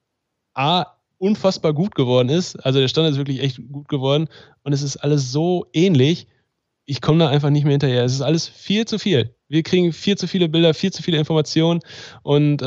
unfassbar gut geworden ist. Also der Standard ist wirklich echt gut geworden und es ist alles so ähnlich. Ich komme da einfach nicht mehr hinterher. Es ist alles viel zu viel. Wir kriegen viel zu viele Bilder, viel zu viele Informationen und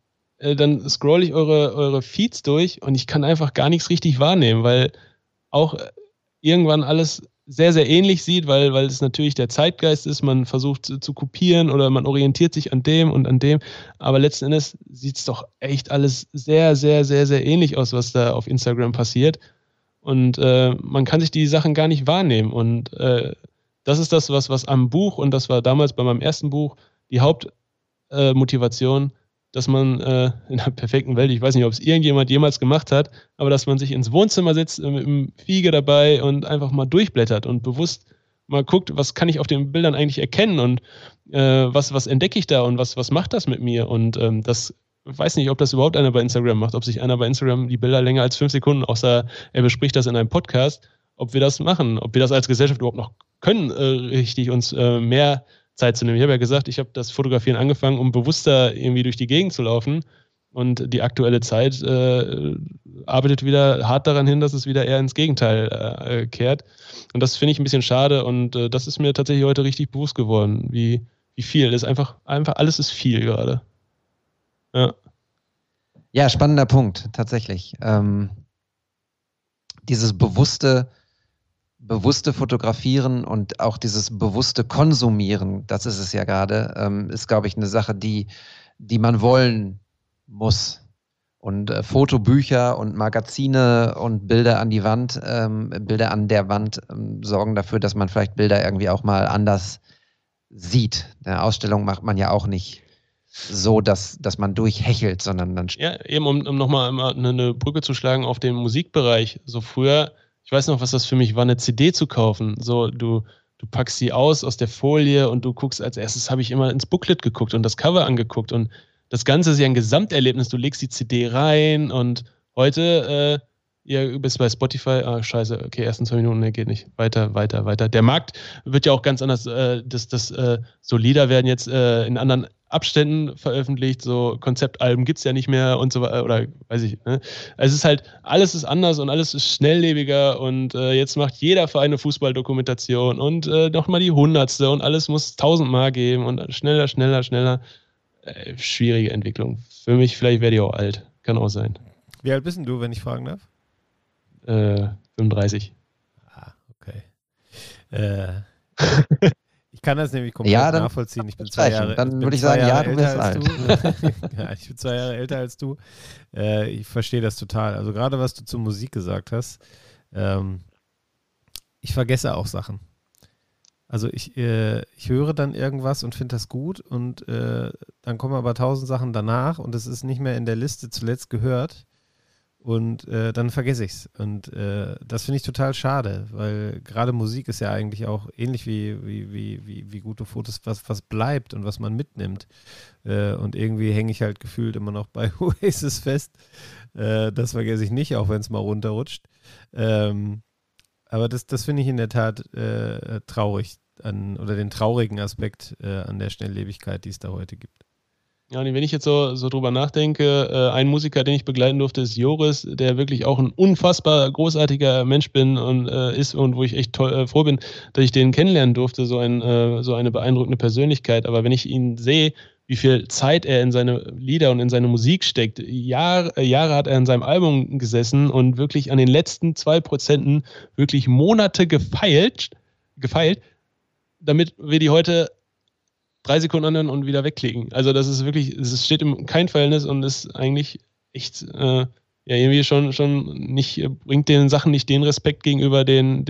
dann scroll ich eure Feeds durch und ich kann einfach gar nichts richtig wahrnehmen, weil auch irgendwann alles sehr, sehr ähnlich sieht, weil es natürlich der Zeitgeist ist, man versucht zu kopieren oder man orientiert sich an dem und an dem, aber letzten Endes sieht es doch echt alles sehr, sehr, sehr, sehr ähnlich aus, was da auf Instagram passiert und man kann sich die Sachen gar nicht wahrnehmen und das ist das, was am Buch, und das war damals bei meinem ersten Buch die Hauptmotivation, dass man in einer perfekten Welt, ich weiß nicht, ob es irgendjemand jemals gemacht hat, aber dass man sich ins Wohnzimmer setzt, mit dem Fiege dabei und einfach mal durchblättert und bewusst mal guckt, was kann ich auf den Bildern eigentlich erkennen und was entdecke ich da und was macht das mit mir und das, ich weiß nicht, ob das überhaupt einer bei Instagram macht, ob sich einer bei Instagram die Bilder länger als 5 Sekunden, außer er bespricht das in einem Podcast, ob wir das machen, ob wir das als Gesellschaft überhaupt noch können, richtig uns mehr Zeit zu nehmen. Ich habe ja gesagt, ich habe das Fotografieren angefangen, um bewusster irgendwie durch die Gegend zu laufen. Und die aktuelle Zeit arbeitet wieder hart daran hin, dass es wieder eher ins Gegenteil kehrt. Und das finde ich ein bisschen schade. Und das ist mir tatsächlich heute richtig bewusst geworden, wie viel. Das ist einfach alles ist viel gerade. Ja, spannender Punkt, tatsächlich. Dieses bewusste Fotografieren und auch dieses bewusste Konsumieren, das ist es ja gerade, ist, glaube ich, eine Sache, die man wollen muss. Und Fotobücher und Magazine und Bilder an die Wand, Bilder an der Wand sorgen dafür, dass man vielleicht Bilder irgendwie auch mal anders sieht. Eine Ausstellung macht man ja auch nicht so, dass man durchhechelt, sondern dann... Ja, eben um nochmal eine Brücke zu schlagen auf den Musikbereich. So früher, ich weiß noch, was das für mich war, eine CD zu kaufen. So, du packst sie aus der Folie und du guckst, als erstes habe ich immer ins Booklet geguckt und das Cover angeguckt und das Ganze ist ja ein Gesamterlebnis. Du legst die CD rein und heute, ihr bist bei Spotify, scheiße, okay, ersten 2 Minuten, nee, geht nicht. Weiter. Der Markt wird ja auch ganz anders, so Lieder werden jetzt in anderen Abständen veröffentlicht, so Konzeptalben gibt es ja nicht mehr und so weiter, oder weiß ich, ne? Es ist halt, alles ist anders und alles ist schnelllebiger und jetzt macht jeder Verein eine Fußballdokumentation und nochmal die 100. und alles muss 1000-mal geben und schneller. Schwierige Entwicklung. Für mich, vielleicht werde ich auch alt. Kann auch sein. Wie alt bist denn du, wenn ich fragen darf? 35. Okay. Ich kann das nämlich komplett nachvollziehen. Ich bin 2 Jahre Dann würde ich sagen, ja, du bist alt. Ja, ich bin 2 Jahre älter als du. Ich verstehe das total. Also gerade, was du zur Musik gesagt hast, ich vergesse auch Sachen. Also ich höre dann irgendwas und finde das gut und dann kommen aber 1000 Sachen danach und es ist nicht mehr in der Liste zuletzt gehört und dann vergesse ich es. Und das finde ich total schade, weil gerade Musik ist ja eigentlich auch ähnlich wie gute Fotos, was bleibt und was man mitnimmt. Und irgendwie hänge ich halt gefühlt immer noch bei Oasis fest. Das vergesse ich nicht, auch wenn es mal runterrutscht. Aber das finde ich in der Tat traurig oder den traurigen Aspekt an der Schnelllebigkeit, die es da heute gibt. Ja, und wenn ich jetzt so drüber nachdenke, ein Musiker, den ich begleiten durfte, ist Joris, der wirklich auch ein unfassbar großartiger Mensch ist und wo ich echt froh bin, dass ich den kennenlernen durfte, so eine beeindruckende Persönlichkeit. Aber wenn ich ihn sehe, wie viel Zeit er in seine Lieder und in seine Musik steckt, Jahre hat er an seinem Album gesessen und wirklich an den letzten 2% wirklich Monate gefeilt, damit wir die heute 3 Sekunden anhören und wieder wegklicken. Also das ist wirklich, es steht in kein Verhältnis und ist eigentlich echt, irgendwie schon nicht, bringt den Sachen nicht den Respekt gegenüber,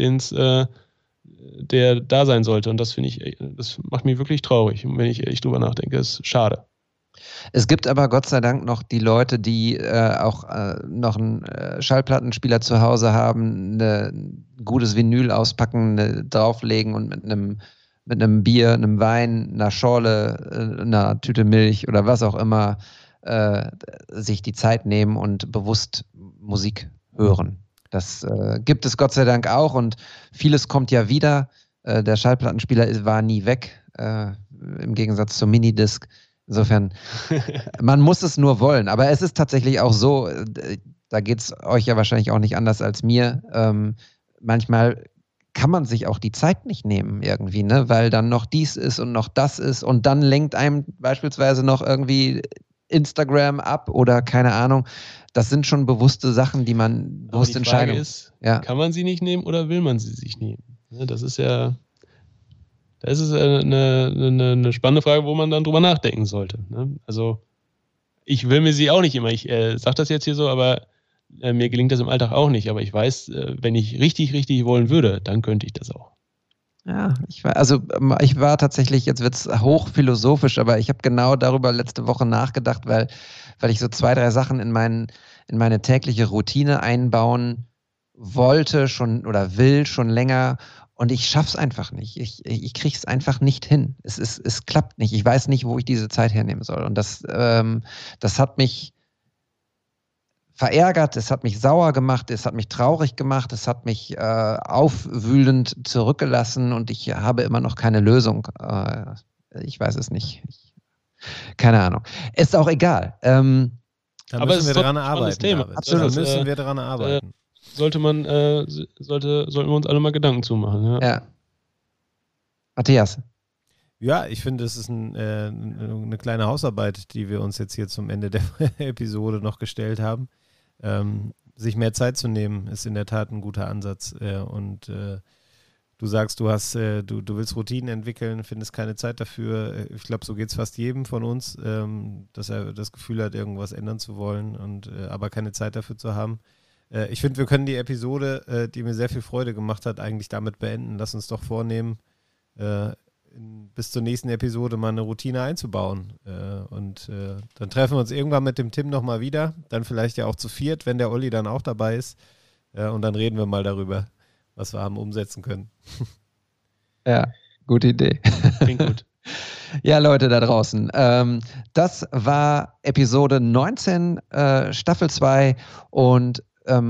der da sein sollte. Und das finde ich, das macht mich wirklich traurig, wenn ich echt drüber nachdenke. Das ist schade. Es gibt aber Gott sei Dank noch die Leute, die auch noch einen Schallplattenspieler zu Hause haben, ein gutes Vinyl auspacken, drauflegen und mit einem Bier, einem Wein, einer Schorle, einer Tüte Milch oder was auch immer sich die Zeit nehmen und bewusst Musik hören. Das gibt es Gott sei Dank auch und vieles kommt ja wieder. Der Schallplattenspieler war nie weg, im Gegensatz zum Minidisc. Insofern, man muss es nur wollen. Aber es ist tatsächlich auch so, da geht es euch ja wahrscheinlich auch nicht anders als mir. Manchmal kann man sich auch die Zeit nicht nehmen irgendwie, ne? Weil dann noch dies ist und noch das ist und dann lenkt einem beispielsweise noch irgendwie Instagram ab oder keine Ahnung. Das sind schon bewusste Sachen, die man bewusst entscheiden. Die Frage ist, kann man sie nicht nehmen oder will man sie sich nehmen? Das ist eine spannende Frage, wo man dann drüber nachdenken sollte. Also ich will mir sie auch nicht immer, ich sage das jetzt hier so, aber mir gelingt das im Alltag auch nicht, aber ich weiß, wenn ich richtig, richtig wollen würde, dann könnte ich das auch. Ja, ich war tatsächlich, jetzt wird es hochphilosophisch, aber ich habe genau darüber letzte Woche nachgedacht, weil ich so 2, 3 Sachen in meine tägliche Routine einbauen wollte schon oder will schon länger und ich schaff's einfach nicht. Ich krieg's einfach nicht hin. Es klappt nicht. Ich weiß nicht, wo ich diese Zeit hernehmen soll. Und das hat mich verärgert, es hat mich sauer gemacht, es hat mich traurig gemacht, es hat mich aufwühlend zurückgelassen und ich habe immer noch keine Lösung. Ich weiß es nicht. Keine Ahnung. Ist auch egal. Da müssen wir dran arbeiten. Thema. Absolut. Da müssen wir dran arbeiten. Sollten wir uns alle mal Gedanken zumachen. Ja. Matthias. Ja, ich finde, es ist eine kleine Hausarbeit, die wir uns jetzt hier zum Ende der Episode noch gestellt haben. Sich mehr Zeit zu nehmen, ist in der Tat ein guter Ansatz. Und du sagst, du willst Routinen entwickeln, findest keine Zeit dafür. Ich glaube, so geht es fast jedem von uns, dass er das Gefühl hat, irgendwas ändern zu wollen und aber keine Zeit dafür zu haben. Ich finde, wir können die Episode, die mir sehr viel Freude gemacht hat, eigentlich damit beenden. Lass uns doch vornehmen, bis zur nächsten Episode mal eine Routine einzubauen. Und dann treffen wir uns irgendwann mit dem Tim nochmal wieder. Dann vielleicht ja auch zu viert, wenn der Olli dann auch dabei ist. Und dann reden wir mal darüber, was wir haben umsetzen können. Ja, gute Idee. Klingt gut. Ja, Leute da draußen, das war Episode 19, Staffel 2 und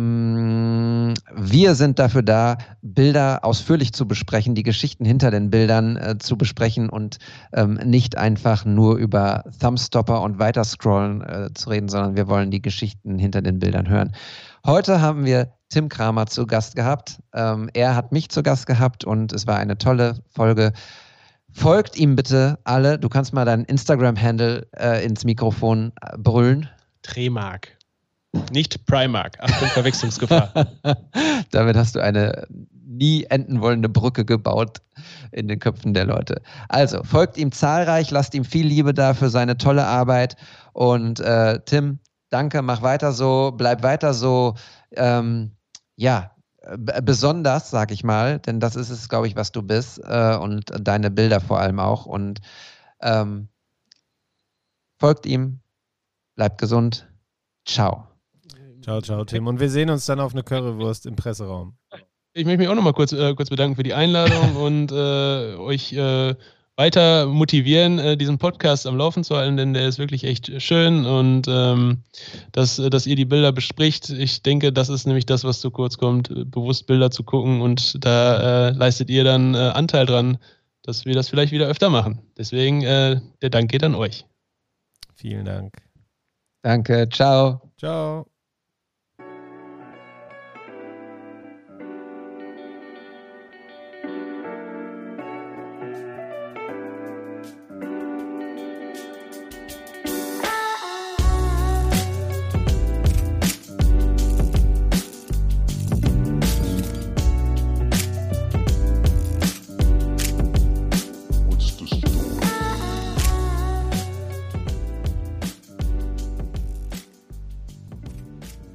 wir sind dafür da, Bilder ausführlich zu besprechen, die Geschichten hinter den Bildern zu besprechen und nicht einfach nur über Thumbstopper und Weiterscrollen zu reden, sondern wir wollen die Geschichten hinter den Bildern hören. Heute haben wir Tim Kramer zu Gast gehabt. Er hat mich zu Gast gehabt und es war eine tolle Folge. Folgt ihm bitte alle. Du kannst mal deinen Instagram-Handle ins Mikrofon brüllen. Tremark. Nicht Primark. Achtung, Verwechslungsgefahr. Damit hast du eine nie enden wollende Brücke gebaut in den Köpfen der Leute. Also, folgt ihm zahlreich, lasst ihm viel Liebe da für seine tolle Arbeit. Und Tim, danke, mach weiter so, bleib weiter so. besonders, sag ich mal, denn das ist es, glaube ich, was du bist und deine Bilder vor allem auch. Und folgt ihm, bleibt gesund. Ciao. Ciao, ciao, Tim. Und wir sehen uns dann auf eine Currywurst im Presseraum. Ich möchte mich auch nochmal kurz bedanken für die Einladung und euch weiter motivieren, diesen Podcast am Laufen zu halten, denn der ist wirklich echt schön und dass ihr die Bilder bespricht. Ich denke, das ist nämlich das, was zu kurz kommt, bewusst Bilder zu gucken und da leistet ihr dann Anteil dran, dass wir das vielleicht wieder öfter machen. Deswegen, der Dank geht an euch. Vielen Dank. Danke, ciao. Ciao.